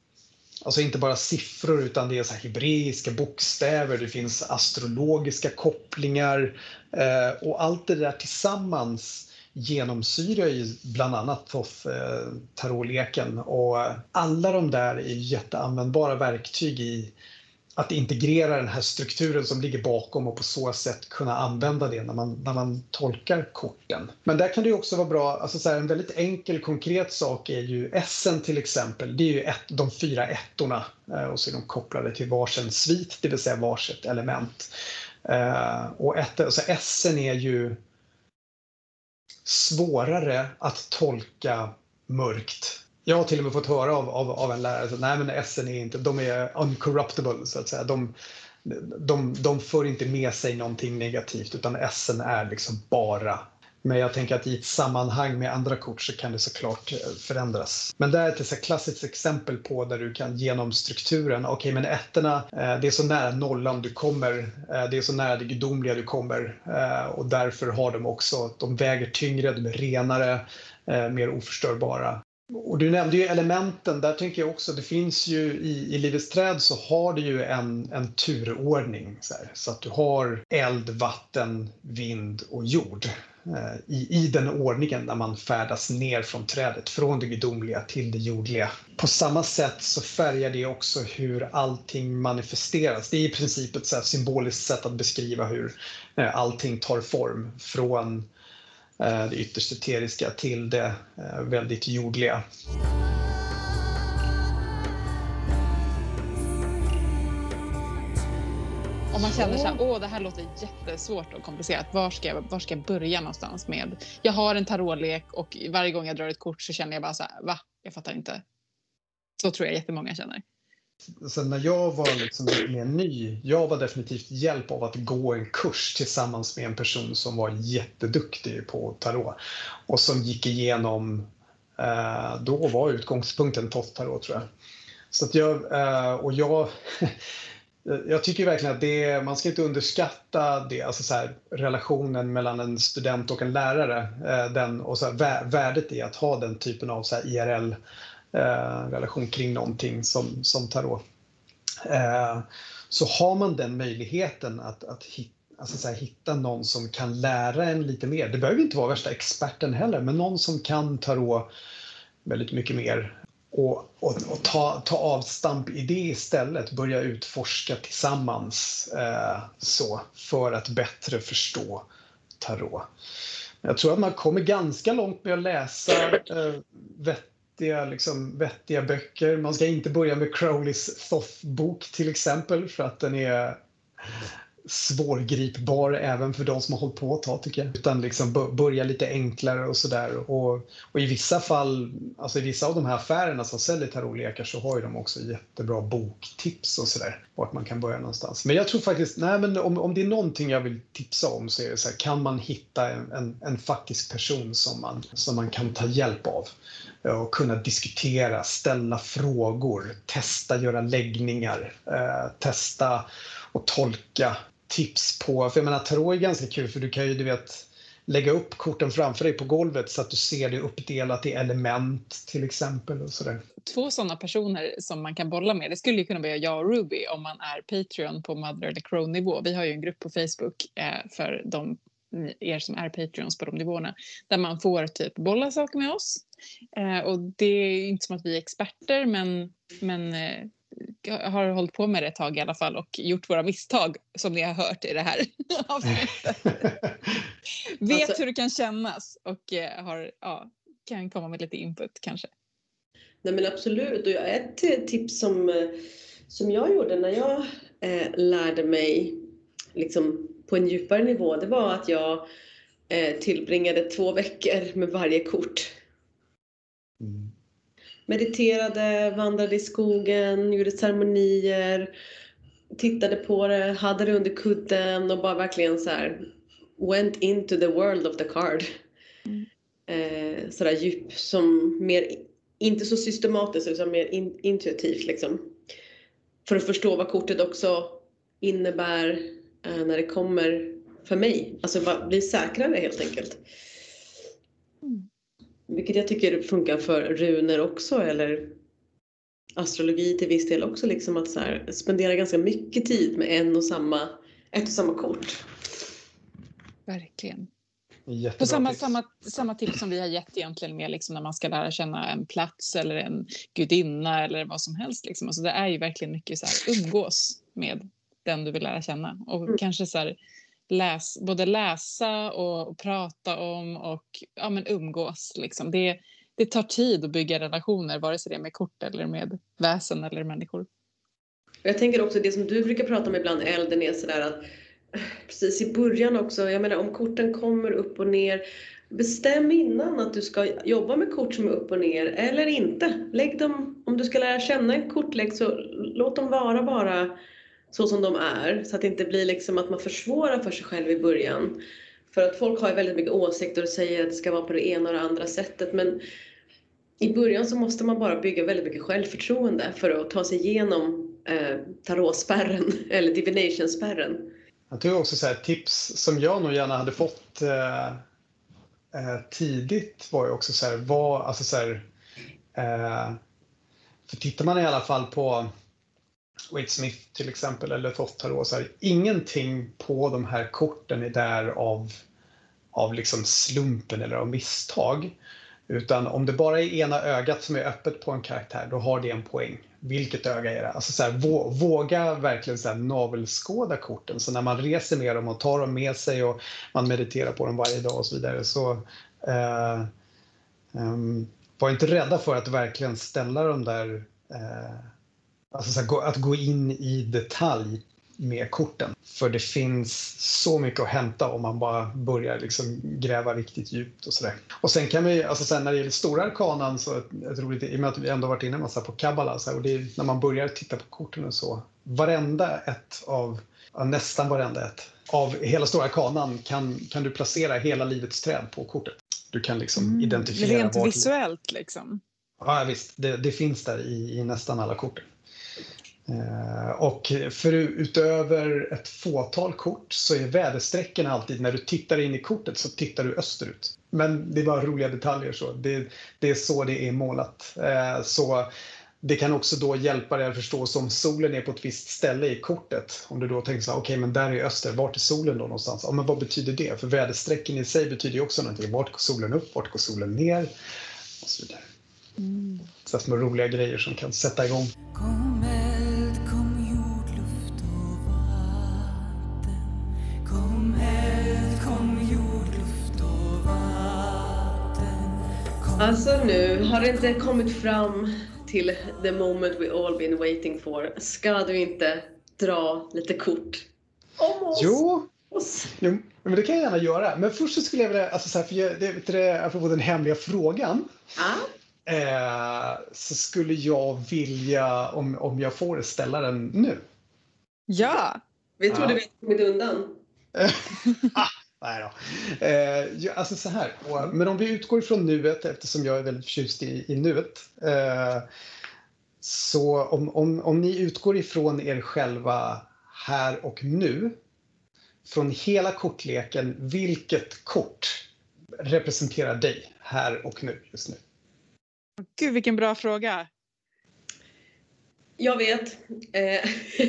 alltså inte bara siffror, utan det är så här hebreiska bokstäver, det finns astrologiska kopplingar eh, och allt det där tillsammans genomsyrar ju bland annat Thoth eh, tarotleken, och alla de där är jätteanvändbara verktyg i att integrera den här strukturen som ligger bakom och på så sätt kunna använda det när man, när man tolkar korten. Men där kan det ju också vara bra, alltså så här, en väldigt enkel konkret sak är ju essen till exempel. Det är ju ett, de fyra ettorna och så är de kopplade till varsin svit, det vill säga varsitt element. Och ett, alltså essen är ju svårare att tolka mörkt. Jag har till och med fått höra av, av, av en lärare att nej, men essen är inte, de är uncorruptible så att säga. De, de, de får inte med sig någonting negativt, utan essen är liksom bara. Men jag tänker att i ett sammanhang med andra kort så kan det såklart förändras. Men det är ett så klassiskt exempel på där du kan genom strukturen, okej okay, men ettorna, det är så nära nollan du kommer, det är så nära det gudomliga du kommer, och därför har de också, de väger tyngre, de är renare, mer oförstörbara. Och du nämnde ju elementen, där tänker jag också, det finns ju i, i Livets träd så har det ju en, en turordning så, här, så att du har eld, vatten, vind och jord eh, i, i den ordningen där man färdas ner från trädet, från det gudomliga till det jordliga. På samma sätt så färgar det också hur allting manifesteras. Det är i princip ett så här symboliskt sätt att beskriva hur eh, allting tar form från det ytterst eteriska till det väldigt jordliga. Om man känner så här, åh det här låter jättesvårt och komplicerat, var ska jag, var ska jag börja någonstans med? Jag har en tarotlek och varje gång jag drar ett kort så känner jag bara så här, va? Jag fattar inte. Så tror jag jättemånga känner. Sen när jag var liksom mer ny, jag var definitivt hjälp av att gå en kurs tillsammans med en person som var jätteduktig på tarot och som gick igenom, eh, då var utgångspunkten Thoth tarot tror jag. Så att jag, eh, och jag, Jag tycker verkligen att det, man ska inte underskatta det, alltså så här, relationen mellan en student och en lärare. Den, och så här, värdet i att ha den typen av så här I R L-relation kring någonting som, som tarot. Så har man den möjligheten att, att hitta, alltså så här, hitta någon som kan lära en lite mer. Det behöver inte vara värsta experten heller, men någon som kan tarot väldigt mycket mer. Och, och, och ta, ta avstamp i det istället, börja utforska tillsammans eh, så, för att bättre förstå tarot. Jag tror att man kommer ganska långt med att läsa eh, vettiga, liksom, vettiga böcker. Man ska inte börja med Crowleys Thoth-bok till exempel, för att den är svårgripbar även för de som har hållit på ett tag, tycker jag. Utan liksom börja lite enklare och sådär. Och, och i vissa fall, alltså i vissa av de här affärerna som säljer tarotlekar, så har ju de också jättebra boktips och sådär. Vart man kan börja någonstans. Men jag tror faktiskt, nej men om, om det är någonting jag vill tipsa om, så är det så här, kan man hitta en, en, en faktisk person som man, som man kan ta hjälp av. Och kunna diskutera, ställa frågor, testa göra läggningar, eh, testa och tolka tips på. För jag menar, tarot är ganska kul, för du kan ju, du vet, lägga upp korten framför dig på golvet så att du ser det uppdelat i element till exempel och sådär. Två sådana personer som man kan bolla med, det skulle ju kunna vara jag och Ruby om man är Patreon på Mother eller Crow-nivå. Vi har ju en grupp på Facebook eh, för de er som är Patreons på de nivåerna, där man får typ bolla saker med oss. Eh, och det är inte som att vi är experter, men, men eh, har hållit på med det ett tag i alla fall och gjort våra misstag som ni har hört i det här avsnittet. Vet alltså, hur det kan kännas och eh, har, ja, kan komma med lite input kanske. Nej men absolut, och ett tips som, som jag gjorde när jag eh, lärde mig liksom på en djupare nivå, det var att jag eh, tillbringade två veckor med varje kort. Mm. Mediterade, vandrade i skogen, gjorde ceremonier, tittade på det, hade det under kudden och bara verkligen så här went into the world of the card. Mm. Eh, sådär djup som mer, inte så systematiskt utan mer in, intuitivt liksom. För att förstå vad kortet också innebär eh, när det kommer för mig. Alltså bara bli säkrare helt enkelt. Mm. Vilket jag tycker funkar för runer också, eller astrologi till viss del också, liksom att så här, spendera ganska mycket tid med en och samma, ett och samma kort. Verkligen. På samma, samma, samma tips som vi har gett egentligen med liksom när man ska lära känna en plats eller en gudinna eller vad som helst. Liksom. Alltså det är ju verkligen mycket så här, umgås med den du vill lära känna. Och mm. kanske så här, läs, både läsa och, och prata om och ja, men umgås. Liksom. Det, det tar tid att bygga relationer, vare sig det är med kort eller med väsen eller människor. Jag tänker också det som du brukar prata om ibland, Elden, är sådär att precis i början också, jag menar om korten kommer upp och ner, bestäm innan att du ska jobba med kort som är upp och ner eller inte. Lägg dem, om du ska lära känna en kortlägg så låt dem vara bara så som de är, så att det inte blir liksom att man försvårar för sig själv i början. För att folk har ju väldigt mycket åsikter och säger att det ska vara på det ena och det andra sättet, men i början så måste man bara bygga väldigt mycket självförtroende för att ta sig igenom eh, tarotspärren eller divination-spärren. Jag tror också så här, tips som jag nog gärna hade fått eh, eh, tidigt var ju också så här, vad, alltså så här, eh, för tittar man i alla fall på Wade Smith till exempel eller Thoth Tarot, så här, ingenting på de här korten är där av, av liksom slumpen eller av misstag. Utan om det bara är ena ögat som är öppet på en karaktär, då har det en poäng. Vilket öga är det? Alltså så här, våga verkligen så här navelskåda korten. Så när man reser med dem och tar dem med sig och man mediterar på dem varje dag och så vidare. Så eh, um, var inte rädda för att verkligen ställa dem där. Eh, alltså så här, att gå in i detalj med korten. För det finns så mycket att hämta om man bara börjar liksom gräva riktigt djupt och sådär. Och sen kan vi, alltså sen när det gäller stora arkanan så jag tror det, i och med att vi ändå varit inne en massa på Kabbala så här, och det är, när man börjar titta på korten och så, varenda ett av, ja, nästan varenda ett av hela stora arkanan kan, kan du placera hela livets träd på kortet. Du kan liksom mm, identifiera rent visuellt liksom. Ja visst, det, det finns där i, i nästan alla korten. Eh, och för utöver ett fåtal kort så är väderstrecken alltid, när du tittar in i kortet så tittar du österut. Men det är bara roliga detaljer så. Det, det är så det är målat. Eh, så det kan också då hjälpa dig att förstå om solen är på ett visst ställe i kortet. Om du då tänker så här, okej, okay, men där är öster, vart är solen då någonstans? Ja, men vad betyder det? För väderstrecken i sig betyder ju också någonting. Vart går solen upp, vart går solen ner? Och så vidare. Mm. Så små roliga grejer som kan sätta igång. Kom eld, kom jord, luft och vatten. Kom eld, kom jord, luft och vatten. Kom... Alltså nu har det inte kommit fram till the moment we all been waiting for. Ska du inte dra lite kort om oss? Jo, jo men det kan jag gärna göra. Men först så skulle jag vilja, alltså så här, för jag, det, det, apropå den hemliga frågan. Ah. Eh, så skulle jag vilja, om, om jag får ställa den nu. Ja! Vi trodde ja. vi hade kommit undan. ah, nej då. Eh, alltså så här, men om vi utgår ifrån nuet, eftersom jag är väldigt förtjust i, i nuet. Eh, så om, om, om ni utgår ifrån er själva här och nu. Från hela kortleken, vilket kort representerar dig här och nu just nu? Gud, vilken bra fråga. Jag vet. Eh,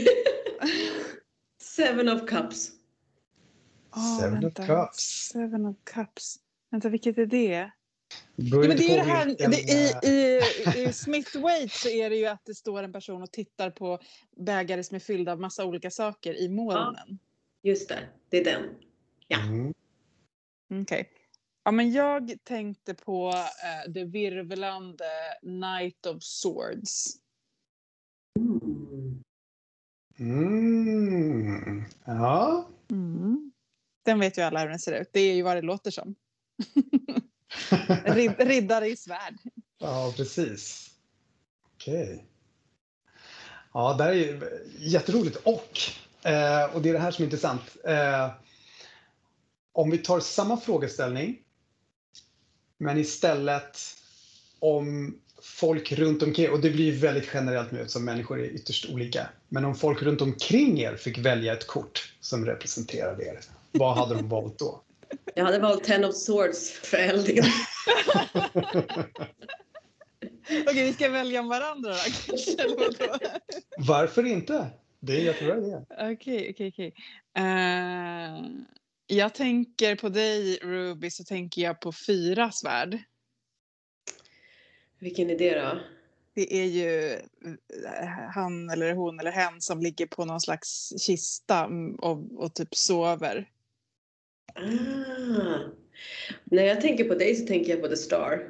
Seven of Cups. Oh, Seven vänta. of Cups. Seven of Cups. Vänta, vilket är det? Ja, men det är ju det här, vilken... det, i, i, i Smith Waite så är det ju att det står en person och tittar på bägare som är fyllda av massa olika saker i molnen. Ja, just det, det är den. Ja. Mm. Okej. Okay. Ja, men jag tänkte på uh, det virvelande Knight of Swords. Mm. Mm. Ja. Mm. Den vet ju alla hur den ser ut. Det är ju vad det låter som. Rid- riddare i svärd. Ja, precis. Okej. Okay. Ja, det här är ju jätteroligt. Och, eh, och det är det här som är intressant. Eh, om vi tar samma frågeställning. Men istället om folk runt omkring, och det blir väldigt generellt nu eftersom människor är ytterst olika. Men om folk runt omkring er fick välja ett kort som representerade er, vad hade de valt då? Jag hade valt Ten of Swords för eldingen. Okej, vi ska välja om varandra då, kanske, eller vadå? Varför inte? Det är jättebra idé. Okej, okej, okej. Uh, jag tänker på dig, Ruby, så tänker jag på fyra svärd. Vilken idé då? Det är ju han eller hon eller hen som ligger på någon slags kista och, och typ sover. Ah. När jag tänker på dig så tänker jag på The Star.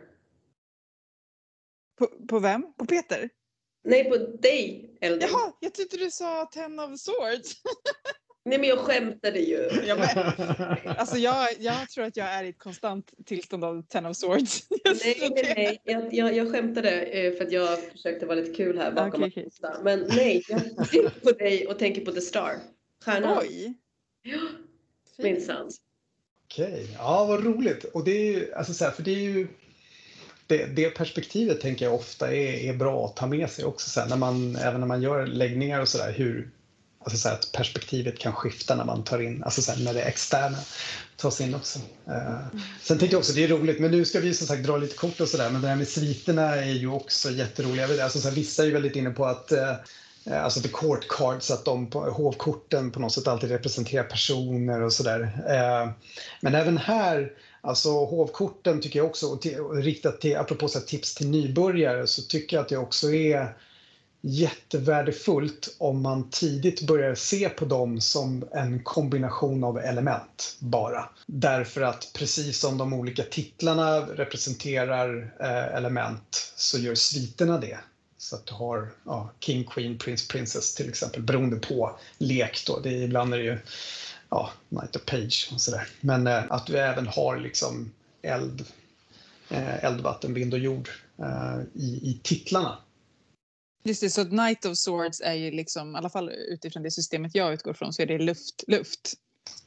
På, på vem? På Peter? Nej, på dig, Elding. Jaha, jag tyckte du sa Ten of Swords. Nej, men jag skämtade ju. Jag, alltså jag, jag tror att jag är i ett konstant tillstånd av Ten of Swords. Nej, nej, nej. Jag, jag, jag skämtade för att jag försökte vara lite kul här bakom. Okay, okay. Men nej, jag tänker på dig och tänker på The Star. Stjärnan. Oj. Ja, minsann. Okej, ja vad roligt. Och det är ju, alltså så här, för det är ju det, det perspektivet tänker jag ofta är, är bra att ta med sig också så här, när man, även när man gör läggningar och sådär, hur alltså så här, att perspektivet kan skifta när man tar in, alltså så här, när det externa tas in också. Uh, sen tänkte jag också, det är roligt, men nu ska vi som sagt dra lite kort och sådär, men det här med sviterna är ju också jätteroliga. Alltså så här, vissa är ju väldigt inne på att uh, alltså the court cards, att de på hovkorten på något sätt alltid representerar personer och sådär. Uh, men även här, alltså hovkorten tycker jag också, och, till, och riktat till, apropå så här, tips till nybörjare, så tycker jag att det också är jättevärdefullt om man tidigt börjar se på dem som en kombination av element bara. Därför att precis som de olika titlarna representerar eh, element så gör sviterna det. Så att du har ja, King, Queen, Prince, Princess till exempel, beroende på lek då. Det är, ibland är det ju ja, Knight of Page och sådär. Men eh, att du även har liksom eld, eh, eld, vatten, vind och jord eh, i, i titlarna. Just det, så Knight of Swords är ju liksom, i alla fall utifrån det systemet jag utgår från, så är det luft, luft.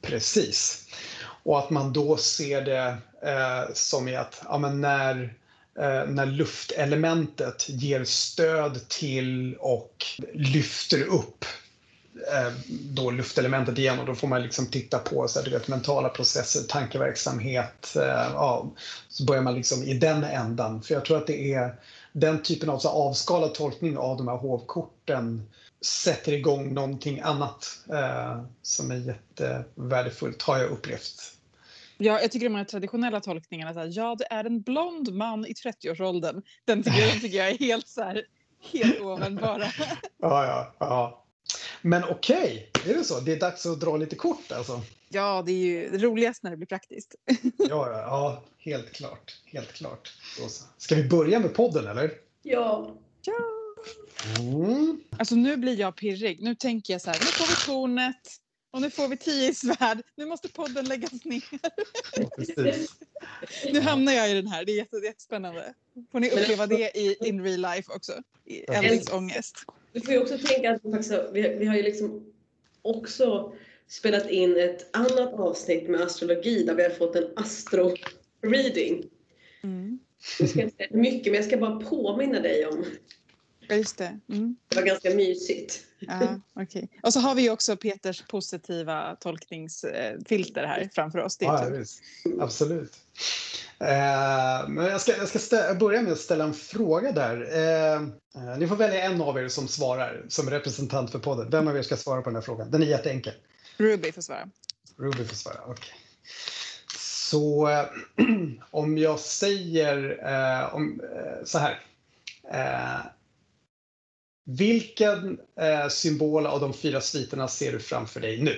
Precis. Och att man då ser det eh, som i att ja, men när, eh, när luftelementet ger stöd till och lyfter upp eh, då luftelementet igen, och då får man liksom titta på så här, du vet, mentala processer, tankeverksamhet, eh, ja, så börjar man liksom i den ändan. För jag tror att det är den typen av så avskalad tolkning av de här hovkorten sätter igång någonting annat eh, som är jättevärdefullt, har jag upplevt. Ja, jag tycker de här traditionella tolkningarna, så här, ja, det är en blond man i trettioårsåldern. Den tycker jag, tycker jag är helt så här, helt ovan bara. Ja, ja, ja. Men okej, är det så? Det är dags att dra lite kort alltså. Ja, det är ju roligast när det blir praktiskt. Ja, ja, ja, helt klart, helt klart. Då så. Ska vi börja med podden eller? Ja. Ja. Mm. Alltså nu blir jag pirrig. Nu tänker jag så här, nu får vi tornet. Och nu får vi tio i svärd. Nu måste podden läggas ner. Ja, precis. Nu hamnar jag i den här. Det är jätte, jättespännande. Får ni uppleva det i in real life också? I eldningsångest. Du får ju också tänka att vi, faktiskt, vi, vi har ju liksom också spelat in ett annat avsnitt med astrologi där vi har fått en astro-reading. Mm. Jag ska inte säga mycket, men jag ska bara påminna dig om. Ja, just det. Mm. Det var ganska mysigt. Ja, okay. Och så har vi ju också Peters positiva tolkningsfilter här framför oss. Det är Ja, visst. Absolut. Eh, men jag ska, jag ska stä- börja med att ställa en fråga där. Eh, eh, ni får välja en av er som svarar som representant för podden. Vem av er ska svara på den här frågan? Den är jätteenkel. Ruby får svara. Ruby får svara, okej. Okay. Så eh, om jag säger eh, om, eh, så här. Eh, vilken eh, symbol av de fyra sviterna ser du framför dig nu?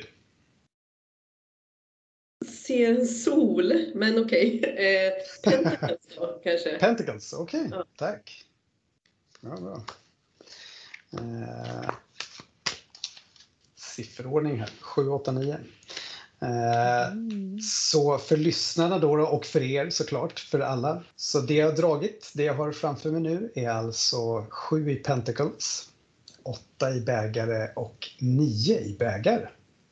Ser en sol, men okej. Okay. Eh, Pentacles då, kanske. Pentacles, okej. Okay. Ja. Tack. Ja, bra. Eh, sifferordning här. sju, åtta, nio. Eh, Mm. Så för lyssnarna då och för er såklart, för alla. Så det jag har dragit, det jag har framför mig nu är alltså sju i Pentacles, åtta i bägare och nio i bägare.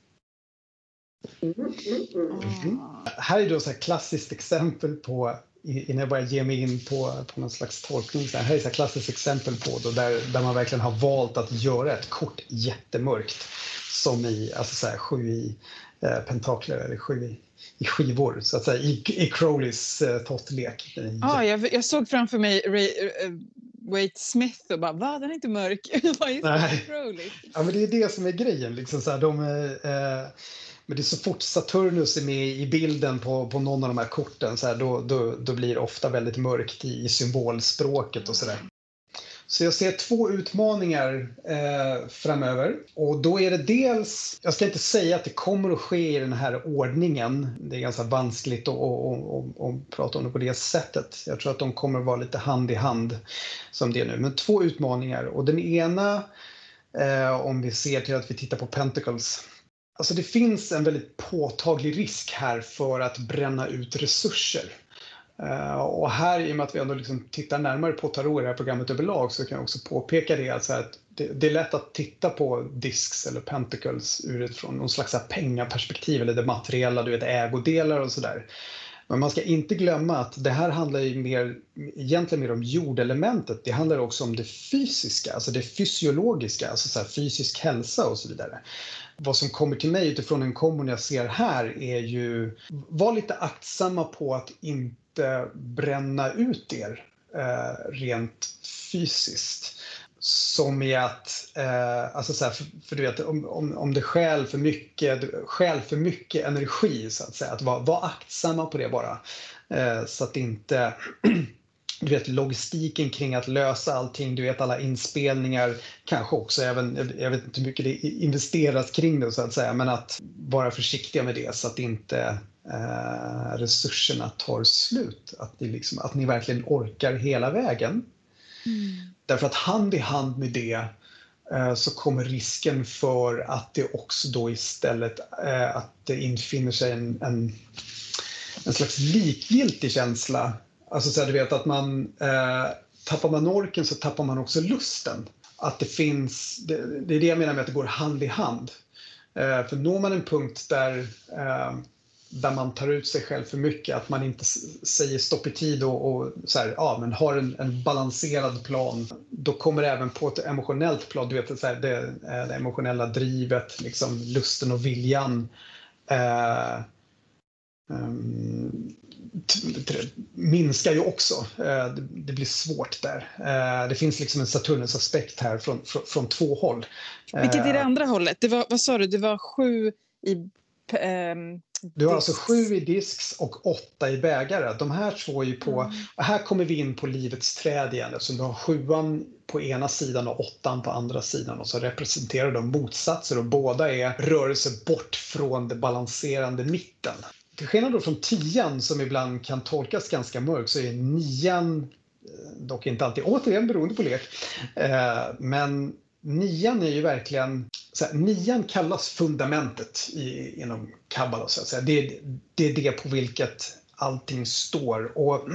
Mm, mm, mm. Mm. Här är då så här klassiskt exempel på, innan jag börjar ge mig in på, på någon slags tolkning, så här, här är så här klassiskt exempel på då, där, där man verkligen har valt att göra ett kort jättemörkt, som i alltså så här, sju i eh, pentakler eller sju i, i skivor, så att säga, i, i Crowleys eh, tottlek. Ah, jag, jag såg framför mig Ray, uh, Wade Smith och bara, va, den är inte mörk. Nej. Crowley. Ja, men det är det som är grejen. Liksom så här, de, eh, men det är så fort Saturnus är med i bilden på, på någon av de här korten, så här, då, då, då blir det ofta väldigt mörkt i, i symbolspråket och sådär. Så jag ser två utmaningar eh, framöver. Och då är det dels, jag ska inte säga att det kommer att ske i den här ordningen. Det är ganska vanskligt att, att, att, att prata om det på det sättet. Jag tror att de kommer att vara lite hand i hand som det är nu. Men två utmaningar. Och den ena, eh, om vi ser till att vi tittar på Pentacles. Alltså det finns en väldigt påtaglig risk här för att bränna ut resurser. Uh, och här, i och med att vi ändå liksom tittar närmare på tarot i det här programmet överlag, så kan jag också påpeka det, alltså att det, det är lätt att titta på discs eller pentacles ur ett från någon slags pengaperspektiv, eller det materiella, du vet, ägodelar och sådär. Men man ska inte glömma att det här handlar ju mer, egentligen mer om jordelementet. Det handlar också om det fysiska, alltså det fysiologiska, alltså så här fysisk hälsa och så vidare. Vad som kommer till mig utifrån en kombon jag ser här är ju, var lite aktsamma på att inte bränna ut er eh, rent fysiskt. Som i att, eh, alltså så här, för, för du vet, om, om, om det skäl för mycket, skäl för mycket energi, så att säga, att vara, vara aktsamma på det bara. Eh, så att inte, du vet, logistiken kring att lösa allting, du vet, alla inspelningar, kanske också även, jag vet inte hur mycket det investeras kring det, så att säga, men att vara försiktiga med det så att inte eh, resurserna tar slut, att, det liksom, att ni verkligen orkar hela vägen. Mm. Därför att hand i hand med det eh, så kommer risken för att det också då istället eh, att det infinner sig en, en, en slags likgiltig känsla. Alltså så här, du vet att man eh, tappar man orken så tappar man också lusten. Att det finns, det, det är det jag menar med att det går hand i hand. Eh, för når man en punkt där, eh, där man tar ut sig själv för mycket, att man inte s- säger stopp i tid och, och så här, ja, men har en, en balanserad plan, då kommer det även på ett emotionellt plan, du vet, så här, det, det emotionella drivet, liksom lusten och viljan eh, um, t- t- minskar ju också. Eh, det, det blir svårt där. Eh, det finns liksom en Saturnus-aspekt här från, från, från två håll. Vilket är det Eh, andra hållet? Det var, vad sa du? Det var sju i... ehm, Du har alltså disks. sju i disks och åtta i bägare. De här två är ju på... Mm. Och här kommer vi in på livets träd igen. Eftersom du har sjuan på ena sidan och åttan på andra sidan. Och så representerar de motsatser. Och båda är rörelse bort från det balanserande mitten. Till skillnad då från tian som ibland kan tolkas ganska mörk, så är nian, dock inte alltid, återigen beroende på lek. Eh, men nian är ju verkligen... Så här, nian kallas fundamentet i, inom kabbala, så att säga. Det, det är det på vilket allting står. Och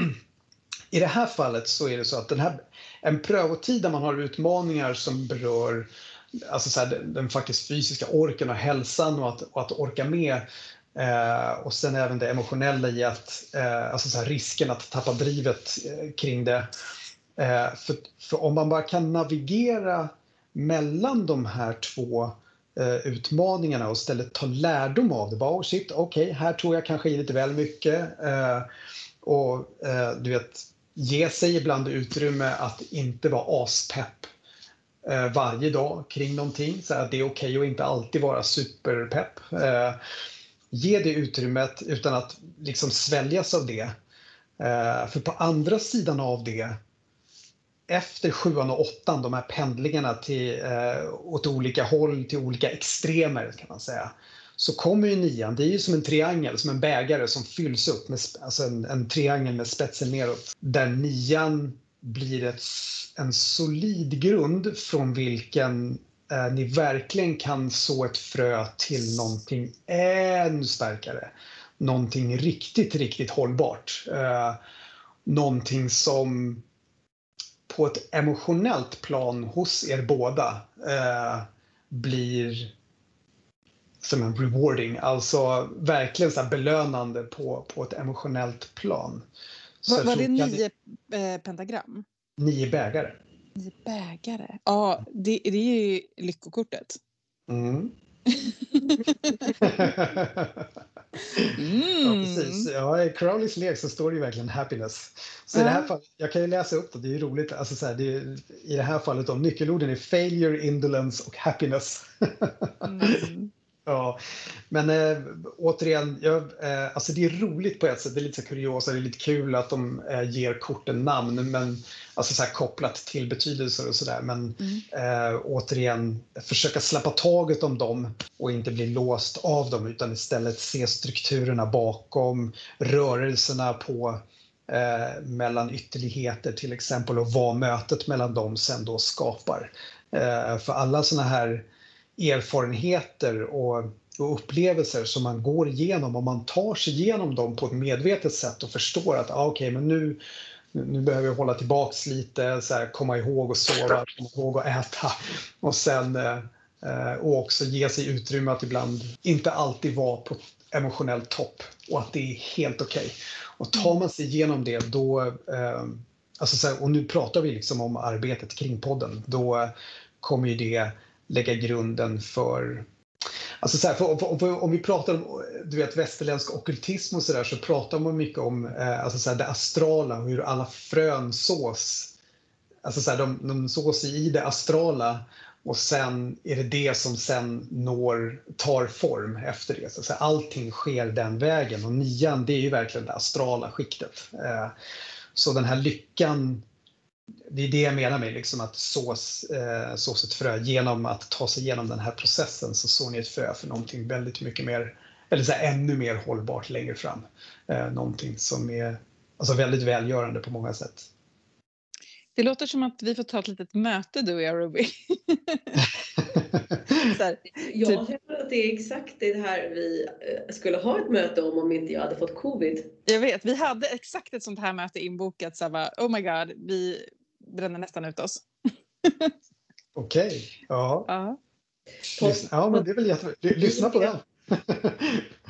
i det här fallet så är det så att den här, en prövotid där man har utmaningar som berör alltså så här, den, den faktiskt fysiska orken och hälsan och att, och att orka med. Eh, och sen även det emotionella i att, eh, alltså så här, risken att tappa drivet eh, kring det. Eh, för, för om man bara kan navigera mellan de här två eh, utmaningarna och istället ta lärdom av det. Bara, oh shit, okej, okay, här tror jag kanske i lite väl mycket. Eh, och eh, du vet, ge sig ibland utrymme att inte vara aspepp eh, varje dag kring någonting. Så att det är okej okay att inte alltid vara superpepp. Eh, ge det utrymmet utan att liksom sväljas av det. Eh, för på andra sidan av det, efter sjuan och åttan, de här pendlingarna till, eh, åt olika håll, till olika extremer kan man säga, så kommer ju nian, det är ju som en triangel, som en bägare som fylls upp, med, alltså en, en triangel med spetsen neråt, där nian blir ett, en solid grund från vilken eh, ni verkligen kan så ett frö till någonting ännu starkare. Någonting riktigt, riktigt hållbart. Eh, någonting som på ett emotionellt plan hos er båda eh, blir som en rewarding, alltså verkligen så här belönande på, på ett emotionellt plan. Så Var, var det kan nio eh, pentagram? Nio bägare. Nio bägare? Ja, det, det är ju lyckokortet. Mm. Mm. Ja, precis. Ja, i Crowleys lek så står det ju verkligen happiness. Så i det här fallet, jag kan ju läsa upp det, det är ju roligt. Alltså så här, det är, i det här fallet om nyckelorden är failure, indolence och happiness. Mm. Ja, men äh, återigen, jag, äh, alltså det är roligt på ett sätt, det är lite så kuriosa, det är lite kul att de äh, ger korten namn, men alltså så här kopplat till betydelser och sådär, men mm. äh, återigen försöka släppa taget om dem och inte bli låst av dem, utan istället se strukturerna bakom, rörelserna på äh, mellan ytterligheter till exempel, och vad mötet mellan dem sen då skapar. Äh, för alla såna här erfarenheter och, och upplevelser som man går igenom, och man tar sig igenom dem på ett medvetet sätt och förstår att ah, okej, okay, men nu, nu behöver jag hålla tillbaks lite, så här, komma ihåg att sova, komma ihåg att äta, och sen eh, och också ge sig utrymme att ibland inte alltid vara på emotionell topp, och att det är helt okej. Okay. Och tar man sig igenom det, då eh, alltså så här, och nu pratar vi liksom om arbetet kring podden, då kommer ju det lägga grunden för, alltså så här, för, för, för, om vi pratar om, du vet, västerländsk ockultism och så där, så pratar man mycket om eh, alltså så här, det astrala, hur alla frön sås, alltså så här, de, de sås i det astrala, och sen är det det som sen når, tar form efter det. Så, så här, allting sker den vägen, och nian, det är ju verkligen det astrala skiktet. Eh, så den här lyckan, det är det jag menar med liksom att sås, eh, sås ett frö. Genom att ta sig igenom den här processen så sår ni ett frö för någonting väldigt mycket mer, eller så här, ännu mer hållbart längre fram. Eh, någonting som är alltså väldigt välgörande på många sätt. Det låter som att vi får ta ett litet möte, du och jag, Ruby. Här, jag typ. tror att det är exakt det här vi skulle ha ett möte om om inte jag hade fått covid. Jag vet, vi hade exakt ett sånt här möte inbokat. Så bara, oh my god, vi bränner nästan ut oss. Okej, okay. Ja. Ja. Lyssna, ja, men det är väl jättebra. Lyssna på den. Vi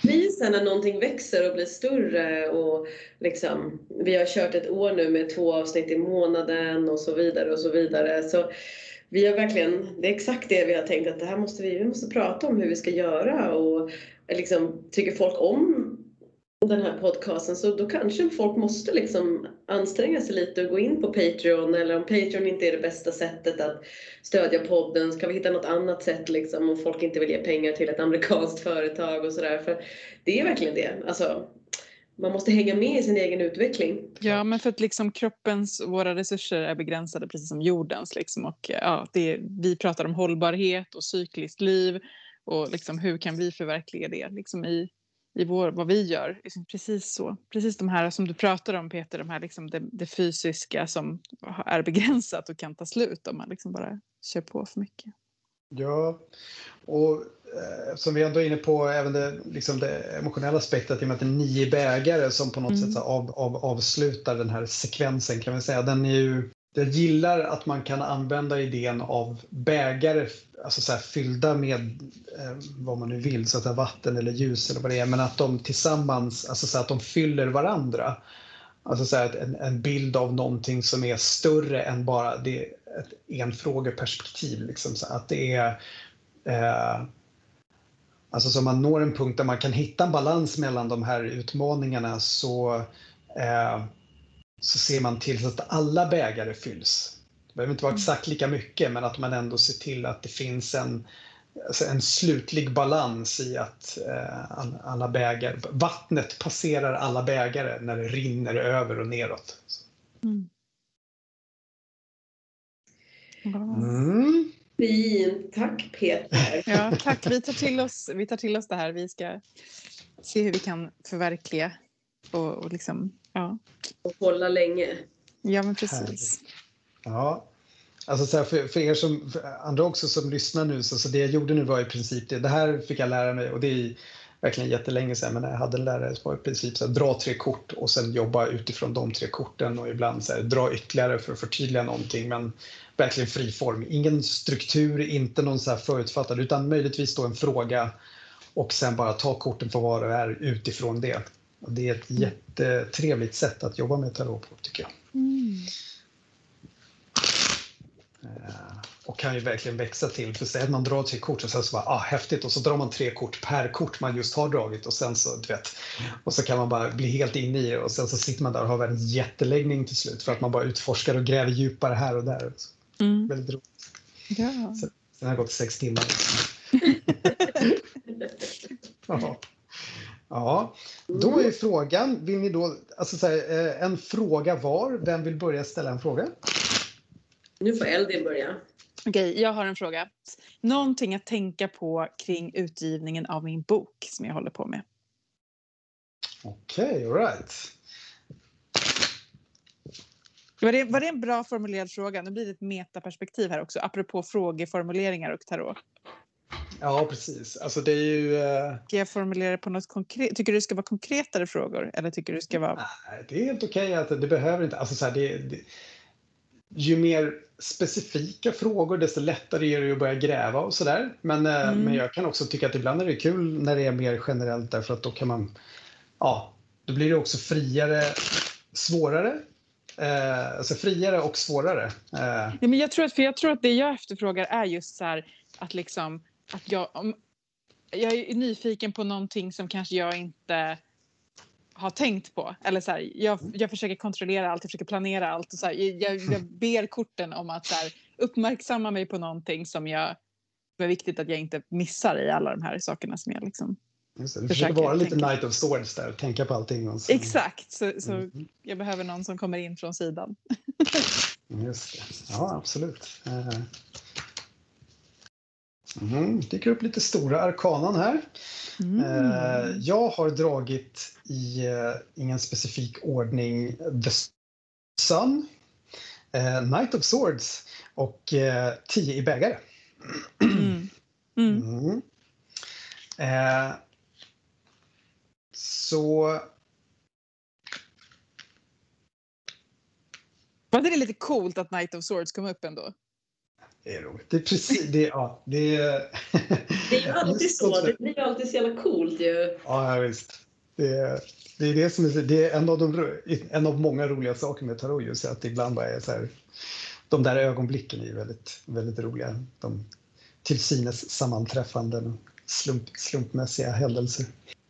sen när någonting växer och blir större och liksom, vi har kört ett år nu med två avsnitt i månaden och så vidare och så vidare. Så vi har verkligen, det är exakt det vi har tänkt att det här måste vi, vi måste prata om hur vi ska göra och liksom, tycker folk om den här podcasten så då kanske folk måste liksom anstränga sig lite och gå in på Patreon, eller om Patreon inte är det bästa sättet att stödja podden, ska vi hitta något annat sätt liksom, om folk inte vill ge pengar till ett amerikanskt företag och sådär, för det är verkligen det, alltså man måste hänga med i sin egen utveckling. Ja, men för att liksom kroppens, våra resurser är begränsade precis som jordens liksom, och ja, det, vi pratar om hållbarhet och cykliskt liv och liksom hur kan vi förverkliga det liksom i i vår, vad vi gör, liksom precis så. Precis de här som du pratar om, Peter, de här liksom det, det fysiska som är begränsat och kan ta slut om man liksom bara kör på för mycket. Ja, och eh, som vi ändå är inne på, även det, liksom det emotionella aspektet i och med att det är nio bägare som på något mm. sätt så av, av, avslutar den här sekvensen, kan vi säga. Den är ju, jag gillar att man kan använda idén av bägare, alltså så här, fyllda med eh, vad man nu vill, så att det är vatten eller ljus eller vad det är, men att de tillsammans, alltså så att de fyller varandra. Alltså så här, en, en bild av någonting som är större än bara det, ett enfrågeperspektiv. Liksom, så att det är eh, alltså så man når en punkt där man kan hitta en balans mellan de här utmaningarna, så eh, så ser man till så att alla bägare fylls. Det behöver inte vara exakt lika mycket, men att man ändå ser till att det finns en, alltså en slutlig balans i att eh, alla bägare, vattnet passerar alla bägare när det rinner över och neråt. Mm. Mm. Fint, tack Peter. Ja, tack. Vi tar till oss, vi tar till oss det här. Vi ska se hur vi kan förverkliga och, och liksom, ja. Och hålla länge. Ja, men precis. Ja, alltså så här, för, för er som, för andra också som lyssnar nu, så, så det jag gjorde nu var i princip det. Det här fick jag lära mig, och det är verkligen jättelänge sedan, men när jag hade en lärare så var det i princip så här, dra tre kort och sen jobba utifrån de tre korten, och ibland så här, dra ytterligare för att förtydliga någonting, men verkligen fri form. Ingen struktur, inte någon så här förutfattad, utan möjligtvis då en fråga och sen bara ta korten för vad det är utifrån det. Och det är ett jättetrevligt sätt att jobba med tarot på, tycker jag. Mm. Och kan ju verkligen växa till, för säg att man drar tre kort och sen så bara, ah, häftigt, och så drar man tre kort per kort man just har dragit, och sen så, du vet, och så kan man bara bli helt inne i det, och sen så sitter man där och har världens jätteläggning till slut, för att man bara utforskar och gräver djupare här och där. Mm. Väldigt roligt. Ja. Sen, sen har det gått sex timmar. Ja. Ja, då är frågan, vill ni då, alltså så här, en fråga var, vem vill börja ställa en fråga? Nu får Eldin börja. Okej, jag har en fråga. Någonting att tänka på kring utgivningen av min bok som jag håller på med. Okej, all right. Var det, var det en bra formulerad fråga? Nu blir det ett metaperspektiv här också, apropå frågeformuleringar och tarot. Ja, precis. Alltså det är ju... Uh... Ska jag formulera på något konkret? Tycker du det ska vara konkretare frågor? Eller tycker du det ska vara... Nej, det är helt okej att det behöver inte... Alltså så här, det, det... Ju mer specifika frågor, desto lättare är det att börja gräva och sådär. Men, mm. men jag kan också tycka att ibland är det kul när det är mer generellt, därför att då kan man... Ja, då blir det också friare, svårare. Eh, alltså friare och svårare. Eh. Ja, men jag tror att, för jag tror att det jag efterfrågar är just så här att liksom... Att jag, om, jag är nyfiken på någonting som kanske jag inte har tänkt på. Eller så här, jag, jag försöker kontrollera allt, jag försöker planera allt. Och så här, jag, jag ber korten om att så här, uppmärksamma mig på någonting som jag, det är viktigt att jag inte missar i alla de här sakerna som jag liksom Just det, du försöker vara lite Knight of Swords där, tänka på allting. Och så. Exakt, så, så mm. jag behöver någon som kommer in från sidan. Just det, ja absolut. Mm, dyker upp lite stora arkanan här. Mm. Uh, jag har dragit i uh, ingen specifik ordning The Sun, uh, Knight of Swords och uh, tio i bägare. Mm. Mm. Mm. Uh, så... Var det lite coolt att Knight of Swords kom upp ändå? Det är roligt. Det är precis det. Ja, det är, det är ju alltid så. Det blir ju alltid så jävla coolt ju. Ja, visst. Det är, det är det som är, det är en av de en av många roliga saker med tarot, just att det ibland bara är så här, de där ögonblicken är ju väldigt väldigt roliga. De till synes sammanträffanden och slump, slumpmässiga händelser.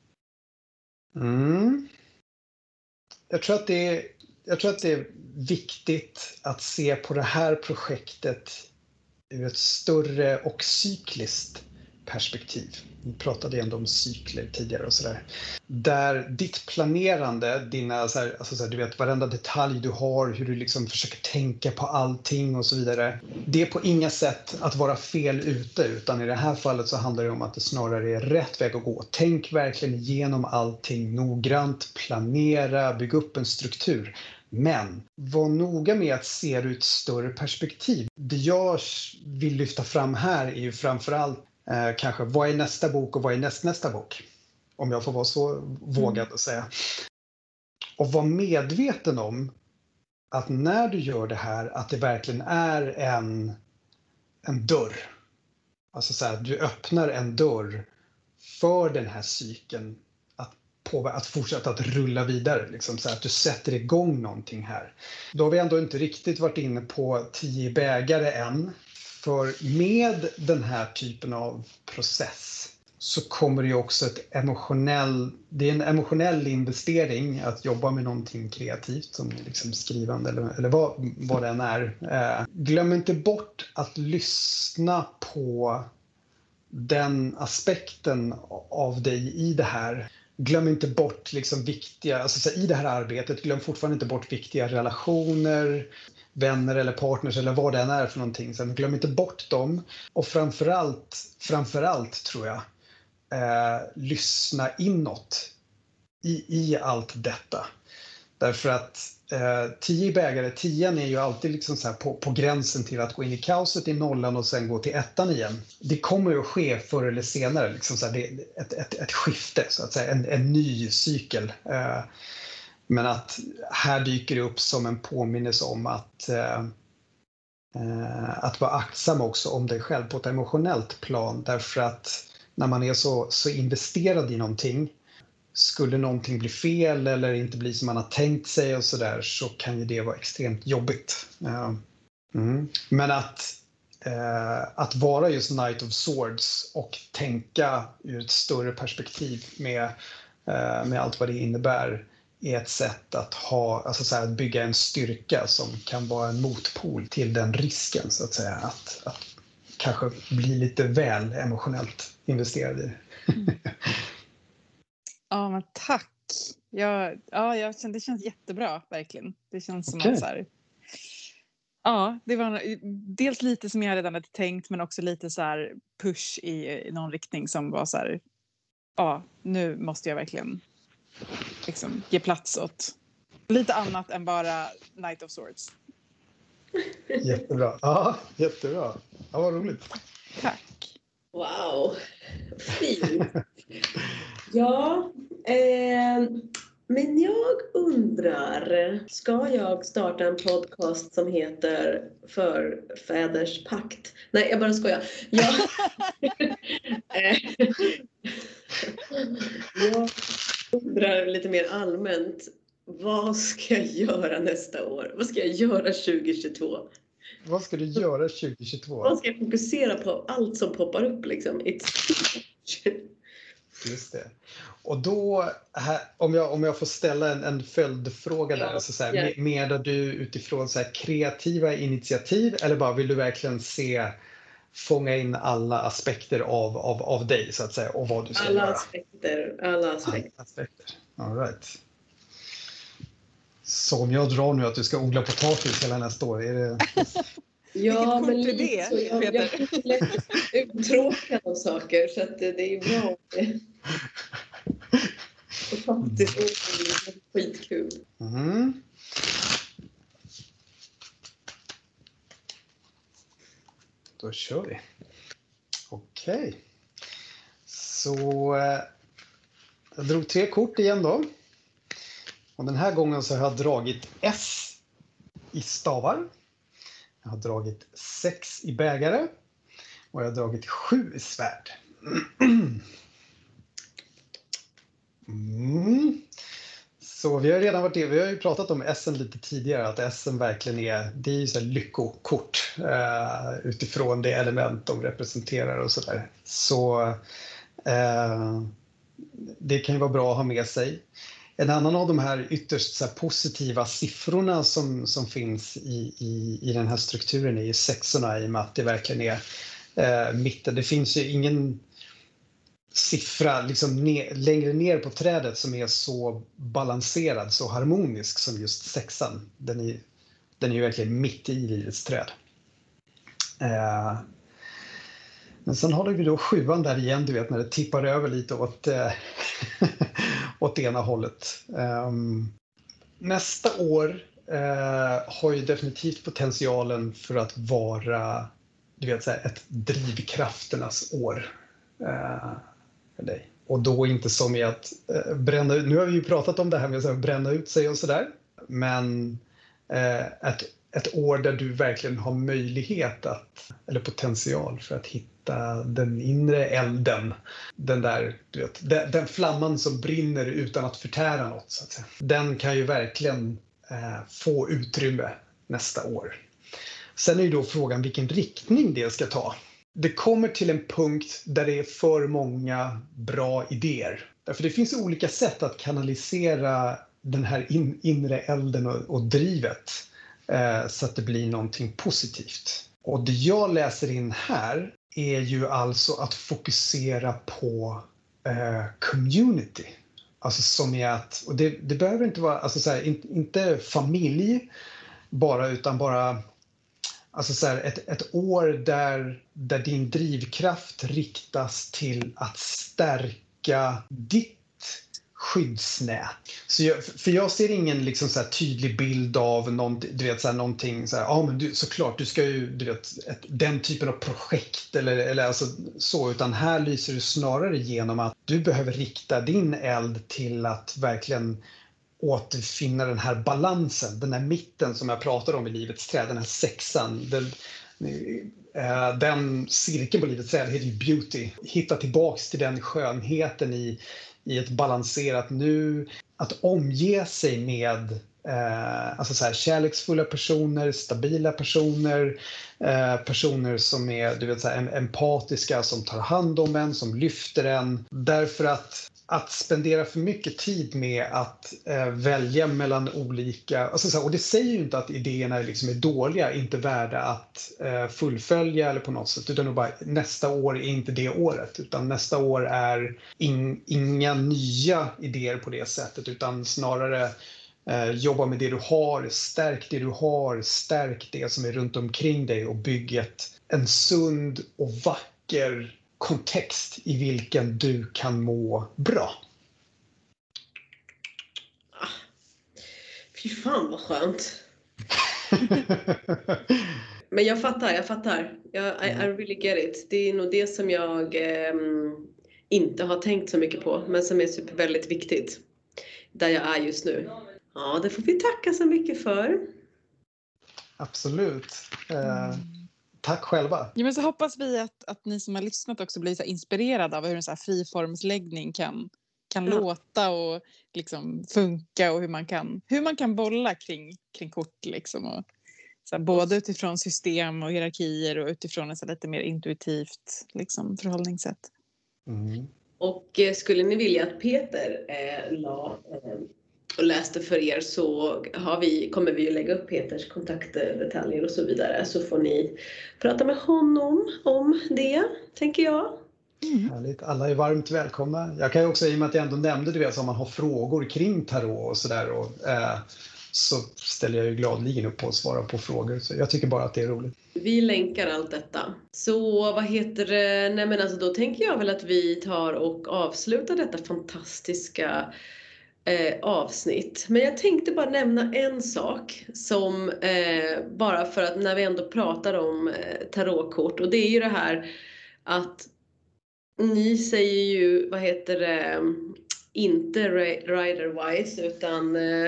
Mm. Jag tror att det är jag tror att det är viktigt att se på det här projektet ur ett större och cykliskt perspektiv. Vi pratade ändå om cykler tidigare och sådär. Där ditt planerande, dina, så här, alltså så här, du vet varenda detalj du har, hur du liksom försöker tänka på allting och så vidare. Det är på inga sätt att vara fel ute, utan i det här fallet så handlar det om att det snarare är rätt väg att gå. Tänk verkligen igenom allting noggrant, planera, bygga upp en struktur. Men var noga med att se det ur ett större perspektiv. Det jag vill lyfta fram här är ju framförallt eh, kanske vad är nästa bok och vad är näst, nästa bok? Om jag får vara så vågad att säga. Och var medveten om att när du gör det här att det verkligen är en, en dörr. Alltså så här, du öppnar en dörr för den här cykeln. På att fortsätta att rulla vidare, liksom, så att du sätter igång någonting här. Då har vi ändå inte riktigt varit inne på tio bägare än. För med den här typen av process så kommer det ju också ett emotionell, det är en emotionell investering att jobba med någonting kreativt som liksom skrivande eller, eller vad, vad den är. Eh, glöm inte bort att lyssna på den aspekten av dig i det här. Glöm inte bort liksom viktiga, alltså så i det här arbetet, glöm fortfarande inte bort viktiga relationer, vänner eller partners eller vad det än är för någonting. Så glöm inte bort dem. Och framförallt, framförallt tror jag, eh, lyssna inåt i, i allt detta. Därför att eh, tio bägare, tian är ju alltid liksom så här på, på gränsen till att gå in i kaoset i nollan och sen gå till ettan igen. Det kommer ju att ske förr eller senare, liksom så här, det är ett, ett, ett skifte, så att säga, en, en ny cykel. Eh, men att här dyker det upp som en påminnelse om att, eh, att vara aktsam också om dig själv på ett emotionellt plan. Därför att när man är så, så investerad i någonting, skulle någonting bli fel eller inte bli som man har tänkt sig och så där, så kan ju det vara extremt jobbigt. Mm. Men att, eh, att vara just Knight of Swords och tänka ur ett större perspektiv med, eh, med allt vad det innebär är ett sätt att, ha, alltså så här, att bygga en styrka som kan vara en motpol till den risken, så att säga, att, att kanske bli lite väl emotionellt investerad i det. Mm. Ja, men tack. Jag, ja, jag kände, det känns jättebra, verkligen. Det känns som okay. Att så här, ja, det var dels lite som jag redan hade tänkt, men också lite så här push i, i någon riktning som var så här, ja, nu måste jag verkligen liksom ge plats åt lite annat än bara Knight of Swords. Jättebra. Ja, jättebra. Ja, vad roligt. Tack. Wow. Fint. Ja, eh, men jag undrar, ska jag starta en podcast som heter Förfäders pakt? Nej, jag bara skojar. Jag, jag undrar lite mer allmänt, vad ska jag göra nästa år? Vad ska jag göra tjugohundratjugotvå? Vad ska du göra tjugohundratjugotvå? Vad ska jag fokusera på? Allt som poppar upp liksom. It's Just det. Och då, här, om, jag, om jag får ställa en, en följdfråga där, ja, så så här, yeah. Menar du utifrån så här, kreativa initiativ, eller bara vill du verkligen se, fånga in alla aspekter av, av, av dig, så att säga, och vad du ska alla göra? Aspekter, alla aspekter. Alla aspekter. All right. Så om jag drar nu att du ska odla potatis hela nästa år, är det... Ja, men lite så. Jag, jag är lätt uttråkad av saker, så att det, det är bra. Potatis är skitkul. Mm. Då kör vi. Okej. Okay. Så jag drog tre kort igen då. Och den här gången så har jag dragit S i stavar. Jag har dragit sex i bägare. Och jag har dragit sju i svärd. Mm. Så vi har redan varit det. Vi har ju pratat om Essen lite tidigare. Att Essen verkligen är, det är ju så här lyckokort. Uh, utifrån det element de representerar och sådär. Så uh, det kan ju vara bra att ha med sig. En annan av de här ytterst så här positiva siffrorna som, som finns i, i, i den här strukturen är ju sexorna, i och med att det verkligen är eh, mitten. Det finns ju ingen siffra liksom ner, längre ner på trädet som är så balanserad, så harmonisk som just sexan. Den är, den är ju verkligen mitt i livets träd. Eh, Men sen har vi då sjuan där igen, du vet, när det tippar över lite åt, eh, åt ena hållet. Um, nästa år eh, har ju definitivt potentialen för att vara, du vet, så här, ett drivkrafternas år eh, för dig. Och då inte som i att eh, bränna ut, nu har vi ju pratat om det här med att bränna ut sig och sådär. Men eh, ett, ett år där du verkligen har möjlighet att, eller potential för att hitta den inre elden, den där, du vet, den, den flamman som brinner utan att förtära något, så att säga. Den kan ju verkligen eh, få utrymme nästa år. Sen är ju då frågan vilken riktning det ska ta. Det kommer till en punkt där det är för många bra idéer. Därför det finns olika sätt att kanalisera den här in, inre elden och, och drivet eh, så att det blir någonting positivt. Och det jag läser in här är ju alltså att fokusera på eh, community. Alltså som är att, och det, det behöver inte vara, alltså så här, in, inte familj bara, utan bara alltså så här, ett, ett år där, där din drivkraft riktas till att stärka ditt skyddsnät. Så jag, för jag ser ingen liksom så här tydlig bild av någon, du vet, så här, någonting så här, ja men du, såklart du ska ju, du vet, ett, den typen av projekt eller, eller alltså så, utan här lyser du snarare genom att du behöver rikta din eld till att verkligen återfinna den här balansen, den här mitten som jag pratade om i livets träd, den här sexan, den, eh, den cirkeln på livets träd heter ju beauty. Hitta tillbaks till den skönheten i i ett balanserat nu, att omge sig med eh, alltså så här, kärleksfulla personer, stabila personer, eh, personer som är, du vet, så här, empatiska, som tar hand om en, som lyfter en. Därför att att spendera för mycket tid med att eh, välja mellan olika, alltså så här, och det säger ju inte att idéerna liksom är dåliga, inte värda att eh, fullfölja eller på något sätt, utan bara nästa år är inte det året, utan nästa år är in, inga nya idéer på det sättet, utan snarare eh, jobba med det du har, stärk det du har, stärk det som är runt omkring dig och bygg ett, en sund och vacker kontext i vilken du kan må bra. Ah, fy fan vad skönt. Men jag fattar, jag fattar. Jag, I, I really get it. Det är nog det som jag eh, inte har tänkt så mycket på, men som är super väldigt viktigt. Där jag är just nu. Ja, det får vi tacka så mycket för. Absolut. Eh... Tack själva. Ja, men så hoppas vi att, att ni som har lyssnat också blir så inspirerade av hur en så här friformsläggning kan, kan ja. låta och liksom funka, och hur man kan, hur man kan bolla kring, kring kort. Liksom, och så här, både utifrån system och hierarkier och utifrån ett så lite mer intuitivt liksom, förhållningssätt. Mm. Och eh, skulle ni vilja att Peter eh, la... Eh, och läste för er, så har vi, kommer vi att lägga upp Peters kontaktdetaljer och så vidare. Så får ni prata med honom om det, tänker jag. Mm. Härligt. Alla är varmt välkomna. Jag kan ju också, i och med att jag ändå nämnde, du vet, om man har frågor kring tarot och sådär, och, eh, så ställer jag ju gladligen upp på att svara på frågor. Så jag tycker bara att det är roligt. Vi länkar allt detta. Så vad heter det? Nej men alltså då tänker jag väl att vi tar och avslutar detta fantastiska Eh, avsnitt. Men jag tänkte bara nämna en sak som eh, bara för att när vi ändå pratar om eh, tarotkort, och det är ju det här att ni säger ju, vad heter det, inte rider-wise utan eh,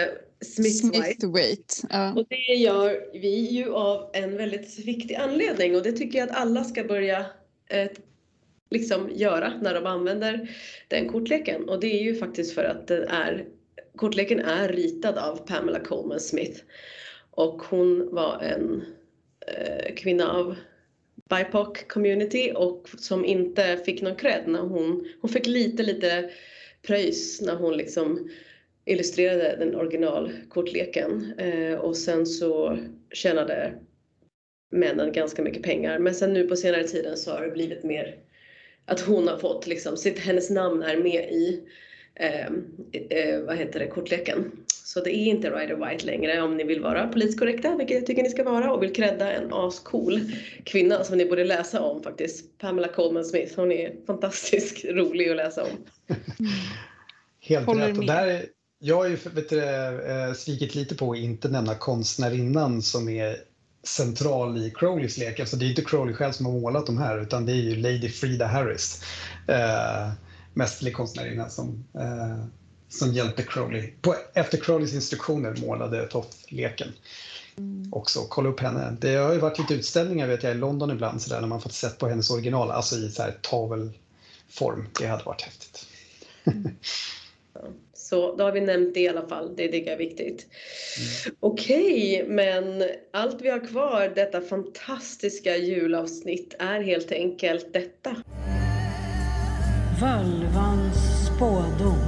Smith-White. Smith-White. Ja. Och det gör vi ju av en väldigt viktig anledning. Och det tycker jag att alla ska börja eh, liksom göra när de använder den kortleken. Och det är ju faktiskt för att den är, kortleken är ritad av Pamela Coleman Smith. Och hon var en eh, kvinna av B I P O C-community och som inte fick någon cred när hon, hon fick lite lite pröjs när hon liksom illustrerade den originalkortleken. Eh, och sen så tjänade männen ganska mycket pengar. Men sen nu på senare tiden så har det blivit mer att hon har fått liksom, sitt, hennes namn är med i eh, eh, vad heter det, kortleken. Så det är inte Rider White längre om ni vill vara politiskt korrekta, vilket jag tycker ni ska vara, och vill credda en ascool kvinna som ni borde läsa om faktiskt. Pamela Coleman Smith, hon är fantastiskt rolig att läsa om. Helt Håller rätt. Och med. där, jag har ju vet du, eh, svikit lite på att inte nämna konstnärinnan som är central i Crowleys lek. Alltså det är inte Crowley själv som har målat de här, utan det är ju Lady Frida Harris, eh, mästerlig konstnärinna som, eh, som hjälpte Crowley. På, efter Crowleys instruktioner målade Toth-leken. Mm. Också kolla upp henne. Det har ju varit lite utställningar vet jag i London ibland så där, när man fått sett på hennes original, alltså i så här tavelform. Det hade varit häftigt. Mm. Så då har vi nämnt det i alla fall. Det tycker jag är viktigt. Mm. Okej, men allt vi har kvar detta fantastiska julavsnitt är helt enkelt detta. Völvans spådom.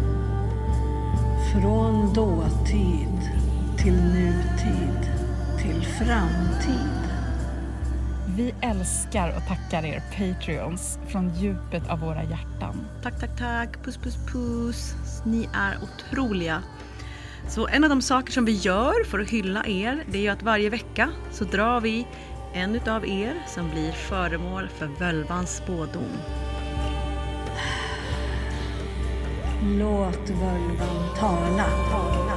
Från dåtid till nutid till framtid. Vi älskar och tackar er Patreons från djupet av våra hjärtan. Tack, tack, tack. Puss, puss, puss. Ni är otroliga. Så en av de saker som vi gör för att hylla er, det är ju att varje vecka så drar vi en utav er som blir föremål för völvans spådom. Låt völvan tala, tala.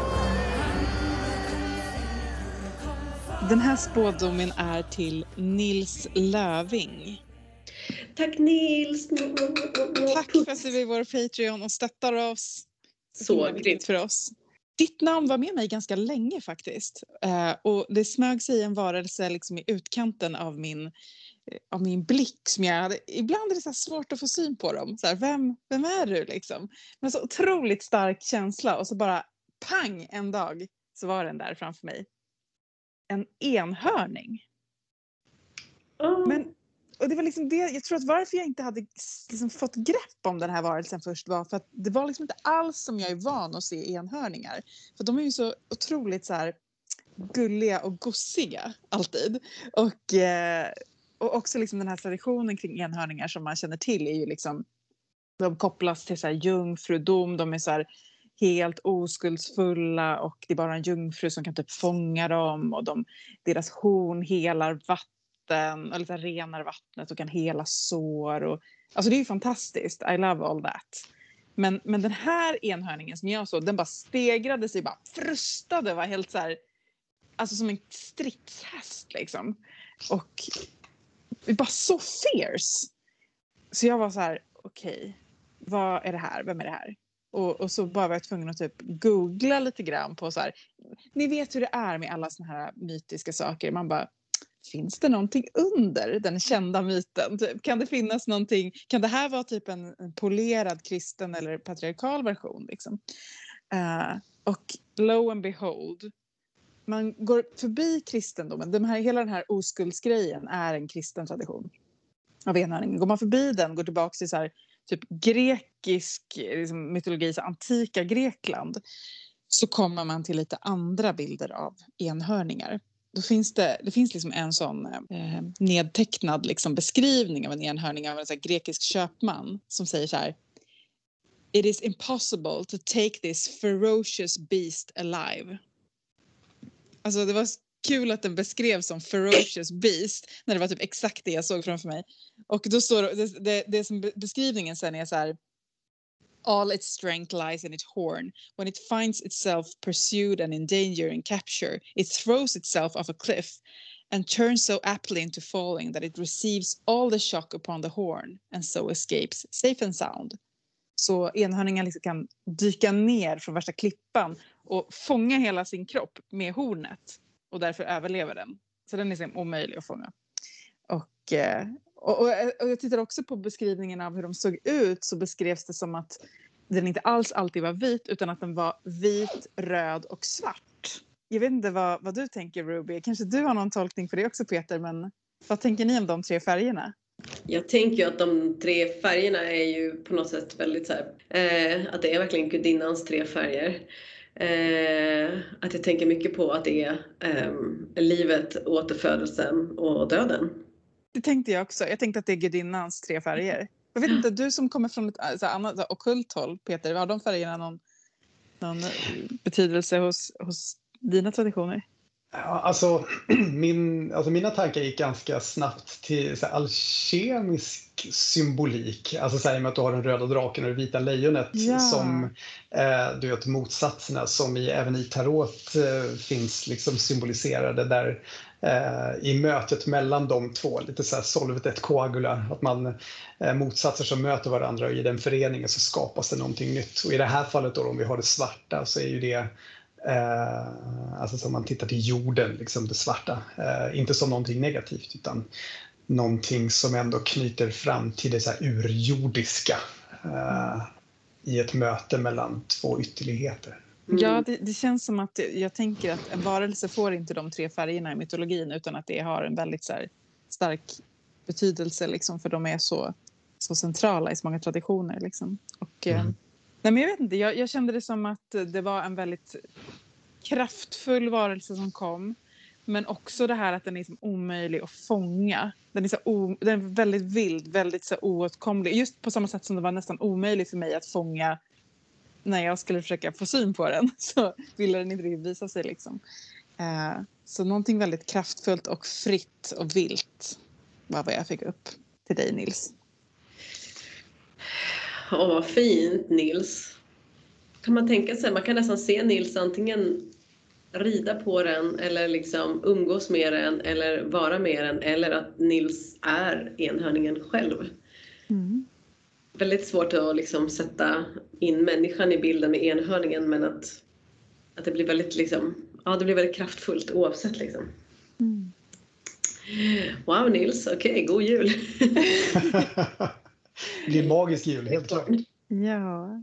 Den här spådomen är till Nils Löving. Tack Nils. Tack för att du är vår Patreon och stöttar oss. Så grymt för oss. Ditt namn var med mig ganska länge faktiskt. Uh, och det smög sig en varelse liksom i utkanten av min, av min blick. Som jag hade, ibland är det så här svårt att få syn på dem. Så här, vem, vem är du liksom? Men så otroligt stark känsla. Och så bara pang en dag så var den där framför mig. En enhörning. Oh. Men, och det var liksom det, jag tror att varför jag inte hade liksom fått grepp om den här varelsen först var för att det var liksom inte alls som jag är van att se enhörningar. För de är ju så otroligt så här gulliga och gossiga alltid. Och, eh, och också liksom den här traditionen kring enhörningar som man känner till är ju liksom, de kopplas till så här jungfrudom, de är så här helt oskuldsfulla och det är bara en jungfru som kan typ fånga dem och de, deras horn helar vatten och lite renar vattnet och kan hela sår och, alltså det är ju fantastiskt, I love all that. Men, men den här enhörningen som jag såg, den bara stegrade sig, bara frustade, var helt så här, alltså som en stridshäst liksom. Och bara så fierce. Så jag var så här, okej, okay, vad är det här? Vem är det här? Och, och så bara var jag tvungen att typ googla lite grann på så här. Ni vet hur det är med alla såna här mytiska saker. Man bara, finns det någonting under den kända myten? Typ, kan det finnas någonting? Kan det här vara typ en, en polerad kristen eller patriarkal version? Liksom? Uh, och lo and behold. Man går förbi kristendomen. De här, hela den här oskuldsgrejen är en kristen tradition. Av enhörningen. Går man förbi den, går tillbaka till så här typ grekisk liksom, mytologi, så antika Grekland, så kommer man till lite andra bilder av enhörningar. Då finns det, det finns liksom en sån eh, nedtecknad liksom, beskrivning av en enhörning av en så här, grekisk köpman som säger så här: It is impossible to take this ferocious beast alive. Alltså det var kul att den beskrevs som ferocious beast när det var typ exakt det jag såg framför mig. Och då står det, det, det som beskrivningen sen är så här: all its strength lies in its horn. When it finds itself pursued and in danger and capture, it throws itself off a cliff and turns so aptly into falling that it receives all the shock upon the horn and so escapes safe and sound. Så enhörningar liksom kan dyka ner från värsta klippan och fånga hela sin kropp med hornet. Och därför överlever den. Så den är liksom omöjlig att fånga. Och, eh, och, och, och jag tittar också på beskrivningen av hur de såg ut. Så beskrevs det som att den inte alls alltid var vit. Utan att den var vit, röd och svart. Jag vet inte vad, vad du tänker, Ruby. Kanske du har någon tolkning för det också, Peter. Men vad tänker ni om de tre färgerna? Jag tänker ju att de tre färgerna är ju på något sätt väldigt så här, eh, att det är verkligen gudinnans tre färger. Eh, att jag tänker mycket på att det är eh, livet, återfödelsen och döden. Det tänkte jag också. Jag tänkte att det är gudinnans tre färger. Jag vet inte, du som kommer från ett så här, annat ockult håll, Peter, har de färgerna någon, någon betydelse hos, hos dina traditioner? Ja, alltså, min, alltså mina tankar gick ganska snabbt till så här, alkemisk symbolik. Alltså så här, med att du har den röda draken och det vita lejonet ja. som eh, du vet, motsatserna som i, även i tarot eh, finns liksom symboliserade där eh, i mötet mellan de två. Lite så här solvet et coagula, att man eh, motsatser som möter varandra och i den föreningen så skapas det någonting nytt. Och i det här fallet då, om vi har det svarta, så är ju det Eh, alltså som man tittar till jorden, liksom det svarta, eh, inte som någonting negativt utan någonting som ändå knyter fram till det så här urjordiska eh, i ett möte mellan två ytterligheter. Mm. Ja, det, det känns som att jag tänker att en varelse får inte de tre färgerna i mytologin utan att det har en väldigt så här, stark betydelse liksom, för de är så, så centrala i så många traditioner liksom. Och mm. eh, Nej, men jag vet inte, jag, jag kände det som att det var en väldigt kraftfull varelse som kom. Men också det här att den är liksom omöjlig att fånga. Den är, så o, den är väldigt vild, väldigt så oåtkomlig. Just på samma sätt som det var nästan omöjligt för mig att fånga när jag skulle försöka få syn på den. Så ville den inte riktigt visa sig liksom. Uh, så någonting väldigt kraftfullt och fritt och vilt var vad jag fick upp till dig, Nils. Åh, vad fint, Nils. Kan man tänka sig, man kan nästan se Nils antingen rida på den eller liksom umgås med den eller vara med den, eller att Nils är enhörningen själv. Mm. Väldigt svårt att liksom sätta in människan i bilden med enhörningen, men att, att det blir väldigt liksom, ja, det blir väldigt kraftfullt oavsett liksom. Mm. Wow, Nils, okej, okay, god jul. Det blir magisk jul, helt klart. Ja.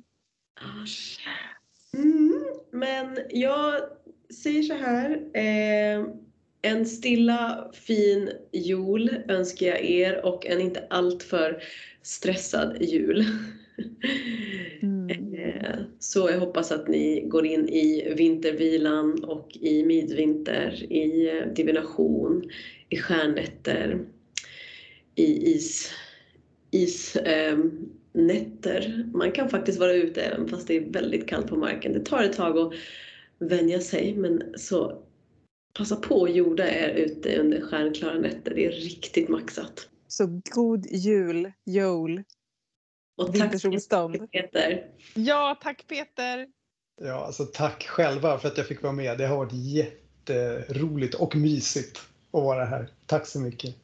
Mm, men jag säger så här. Eh, en stilla, fin jul önskar jag er och en inte alltför stressad jul. Mm. eh, så jag hoppas att ni går in i vintervilan och i midvinter, i eh, divination, i stjärnnätter, i is... isnätter. Eh, Man kan faktiskt vara ute även fast det är väldigt kallt på marken. Det tar ett tag att vänja sig, men så passa på att jorda er ute under stjärnklara nätter. Det är riktigt maxat. Så god jul, jol. Och tack för Peter. Ja, tack Peter. Ja, alltså tack själva för att jag fick vara med. Det har varit jätteroligt och mysigt att vara här. Tack så mycket.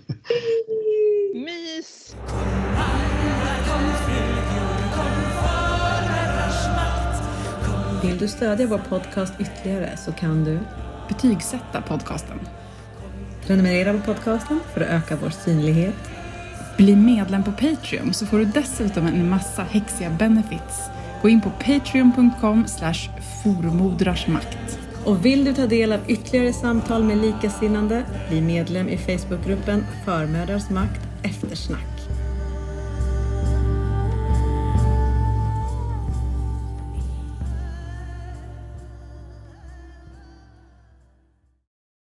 Mys! Vill du stödja vår podcast ytterligare så kan du betygsätta podcasten. Prenumerera på podcasten för att öka vår synlighet. Bli medlem på Patreon så får du dessutom en massa häxiga benefits. Gå in på patreon punkt com slash formodrarsmakt. Och vill du ta del av ytterligare samtal med likasinnande, bli medlem i Facebookgruppen Förmödrars makt eftersnack.